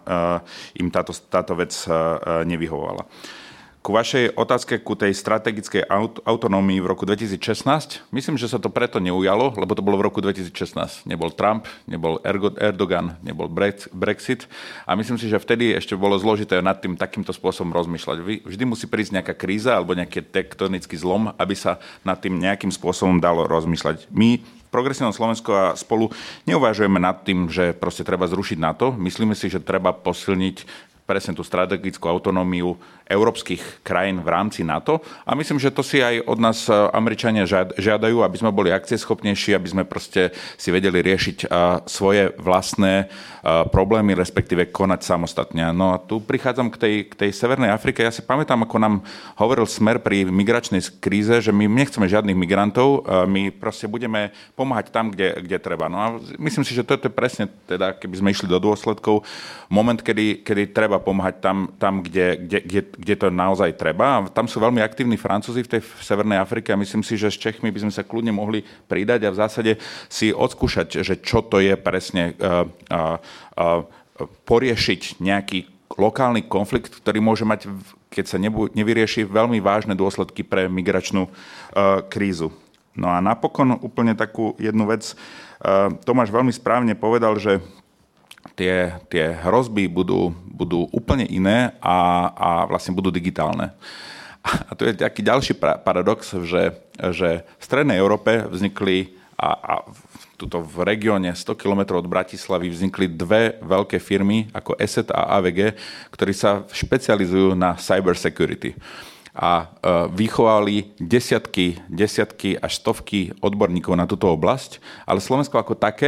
uh, im táto, táto vec uh, uh, nevyhovovala. Ku vašej otázke, ku tej strategickej aut- autonómii v roku dvetisícšestnásť, myslím, že sa to preto neujalo, lebo to bolo v roku dvetisícšestnásť. Nebol Trump, nebol Erdogan, nebol Brexit a myslím si, že vtedy ešte bolo zložité nad tým takýmto spôsobom rozmýšľať. Vždy musí prísť nejaká kríza alebo nejaký tektonický zlom, aby sa nad tým nejakým spôsobom dalo rozmýšľať. My v Progresívnom Slovensku a Spolu neuvažujeme nad tým, že proste treba zrušiť NATO. Myslíme si, že treba posilniť presne tú strategickú autonómiu európskych krajín v rámci NATO a myslím, že to si aj od nás Američania žiadajú, aby sme boli akcieschopnejší, aby sme proste si vedeli riešiť svoje vlastné problémy, respektíve konať samostatne. No a tu prichádzam k tej, k tej Severnej Afrike. Ja si pamätám, ako nám hovoril Smer pri migračnej kríze, že my nechceme žiadnych migrantov, my proste budeme pomáhať tam, kde, kde treba. No a myslím si, že to je presne, teda, keby sme išli do dôsledkov, moment, kedy, kedy treba pomáhať tam, tam kde, kde, kde, kde to naozaj treba. A tam sú veľmi aktívni Francúzi v tej v Severnej Afrike a myslím si, že s Čechmi by sme sa kľudne mohli pridať a v zásade si odskúšať, že čo to je presne uh, uh, uh, poriešiť nejaký lokálny konflikt, ktorý môže mať, keď sa nebu, nevyrieši, veľmi vážne dôsledky pre migračnú uh, krízu. No a napokon úplne takú jednu vec. Uh, Tomáš veľmi správne povedal, že Tie, tie hrozby budú, budú úplne iné a, a vlastne budú digitálne. A to je taký ďalší paradox, že, že v Strednej Európe vznikli a, a tuto v regióne sto kilometrov od Bratislavy vznikli dve veľké firmy ako ESET a á vé gé, ktorí sa špecializujú na cyber security. A vychovali desiatky, desiatky až stovky odborníkov na túto oblasť, ale Slovensko ako také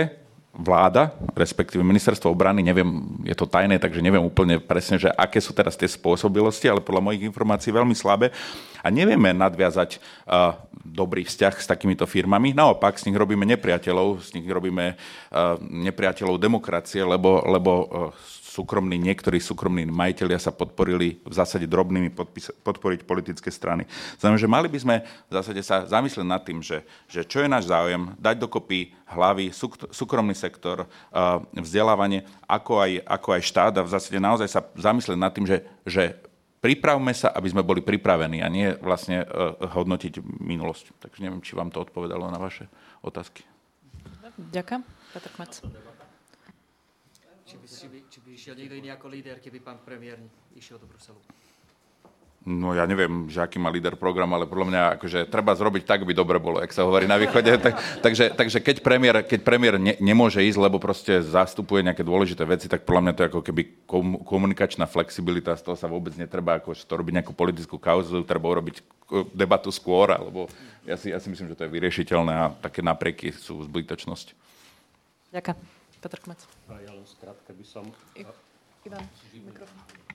vláda, respektíve ministerstvo obrany, neviem, je to tajné, takže neviem úplne presne, že aké sú teraz tie spôsobilosti, ale podľa mojich informácií veľmi slabé a nevieme nadviazať uh, dobrý vzťah s takýmito firmami. Naopak, z nich robíme nepriateľov, z nich robíme uh, nepriateľov demokracie, lebo, lebo uh, súkromní, niektorí súkromní majitelia sa podporili v zásade drobnými podpis- podporiť politické strany. Znamená, že mali by sme v zásade sa zamyslieť nad tým, že, že čo je náš záujem, dať dokopy hlavy, súk- súkromný sektor, uh, vzdelávanie, ako aj, ako aj štát a v zásade naozaj sa zamyslieť nad tým, že, že pripravme sa, aby sme boli pripravení a nie vlastne uh, hodnotiť minulosť. Takže neviem, či vám to odpovedalo na vaše otázky. Ďakujem. Petr Kmec. Či by, či, by, či by išiel niekto iný ako líder, keby pán premiér išiel do Bruselu? No ja neviem, že aký má líder program, ale podľa mňa akože treba zrobiť tak, aby dobre bolo, jak sa hovorí na východe. tak, takže, takže keď premiér, keď premiér ne, nemôže ísť, lebo proste zastupuje nejaké dôležité veci, tak podľa mňa to je ako keby komunikačná flexibilita, z toho sa vôbec netreba ako to robiť nejakú politickú kauzu, treba urobiť debatu skôr, alebo ja si, ja si myslím, že to je vyriešiteľné a také naprieky sú zbytočnosť. Ďakujem. Petr Kmec. A ja len skrátke by som... Ivan, mikrofón.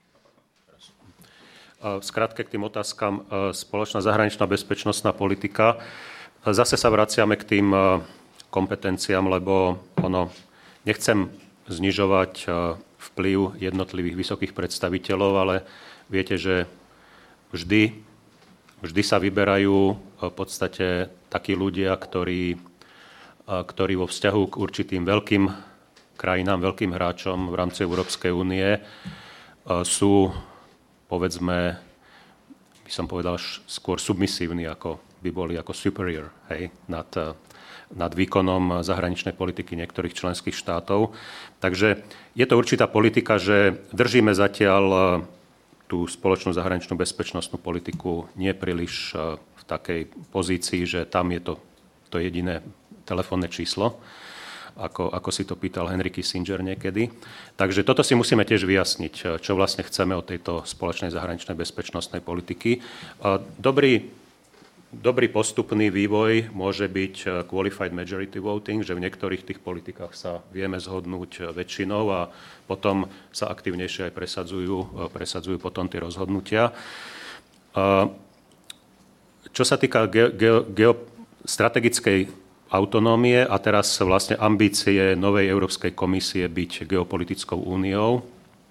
Skrátke k tým otázkam. Spoločná zahraničná bezpečnostná politika. Zase sa vraciame k tým kompetenciám, lebo ono, nechcem znižovať vplyv jednotlivých vysokých predstaviteľov, ale viete, že vždy, vždy sa vyberajú v podstate takí ľudia, ktorí, ktorí vo vzťahu k určitým veľkým krajinám, veľkým hráčom v rámci Európskej únie sú, povedzme, by som povedal, skôr submisívni, ako by boli ako superior, hej, nad, nad výkonom zahraničnej politiky niektorých členských štátov. Takže je to určitá politika, že držíme zatiaľ tú spoločnú zahraničnú bezpečnostnú politiku nie príliš v takej pozícii, že tam je to, to jediné telefónne číslo, ako, ako si to pýtal Henry Kissinger niekedy. Takže toto si musíme tiež vyjasniť, čo vlastne chceme od tejto spoločnej zahraničnej bezpečnostnej politiky. Dobrý, dobrý postupný vývoj môže byť qualified majority voting, že v niektorých tých politikách sa vieme zhodnúť väčšinou a potom sa aktivnejšie aj presadzujú, presadzujú potom tie rozhodnutia. Čo sa týka ge- ge- geostrategickej autonómie a teraz vlastne ambície novej Európskej komisie byť geopolitickou úniou.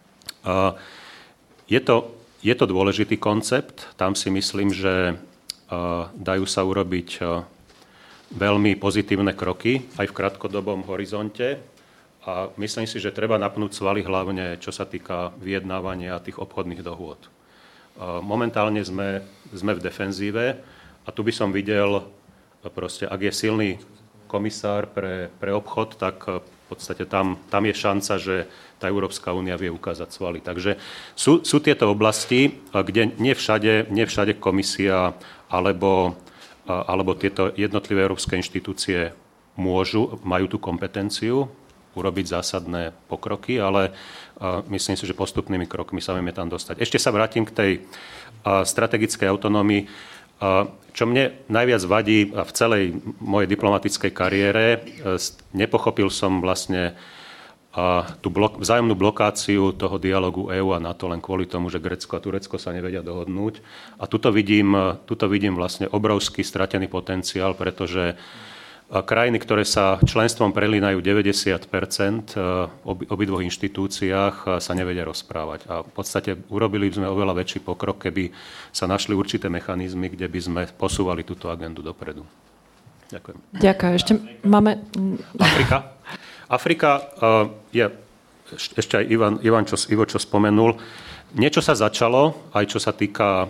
Je to, je to dôležitý koncept. Tam si myslím, že dajú sa urobiť veľmi pozitívne kroky aj v krátkodobom horizonte. A myslím si, že treba napnúť svaly hlavne, čo sa týka vyjednávania tých obchodných dohôd. Momentálne sme, sme v defenzíve a tu by som videl proste, ak je silný komisár pre, pre obchod, tak v podstate tam, tam je šanca, že tá Európska únia vie ukázať svaly. Takže sú, sú tieto oblasti, kde nie všade, nie všade komisia alebo, alebo tieto jednotlivé európske inštitúcie môžu, majú tú kompetenciu urobiť zásadné pokroky, ale myslím si, že postupnými krokmi sa vieme tam dostať. Ešte sa vrátim k tej strategickej autonómii. Čo mne najviac vadí v celej mojej diplomatickej kariére, nepochopil som vlastne tú blok, vzájomnú blokáciu toho dialogu é ú a NATO len kvôli tomu, že Grécko a Turecko sa nevedia dohodnúť. A tuto vidím, tuto vidím vlastne obrovský stratený potenciál, pretože krajiny, ktoré sa členstvom prelínajú deväťdesiat percent v obidvoch inštitúciách, sa nevedia rozprávať. A v podstate urobili by sme oveľa väčší pokrok, keby sa našli určité mechanizmy, kde by sme posúvali túto agendu dopredu. Ďakujem. Ďakujem. Ešte máme... Afrika. Afrika je, ešte aj Ivan, Ivan čo, Ivo, čo spomenul, niečo sa začalo, aj čo sa týka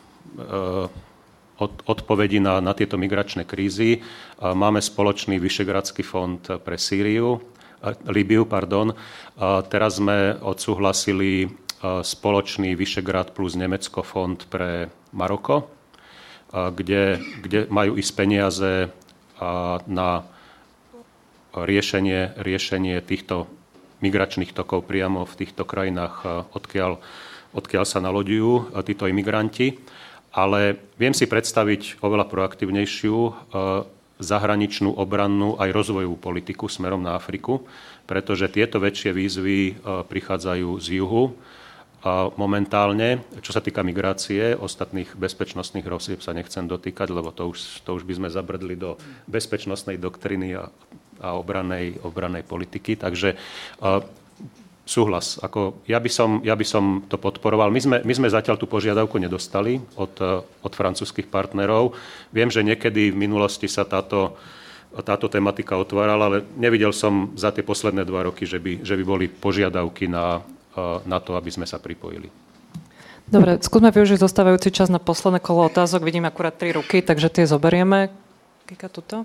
odpovedí na, na tieto migračné krízy. Máme spoločný Vyšehradský fond pre Sýriu, Líbiu, pardon. Teraz sme odsúhlasili spoločný Vyšehrad plus Nemecko fond pre Maroko, kde, kde majú ísť peniaze na riešenie, riešenie týchto migračných tokov priamo v týchto krajinách, odkiaľ, odkiaľ sa naloďujú títo imigranti. Ale viem si predstaviť oveľa proaktívnejšiu zahraničnú, obrannú aj rozvojovú politiku smerom na Afriku, pretože tieto väčšie výzvy prichádzajú z juhu. Momentálne, čo sa týka migrácie, ostatných bezpečnostných rozsieb sa nechcem dotýkať, lebo to už, to už by sme zabrdli do bezpečnostnej doktriny a, a obranej, obranej politiky. Takže uh, súhlas. Ako, ja, by som, ja by som to podporoval. My sme, my sme zatiaľ tú požiadavku nedostali od, od francúzskych partnerov. Viem, že niekedy v minulosti sa táto, táto tematika otvárala, ale nevidel som za tie posledné dva roky, že by, že by boli požiadavky na na to, aby sme sa pripojili. Dobre, skúsme využiť zostávajúci čas na posledné kolo otázok. Vidím akurát tri ruky, takže tie zoberieme. Kika tuto.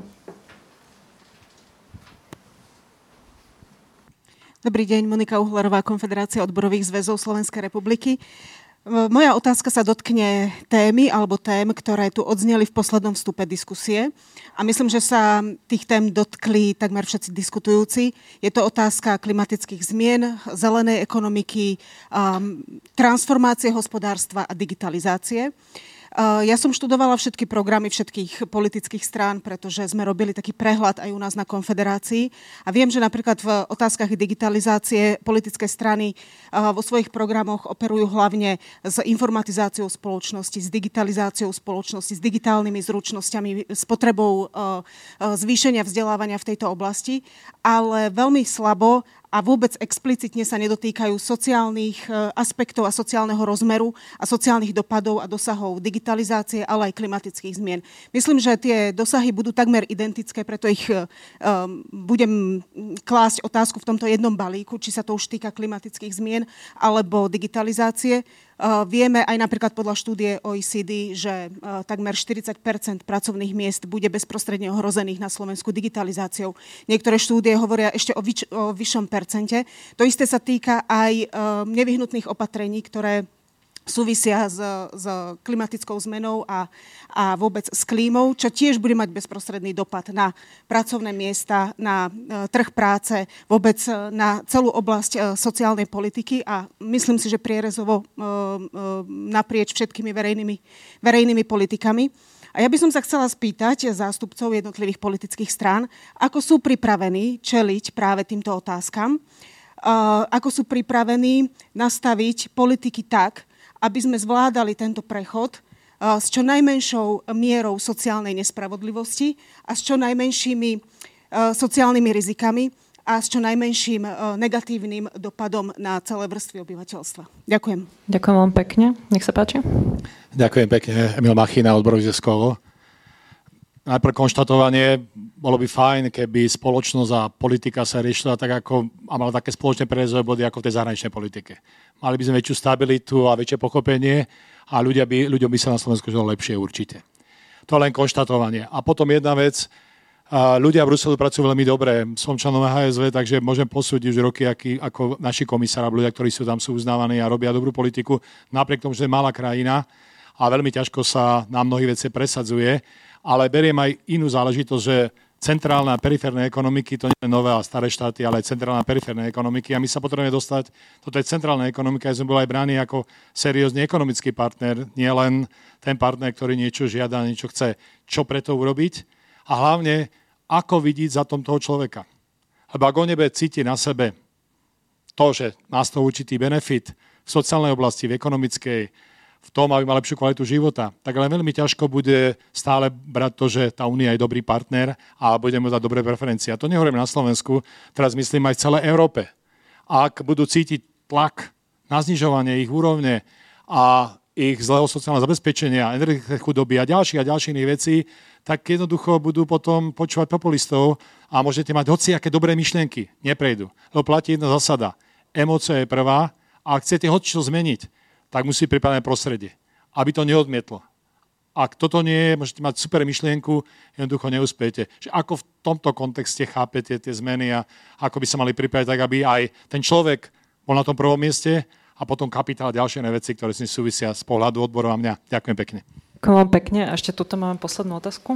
Dobrý deň, Monika Uhlerová, Konfederácia odborových zväzov Slovenskej republiky. Moja otázka sa dotkne témy alebo tém, ktoré tu odzneli v poslednom vstupe diskusie. A myslím, že sa tých tém dotkli takmer všetci diskutujúci. Je to otázka klimatických zmien, zelenej ekonomiky, um, transformácie hospodárstva a digitalizácie. Ja som študovala všetky programy všetkých politických strán, pretože sme robili taký prehľad aj u nás na konfederácii. A viem, že napríklad v otázkach digitalizácie politické strany vo svojich programoch operujú hlavne s informatizáciou spoločnosti, s digitalizáciou spoločnosti, s digitálnymi zručnosťami, s potrebou zvýšenia vzdelávania v tejto oblasti, ale veľmi slabo a vôbec explicitne sa nedotýkajú sociálnych aspektov a sociálneho rozmeru a sociálnych dopadov a dosahov digitalizácie, ale aj klimatických zmien. Myslím, že tie dosahy budú takmer identické, preto ich um, budem klásť otázku v tomto jednom balíku, či sa to už týka klimatických zmien alebo digitalizácie. Uh, vieme aj napríklad podľa štúdie O E C D, že uh, takmer štyridsať percent pracovných miest bude bezprostredne ohrozených na Slovensku digitalizáciou. Niektoré štúdie hovoria ešte o, vyč- o vyššom percente. To isté sa týka aj uh, nevyhnutných opatrení, ktoré súvisia s, s klimatickou zmenou a, a vôbec s klímou, čo tiež bude mať bezprostredný dopad na pracovné miesta, na e, trh práce, vôbec na celú oblasť e, sociálnej politiky a myslím si, že prierezovo e, e, naprieč všetkými verejnými, verejnými politikami. A ja by som sa chcela spýtať zástupcov jednotlivých politických strán, ako sú pripravení čeliť práve týmto otázkam, e, ako sú pripravení nastaviť politiky tak, aby sme zvládali tento prechod uh, s čo najmenšou mierou sociálnej nespravodlivosti a s čo najmenšími uh, sociálnymi rizikami a s čo najmenším uh, negatívnym dopadom na celé vrstvy obyvateľstva. Ďakujem. Ďakujem vám pekne. Nech sa páči. Ďakujem pekne. Emil Machina, odborový zväz Kovo. Najprv konštatovanie, bolo by fajn, keby spoločnosť a politika sa riešila tak ako, a mala také spoločné prerezové body ako v tej zahraničnej politike. Mali by sme väčšiu stabilitu a väčšie pochopenie a ľudia by, ľuďom by sa na Slovensku žilo lepšie určite. To len konštatovanie. A potom jedna vec, ľudia v Bruselu pracujú veľmi dobre. Som členom há es vé, takže môžem posúdiť už roky, aký, ako naši komisári, ľudia, ktorí sú tam, sú uznávaní a robia dobrú politiku, napriek tomu, že je malá krajina a veľmi ťažko sa na mnohých veci presadzuje. Ale beriem aj inú záležitosť, že centrálne a periférne ekonomiky, to nie je nové a staré štáty, ale aj centrálne a periférne ekonomiky. A my sa potrebujeme dostať do tej centrálnej ekonomiky, aby sme boli aj bráni ako seriózny ekonomický partner, nie len ten partner, ktorý niečo žiada, niečo chce. Čo preto urobiť? A hlavne, ako vidieť za tom toho človeka. Lebo ak on nebude cítiť na sebe to, že nás to určitý benefit v sociálnej oblasti, v ekonomickej, v tom, aby mal lepšiu kvalitu života, tak ale veľmi ťažko bude stále brať to, že tá únia je dobrý partner a bude mu dať dobré preferencie. A to nehovorím na Slovensku, teraz myslím aj v celej Európe. Ak budú cítiť tlak na znižovanie ich úrovne a ich zlého sociálneho zabezpečenia, energetické chudoby a ďalších a ďalších iných vecí, tak jednoducho budú potom počúvať populistov a môžete mať hociaké dobré myšlienky. Neprejdú. Lebo platí jedna zásada. Emócia je prvá a ak chcete hocičo zmeniť, tak musí pripravené prostredie, aby to neodmietlo. Ak toto nie je, môžete mať super myšlienku, jednoducho neúspejete. Že ako v tomto kontexte chápete tie zmeny a ako by sa mali pripraviť tak, aby aj ten človek bol na tom prvom mieste a potom kapitál a ďalšie veci, ktoré s ním súvisia z pohľadu odborov a mňa. Ďakujem pekne. Ďakujem vám pekne. A ešte tuto máme poslednú otázku.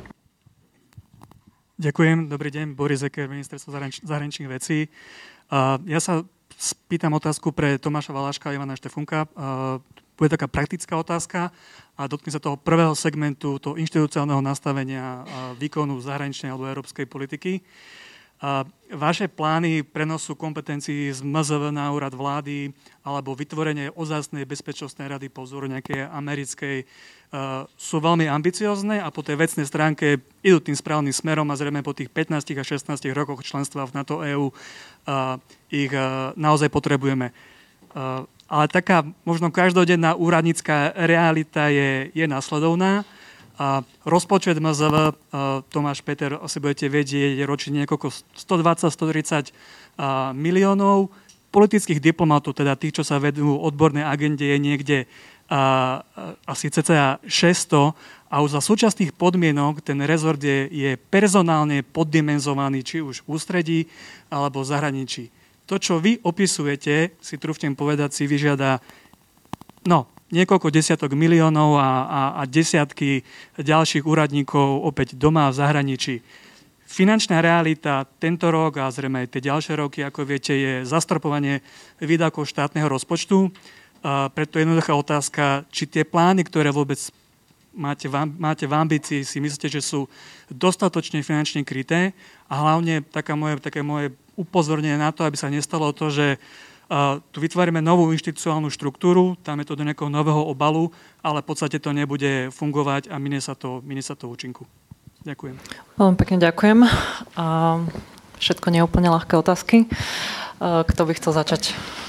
Ďakujem. Dobrý deň. Boris Eker, Ministerstvo zahranič- zahraničných vecí. Uh, ja sa spýtam otázku pre Tomáša Valáška a Ivana Štefunka. bude taká praktická otázka a dotkne sa toho prvého segmentu, toho inštitucionálneho nastavenia výkonu zahraničnej alebo európskej politiky. Vaše plány prenosu kompetencií z em zet vé na úrad vlády alebo vytvorenie ozajstnej bezpečnostnej rady po vzoru nejakej americkej sú veľmi ambiciozne a po tej vecnej stránke idú tým správnym smerom a zrejme po tých pätnástich a šestnástich rokoch členstva v NATO é ú ich naozaj potrebujeme. Ale taká možno každodenná úradnícka realita je, je následovná. A rozpočet em zet vé, Tomáš, Peter, asi budete vedieť, je ročne niekoľko stodvadsať až stotridsať miliónov. Politických diplomatov, teda tých, čo sa vedú odbornej agende, je niekde a, asi cca šesťsto a už za súčasných podmienok ten rezort je, je personálne poddimenzovaný, či už v ústredí alebo v zahraničí. To, čo vy opisujete, si trúfnem povedať, si vyžiada no, niekoľko desiatok miliónov a, a, a desiatky ďalších úradníkov opäť doma v zahraničí. Finančná realita tento rok a zrejme aj tie ďalšie roky, ako viete, je zastropovanie výdavkov štátneho rozpočtu. A preto je jednoduchá otázka, či tie plány, ktoré vôbec máte v, máte v ambícii, si myslíte, že sú dostatočne finančne kryté a hlavne taká moje, také moje upozornenie na to, aby sa nestalo to, že Uh, tu vytvárime novú inštitucionálnu štruktúru, dáme to do nejakého nového obalu, ale v podstate to nebude fungovať a minie sa to, minie sa to účinku. Ďakujem. Veľmi pekne ďakujem. Uh, všetko neúplne ľahké otázky. Uh, kto by chcel začať?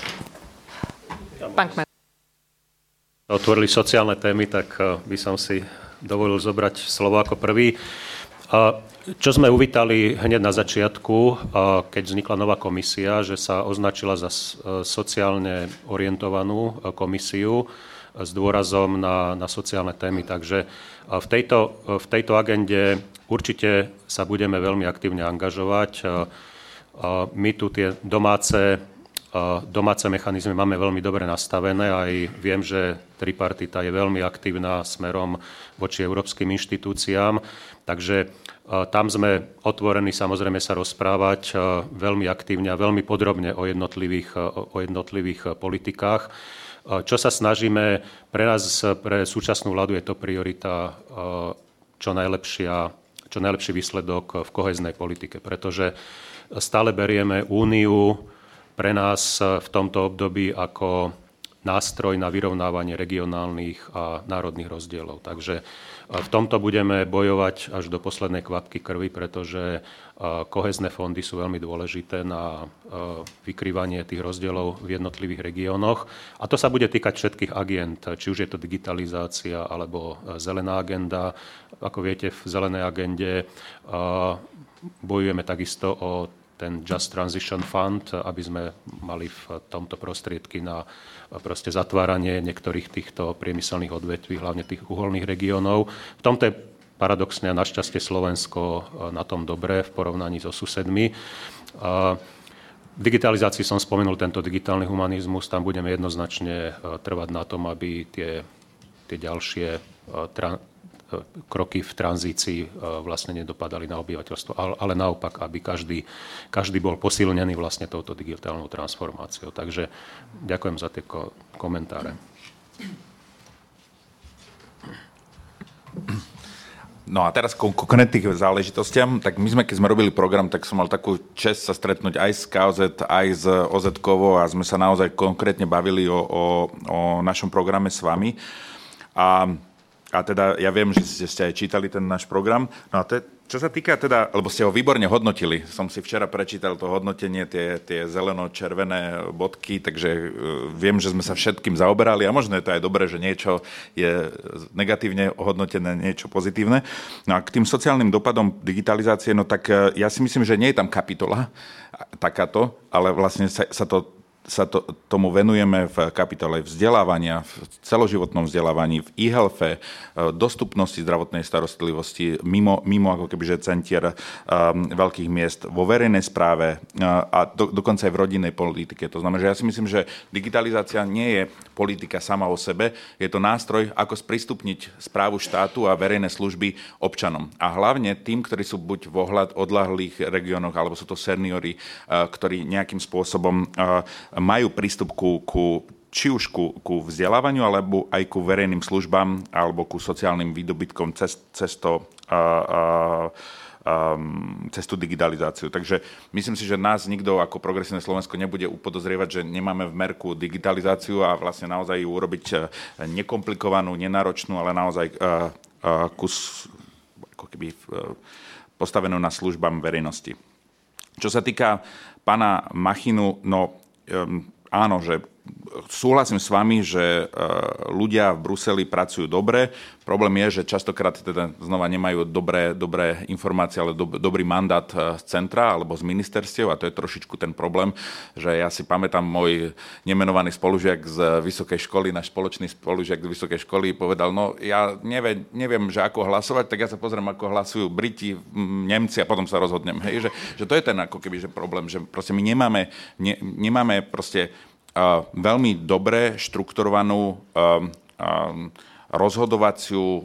Pán Kmet. Otvorili sociálne témy, tak by som si dovolil zobrať slovo ako prvý. Čo sme uvítali hneď na začiatku, keď vznikla nová komisia, že sa označila za sociálne orientovanú komisiu s dôrazom na, na sociálne témy. Takže v tejto, v tejto agende určite sa budeme veľmi aktívne angažovať. My tu tie domáce, domáce mechanizmy máme veľmi dobre nastavené. Aj viem, že tripartita je veľmi aktívna smerom voči európskym inštitúciám. Takže tam sme otvorení samozrejme sa rozprávať veľmi aktívne a veľmi podrobne o jednotlivých, o jednotlivých politikách. Čo sa snažíme, pre nás, pre súčasnú vládu je to priorita čo, najlepšia, čo najlepší výsledok v kohéznej politike, pretože stále berieme Úniu pre nás v tomto období ako nástroj na vyrovnávanie regionálnych a národných rozdielov. Takže v tomto budeme bojovať až do poslednej kvapky krvi, pretože kohézne fondy sú veľmi dôležité na vykrývanie tých rozdielov v jednotlivých regiónoch. A to sa bude týkať všetkých agend, či už je to digitalizácia alebo zelená agenda. Ako viete, v zelenej agende bojujeme takisto o ten Just Transition Fund, aby sme mali v tomto prostriedky na proste zatváranie niektorých týchto priemyselných odvetví, hlavne tých uholných regiónov. V tomto je paradoxne a našťastie Slovensko na tom dobre v porovnaní so susedmi. V digitalizácii som spomenul tento digitálny humanizmus, tam budeme jednoznačne trvať na tom, aby tie, tie ďalšie tra- kroky v tranzícii vlastne nedopadali na obyvateľstvo, ale naopak, aby každý, každý bol posilnený vlastne touto digitálnou transformáciou. Takže ďakujem za tie komentáre. No a teraz k konkrétnym záležitostiam. Tak my sme, keď sme robili program, tak som mal takú česť sa stretnúť aj s ká ó zet, aj s ó zet-kovou a sme sa naozaj konkrétne bavili o, o, o našom programe s vami. A A teda ja viem, že ste, ste aj čítali ten náš program. No a te, čo sa týka teda, lebo ste ho výborne hodnotili, som si včera prečítal to hodnotenie, tie, tie zeleno-červené bodky, takže uh, viem, že sme sa všetkým zaoberali a možno je to aj dobré, že niečo je negatívne hodnotené, niečo pozitívne. No a k tým sociálnym dopadom digitalizácie, no tak uh, ja si myslím, že nie je tam kapitola takáto, ale vlastne sa, sa to sa to, tomu venujeme v kapitole vzdelávania, v celoživotnom vzdelávaní, v e-healthe, dostupnosti zdravotnej starostlivosti mimo, mimo ako kebyže centier um, veľkých miest, vo verejnej správe uh, a do, dokonca aj v rodinnej politike. To znamená, že ja si myslím, že digitalizácia nie je politika sama o sebe, je to nástroj, ako sprístupniť správu štátu a verejné služby občanom. A hlavne tým, ktorí sú buď v odľahlých regiónoch, alebo sú to seniori, uh, ktorí nejakým spôsobom uh, majú prístup ku, ku či už ku, ku vzdelávaniu, alebo aj ku verejným službám, alebo ku sociálnym výdobytkom cez, cez, to, a, a, a, cez tú digitalizáciu. Takže myslím si, že nás nikto ako Progresívne Slovensko nebude upodozrievať, že nemáme v merku digitalizáciu a vlastne naozaj ju urobiť nekomplikovanú, nenáročnú, ale naozaj a, a, kus, ako keby postavenú na službám verejnosti. Čo sa týka pána Machinu, no um, áno, že súhlasím s vami, že ľudia v Bruseli pracujú dobre. Problém je, že častokrát teda znova nemajú dobré, dobré informácie, ale do, dobrý mandát z centra alebo z ministerstiev a to je trošičku ten problém, že ja si pamätám, môj nemenovaný spolužiak z vysokej školy, náš spoločný spolužiak z vysokej školy povedal, no ja neviem, neviem, že ako hlasovať, tak ja sa pozriem, ako hlasujú Briti, Nemci a potom sa rozhodnem. Hej, že, že to je ten ako keby že problém, že proste my nemáme, ne, nemáme proste Uh, veľmi dobre štrukturovanú um, um, rozhodovaciu um,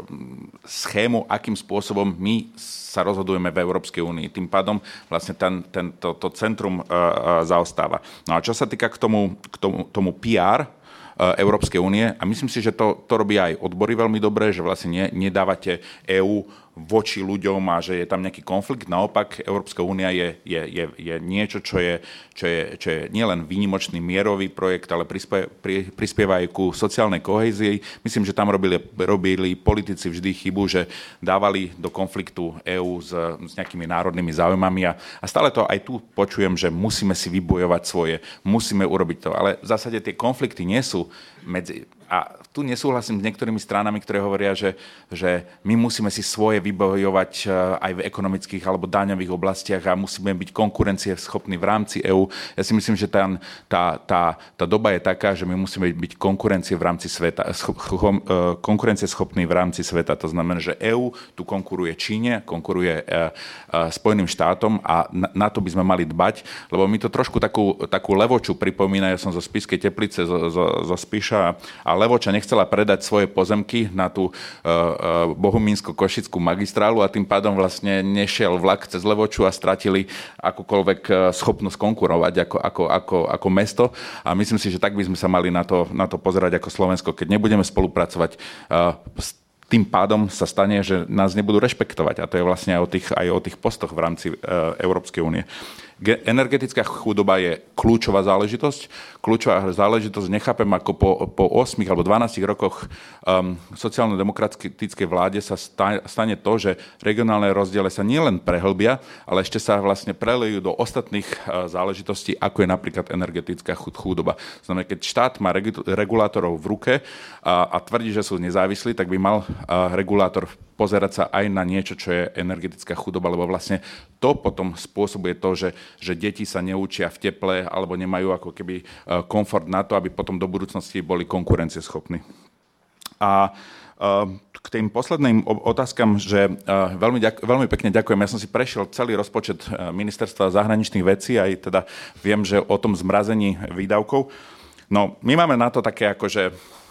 schému, akým spôsobom my sa rozhodujeme v Európskej únii. Tým pádom vlastne ten, ten, to, to centrum uh, uh, zaostáva. No a čo sa týka k tomu, k tomu, tomu pé er uh, Európskej únie, a myslím si, že to, to robí aj odbory veľmi dobre, že vlastne ne, nedávate EÚ voči ľuďom a že je tam nejaký konflikt. Naopak, Európska únia je, je, je, je niečo, čo je, čo je, čo je nielen výnimočný mierový projekt, ale prispie, pri, prispieva aj ku sociálnej kohézii. Myslím, že tam robili, robili politici vždy chybu, že dávali do konfliktu EÚ s, s nejakými národnými záujmami a, a stále to aj tu počujem, že musíme si vybojovať svoje, musíme urobiť to. Ale v zásade tie konflikty nie sú medzi... A tu nesúhlasím s niektorými stranami, ktoré hovoria, že, že my musíme si svoje vybojovať aj v ekonomických alebo daňových oblastiach a musíme byť konkurencieschopní v rámci EÚ. Ja si myslím, že tá, tá, tá, tá doba je taká, že my musíme byť konkurencie v rámci sveta, konkurencieschopní v rámci sveta. To znamená, že EÚ tu konkuruje Číne, konkuruje Spojeným štátom a na, na to by sme mali dbať, lebo mi to trošku takú, takú levoču pripomína. Ja som zo Spišskej Teplice, zo, zo, zo Spiša a Levoča nechcela predať svoje pozemky na tú uh, uh, bohumínsko-košickú magistrálu a tým pádom vlastne nešiel vlak cez Levoču a stratili akúkoľvek uh, schopnosť konkurovať ako, ako, ako, ako mesto. A myslím si, že tak by sme sa mali na to, na to pozerať ako Slovensko. Keď nebudeme spolupracovať, uh, tým pádom sa stane, že nás nebudú rešpektovať. A to je vlastne aj o tých, aj o tých postoch v rámci uh, Európskej únie. Energetická chudoba je kľúčová záležitosť. Kľúčová záležitosť nechápem, ako po, po ôsmich alebo dvanástich rokoch um, sociálno-demokratickej vláde sa stane to, že regionálne rozdiely sa nielen prehlbia, ale ešte sa vlastne prelejú do ostatných uh, záležitostí, ako je napríklad energetická chudoba. Znamená, keď štát má regulátorov v ruke a, a tvrdí, že sú nezávislí, tak by mal uh, regulátor pozerať sa aj na niečo, čo je energetická chudoba, lebo vlastne to potom spôsobuje to, že, že deti sa neučia v teple alebo nemajú ako keby komfort na to, aby potom do budúcnosti boli konkurencieschopní. A k tým posledným otázkam, že veľmi, ďak, veľmi pekne ďakujem. Ja som si prešiel celý rozpočet Ministerstva zahraničných vecí, aj teda viem, že o tom zmrazení výdavkov. No, my máme na to také akože...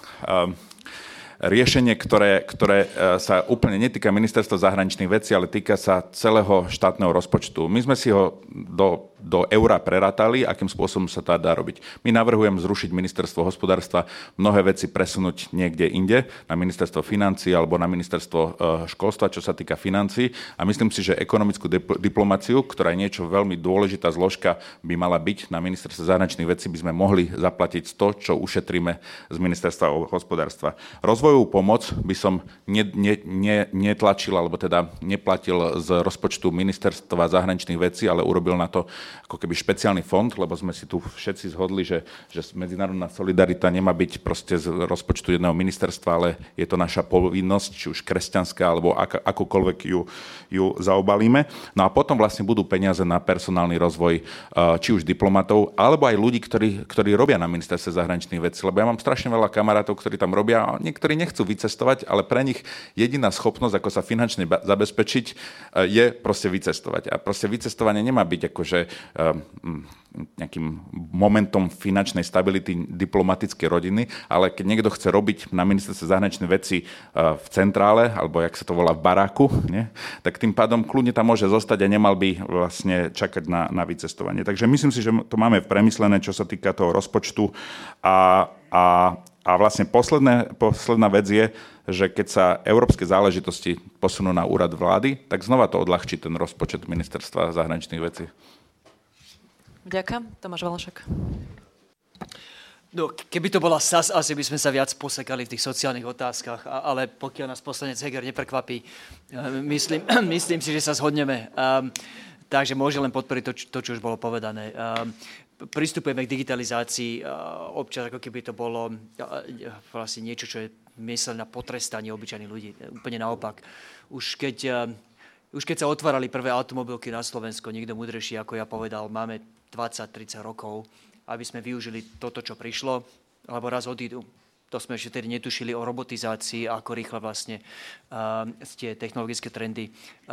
riešenie, ktoré, ktoré sa úplne netýka Ministerstva zahraničných vecí, ale týka sa celého štátneho rozpočtu. My sme si ho do, do eura prerátali, akým spôsobom sa to dá robiť. My navrhujem zrušiť Ministerstvo hospodárstva, mnohé veci presunúť niekde inde, na Ministerstvo financií alebo na Ministerstvo školstva, čo sa týka financií. A myslím si, že ekonomickú diplomáciu, ktorá je niečo veľmi dôležitá zložka, by mala byť na Ministerstve zahraničných vecí, by sme mohli zaplatiť to, čo ušetríme z Ministerstva hospodárstva. Rozvoj pomoc by som ne, ne, ne, netlačil, alebo teda neplatil z rozpočtu Ministerstva zahraničných vecí, ale urobil na to ako keby špeciálny fond, lebo sme si tu všetci zhodli, že, že medzinárodná solidarita nemá byť proste z rozpočtu jedného ministerstva, ale je to naša povinnosť, či už kresťanská, alebo ak, akokoľvek ju, ju zaobalíme. No a potom vlastne budú peniaze na personálny rozvoj či už diplomatov, alebo aj ľudí, ktorí, ktorí robia na Ministerstve zahraničných vecí, lebo ja mám strašne veľa kamarátov, ktorí tam robia a niektorí nechcú vycestovať, ale pre nich jediná schopnosť, ako sa finančne zabezpečiť, je proste vycestovať. A proste vycestovanie nemá byť akože nejakým momentom finančnej stability diplomatickej rodiny, ale keď niekto chce robiť na ministerstve zahraničné veci v centrále, alebo jak sa to volá v baráku, nie? Tak tým pádom kľudne tam môže zostať a nemal by vlastne čakať na, na vycestovanie. Takže myslím si, že to máme premyslené, čo sa týka toho rozpočtu a, a, a vlastne posledné, posledná vec je, že keď sa európske záležitosti posunú na úrad vlády, tak znova to odľahčí ten rozpočet ministerstva zahraničných vecí. Ďakujem. Tomáš Valašek. No, keby to bola es á es, asi by sme sa viac posekali v tých sociálnych otázkach, ale pokiaľ nás poslanec Heger neprekvapí, myslím, myslím si, že sa zhodneme. Um, takže môže len podporiť to, to, čo už bolo povedané. Um, pristupujeme k digitalizácii, uh, občas ako keby to bolo uh, vlastne niečo, čo je myslené na potrestanie obyčajných ľudí. Úplne naopak. Už keď... Uh, Už keď sa otvárali prvé automobilky na Slovensku, nikto múdrejší ako ja povedal, máme dvadsať tridsať rokov, aby sme využili toto, čo prišlo, alebo raz odídu. To sme ešte tedy netušili o robotizácii, ako rýchle vlastne uh, tie technologické trendy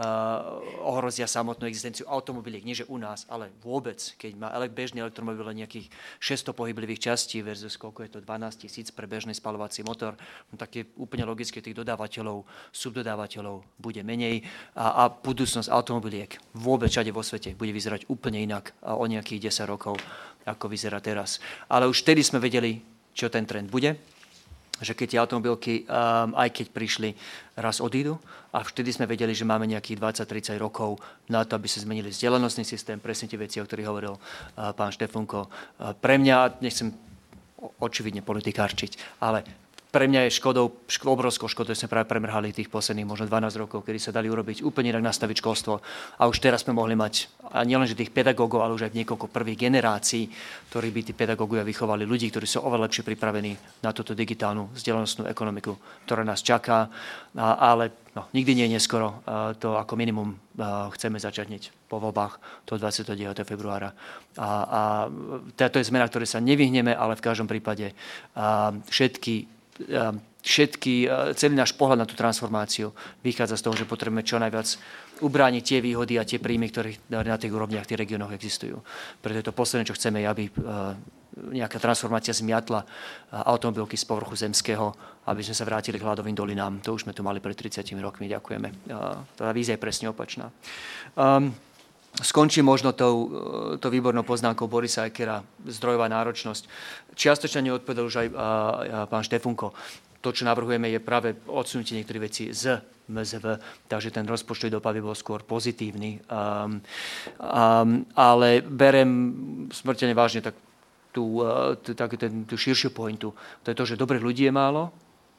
uh, ohrozia samotnú existenciu automobiliek. Nie, že u nás, ale vôbec. Keď má bežný elektromobil nejakých šesťsto pohyblivých častí versus koľko je to dvanásť tisíc pre bežný spaľovací motor, no tak je úplne logické, tých dodávateľov, subdodávateľov bude menej a, a budúcnosť automobiliek vôbec všade vo svete bude vyzerať úplne inak o nejakých desať rokov, ako vyzerá teraz. Ale už vtedy sme vedeli, čo ten trend bude, že keď tie automobilky, um, aj keď prišli, raz odídu a vtedy sme vedeli, že máme nejakých dvadsať tridsať rokov na to, aby sa zmenili vzdelanostný systém, presne tie veci, o ktorých hovoril uh, pán Štefunko. Uh, pre mňa, nechcem očividne politikárčiť, ale pre mňa je škodou, ško, obrovskou škodou, že sme práve premrhali tých posledných možno dvanásť rokov, kedy sa dali urobiť úplne inak nastaviť školstvo. A už teraz sme mohli mať, a nielenže tých pedagógov, ale už aj niekoľko prvých generácií, ktorí by tí pedagógovia vychovali ľudí, ktorí sú oveľa lepšie pripravení na túto digitálnu vzdelanostnú ekonomiku, ktorá nás čaká. A, ale no, nikdy nie je neskoro. A to ako minimum a chceme začať hneď po voľbách toho dvadsiateho deviateho februára. A, a to je zmena, ktoré sa nevyhneme, ale v každom prípade a všetky všetky, celý náš pohľad na tú transformáciu vychádza z toho, že potrebujeme čo najviac ubrániť tie výhody a tie príjmy, ktoré na tých úrovniach, tých regiónoch existujú. Preto je to posledné, čo chceme, aby nejaká transformácia zmiatla automobilky z povrchu zemského, aby sme sa vrátili k hladovým dolinám. To už sme tu mali pred tridsiatimi rokmi. Ďakujeme. Tá vízia je presne opačná. Um, Skončím možno tou, tou výbornou poznámkou Borisa Ekera, zdrojová náročnosť. Čiastočne neodpovedal už aj a, a pán Štefunko. To, čo navrhujeme, je práve odsunutie niektorých vecí z em zet vé, takže ten rozpočtový dopad by bol skôr pozitívny. Um, um, ale berem smrteľne vážne tak tú, tú, tak, ten, tú širšiu pointu. To je to, že dobrých ľudí je málo,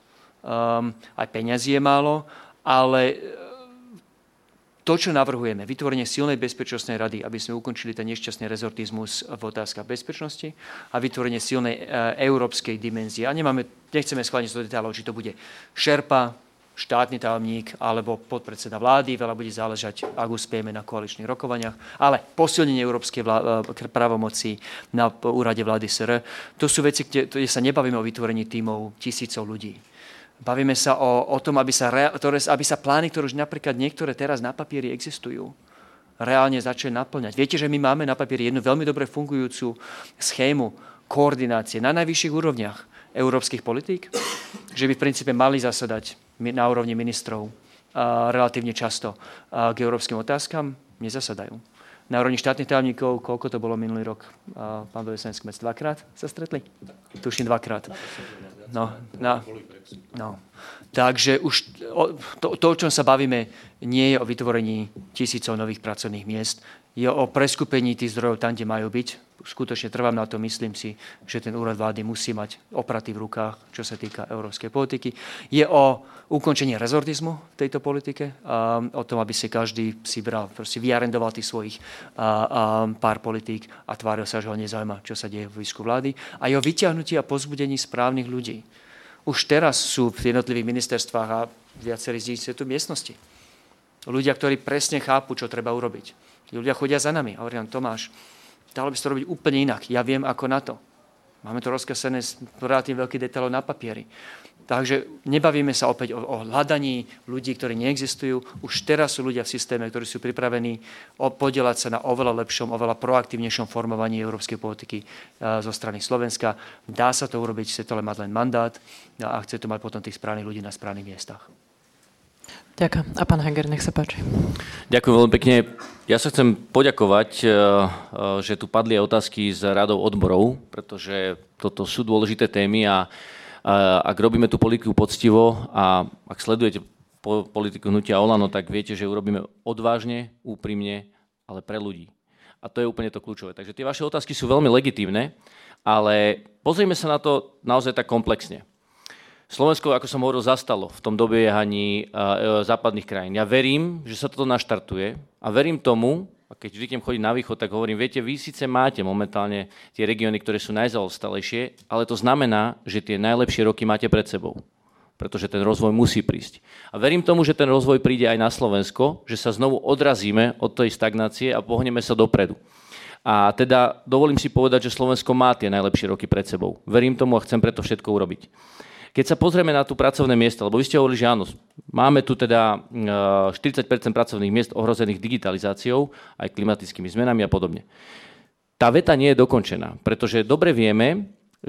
um, aj peňazí je málo, ale to, čo navrhujeme, vytvorenie silnej bezpečnostnej rady, aby sme ukončili ten nešťastný rezortizmus v otázkach bezpečnosti a vytvorenie silnej e, európskej dimenzie. A nemáme, nechceme schváliť do detailov, či to bude šerpa, štátny tajomník alebo podpredseda vlády. Veľa bude záležať, ak uspieme na koaličných rokovaniach. Ale posilnenie európskej vlá- právomoci na úrade vlády es er. To sú veci, kde, kde sa nebavíme o vytvorení tímov tisícov ľudí. Bavíme sa o, o tom, aby sa, rea- ktoré, aby sa plány, ktoré už napríklad niektoré teraz na papieri existujú, reálne začali naplňať. Viete, že my máme na papieri jednu veľmi dobre fungujúcu schému koordinácie na najvyšších úrovniach európskych politík, že by v princípe mali zasadať na úrovni ministrov a relatívne často a k európskym otázkam, nezasadajú. Na úrovni štátnych tajomníkov, koľko to bolo minulý rok? A pán veľvyslanec Kmec, dvakrát sa stretli? Tuším dvakrát. No, no, no. Takže už to, to, o čom sa bavíme, nie je o vytvorení tisícov nových pracovných miest, je o preskupení tých zdrojov tam, kde majú byť. Skutočne trvám na to, myslím si, že ten úrad vlády musí mať opraty v rukách, čo sa týka európskej politiky. Je o ukončení rezortizmu v tejto politike, a o tom, aby si každý si bral, proste vyarendoval tých svojich a, a pár politík a tváril sa, že ho nezaujíma, čo sa deje v výsku vlády. A je o vyťahnutí a pozbudení správnych ľudí. Už teraz sú v jednotlivých ministerstvách a viacerí z nich sú tu miestnosti. Ľudia, ktorí presne chápu, čo treba urobiť. Ľudia chodia za nami a hovorím, Tomáš, dalo by sa to robiť úplne inak. Ja viem, ako na to. Máme to rozkasené s relatívne veľkých detailov na papieri. Takže nebavíme sa opäť o, o hľadaní ľudí, ktorí neexistujú. Už teraz sú ľudia v systéme, ktorí sú pripravení podieľať sa na oveľa lepšom, oveľa proaktívnejšom formovaní európskej politiky zo strany Slovenska. Dá sa to urobiť, chce to len mať len mandát a chce to mať potom tých správnych ľudí na správnych miestach. Ďakujem. A pán Heger, nech sa páči. Ďakujem veľmi pekne. Ja sa chcem poďakovať, že tu padli aj otázky z radov odborov, pretože toto sú dôležité témy a ak robíme tú politiku poctivo a ak sledujete politiku hnutia Olano, tak viete, že ju robíme odvážne, úprimne, ale pre ľudí. A to je úplne to kľúčové. Takže tie vaše otázky sú veľmi legitívne, ale pozrime sa na to naozaj tak komplexne. Slovensko, ako som hovoril, zastalo v tom dobiehaní západných krajín. Ja verím, že sa toto naštartuje a verím tomu, a keď zvyknem chodiť na východ, tak hovorím, viete, vy síce máte momentálne tie regióny, ktoré sú najzaostalejšie, ale to znamená, že tie najlepšie roky máte pred sebou, pretože ten rozvoj musí prísť. A verím tomu, že ten rozvoj príde aj na Slovensko, že sa znovu odrazíme od tej stagnácie a pohneme sa dopredu. A teda dovolím si povedať, že Slovensko má tie najlepšie roky pred sebou. Verím tomu a chcem preto všetko urobiť. Keď sa pozrieme na tú pracovné miesta, lebo vy ste hovorili, že áno, máme tu teda štyridsať percent pracovných miest ohrozených digitalizáciou, aj klimatickými zmenami a podobne. Tá veta nie je dokončená, pretože dobre vieme,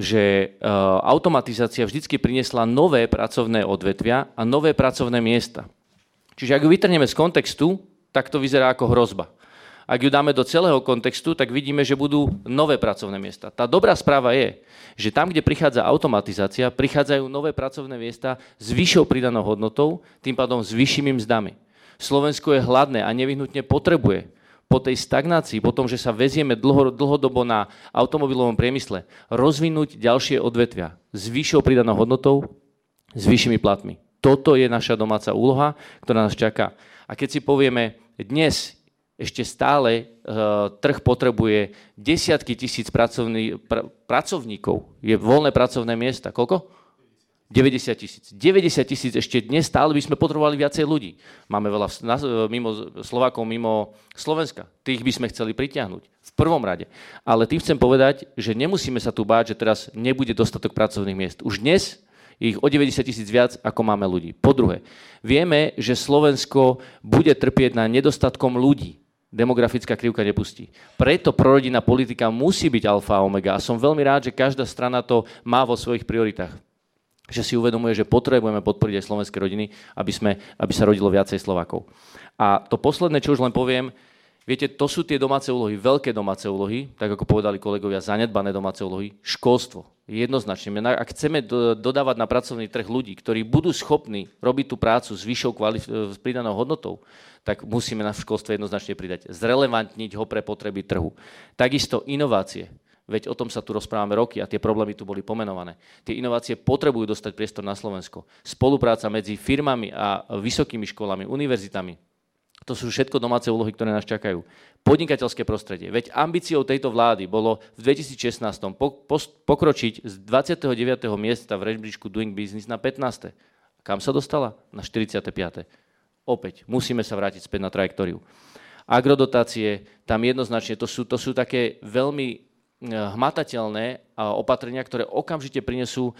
že automatizácia vždycky priniesla nové pracovné odvetvia a nové pracovné miesta. Čiže ak ju vytrhneme z kontextu, tak to vyzerá ako hrozba. Ak ju dáme do celého kontextu, tak vidíme, že budú nové pracovné miesta. Tá dobrá správa je, že tam, kde prichádza automatizácia, prichádzajú nové pracovné miesta s vyššou pridanou hodnotou, tým pádom s vyššími mzdami. Slovensko je hladné a nevyhnutne potrebuje po tej stagnácii, po tom, že sa vezieme dlho, dlhodobo na automobilovom priemysle, rozvinúť ďalšie odvetvia s vyššou pridanou hodnotou, s vyššími platmi. Toto je naša domáca úloha, ktorá nás čaká. A keď si povieme, dnes ešte stále uh, trh potrebuje desiatky tisíc pracovní, pr- pracovníkov. Je voľné pracovné miesta. Koľko? deväťdesiat tisíc. deväťdesiat tisíc ešte dnes stále by sme potrebovali viacej ľudí. Máme veľa na, mimo Slovákov, mimo Slovenska. Tých by sme chceli pritiahnuť. V prvom rade. Ale tým chcem povedať, že nemusíme sa tu báť, že teraz nebude dostatok pracovných miest. Už dnes ich o deväťdesiat tisíc viac, ako máme ľudí. Po druhé, vieme, že Slovensko bude trpieť na nedostatkom ľudí. Demografická krivka nepustí. Preto prorodinná politika musí byť alfa a omega. A som veľmi rád, že každá strana to má vo svojich prioritách. Že si uvedomuje, že potrebujeme podporiť aj slovenské rodiny, aby, sme, aby sa rodilo viacej Slovákov. A to posledné, čo už len poviem, viete, to sú tie domáce úlohy, veľké domáce úlohy, tak ako povedali kolegovia, zanedbané domáce úlohy, školstvo. Jednoznačne. Ak chceme do, dodávať na pracovný trh ľudí, ktorí budú schopní robiť tú prácu s vyššou kvalif- s pridanou hodnotou, tak musíme na školstve jednoznačne pridať. Zrelevantniť ho pre potreby trhu. Takisto inovácie. Veď o tom sa tu rozprávame roky a tie problémy tu boli pomenované. Tie inovácie potrebujú dostať priestor na Slovensko. Spolupráca medzi firmami a vysokými školami, univerzitami. To sú všetko domáce úlohy, ktoré nás čakajú. Podnikateľské prostredie. Veď ambíciou tejto vlády bolo v dvetisícšestnásť pokročiť z dvadsiateho deviateho miesta v rebríčku Doing Business na pätnáste. Kam sa dostala? Na štyridsiate piate Opäť, musíme sa vrátiť späť na trajektóriu. Agrodotácie, tam jednoznačne, to sú, to sú také veľmi hmatateľné opatrenia, ktoré okamžite prinesú,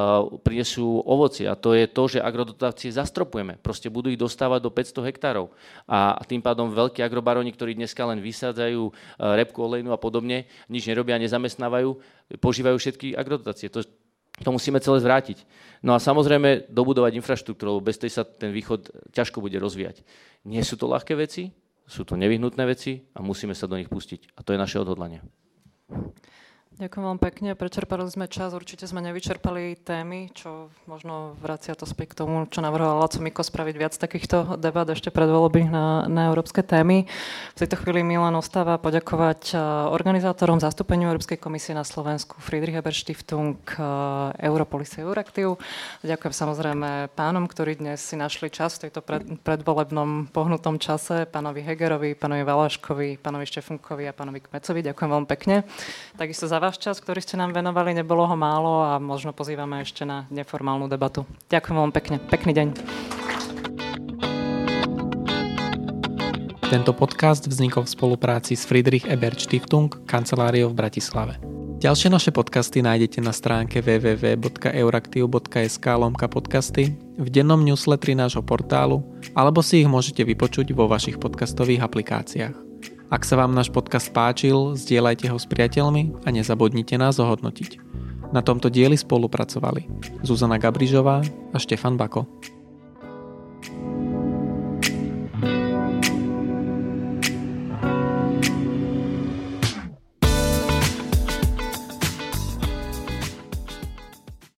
prinesú ovocie. A to je to, že agrodotácie zastropujeme. Proste budú ich dostávať do päťsto hektárov. A tým pádom veľkí agrobaroni, ktorí dneska len vysádzajú repku olejnú a podobne, nič nerobia, nezamestnávajú, požívajú všetky agrodotácie. To, to musíme celé zvrátiť. No a samozrejme dobudovať infraštruktúru, bez tej sa ten východ ťažko bude rozvíjať. Nie sú to ľahké veci, sú to nevyhnutné veci a musíme sa do nich pustiť. A to je naše odhodlanie. Ďakujem vám pekne. Prečerpali sme čas, určite sme nevyčerpali témy, čo možno vracia to späť k tomu, čo navrhoval Laco Miko, spraviť viac takýchto debat ešte pred voľby na, na európske témy. V tejto chvíli mi len ostáva poďakovať organizátorom zastúpeniu Európskej komisie na Slovensku Friedrich Ebert Stiftung, Europolis a Euraktiv. Ďakujem samozrejme pánom, ktorí dnes si našli čas v tejto pred, predvolebnom pohnutom čase, pánovi Hegerovi, pánovi Valaškovi, pánovi Štefunkovi a pánovi Kmecovi. Ďakujem veľmi pekne. Takisto za váš čas, ktorý ste nám venovali, nebolo ho málo a možno pozývame ešte na neformálnu debatu. Ďakujem veľmi pekne. Pekný deň. Tento podcast vznikol v spolupráci s Friedrich Ebert Stiftung, kanceláriou v Bratislave. Ďalšie naše podcasty nájdete na stránke w w w bodka euraktiv bodka es ká lomka podcasty, v dennom newsletteri nášho portálu, alebo si ich môžete vypočuť vo vašich podcastových aplikáciách. Ak sa vám náš podcast páčil, zdieľajte ho s priateľmi a nezabudnite nás ohodnotiť. Na tomto dieli spolupracovali Zuzana Gabrižová a Štefan Bako.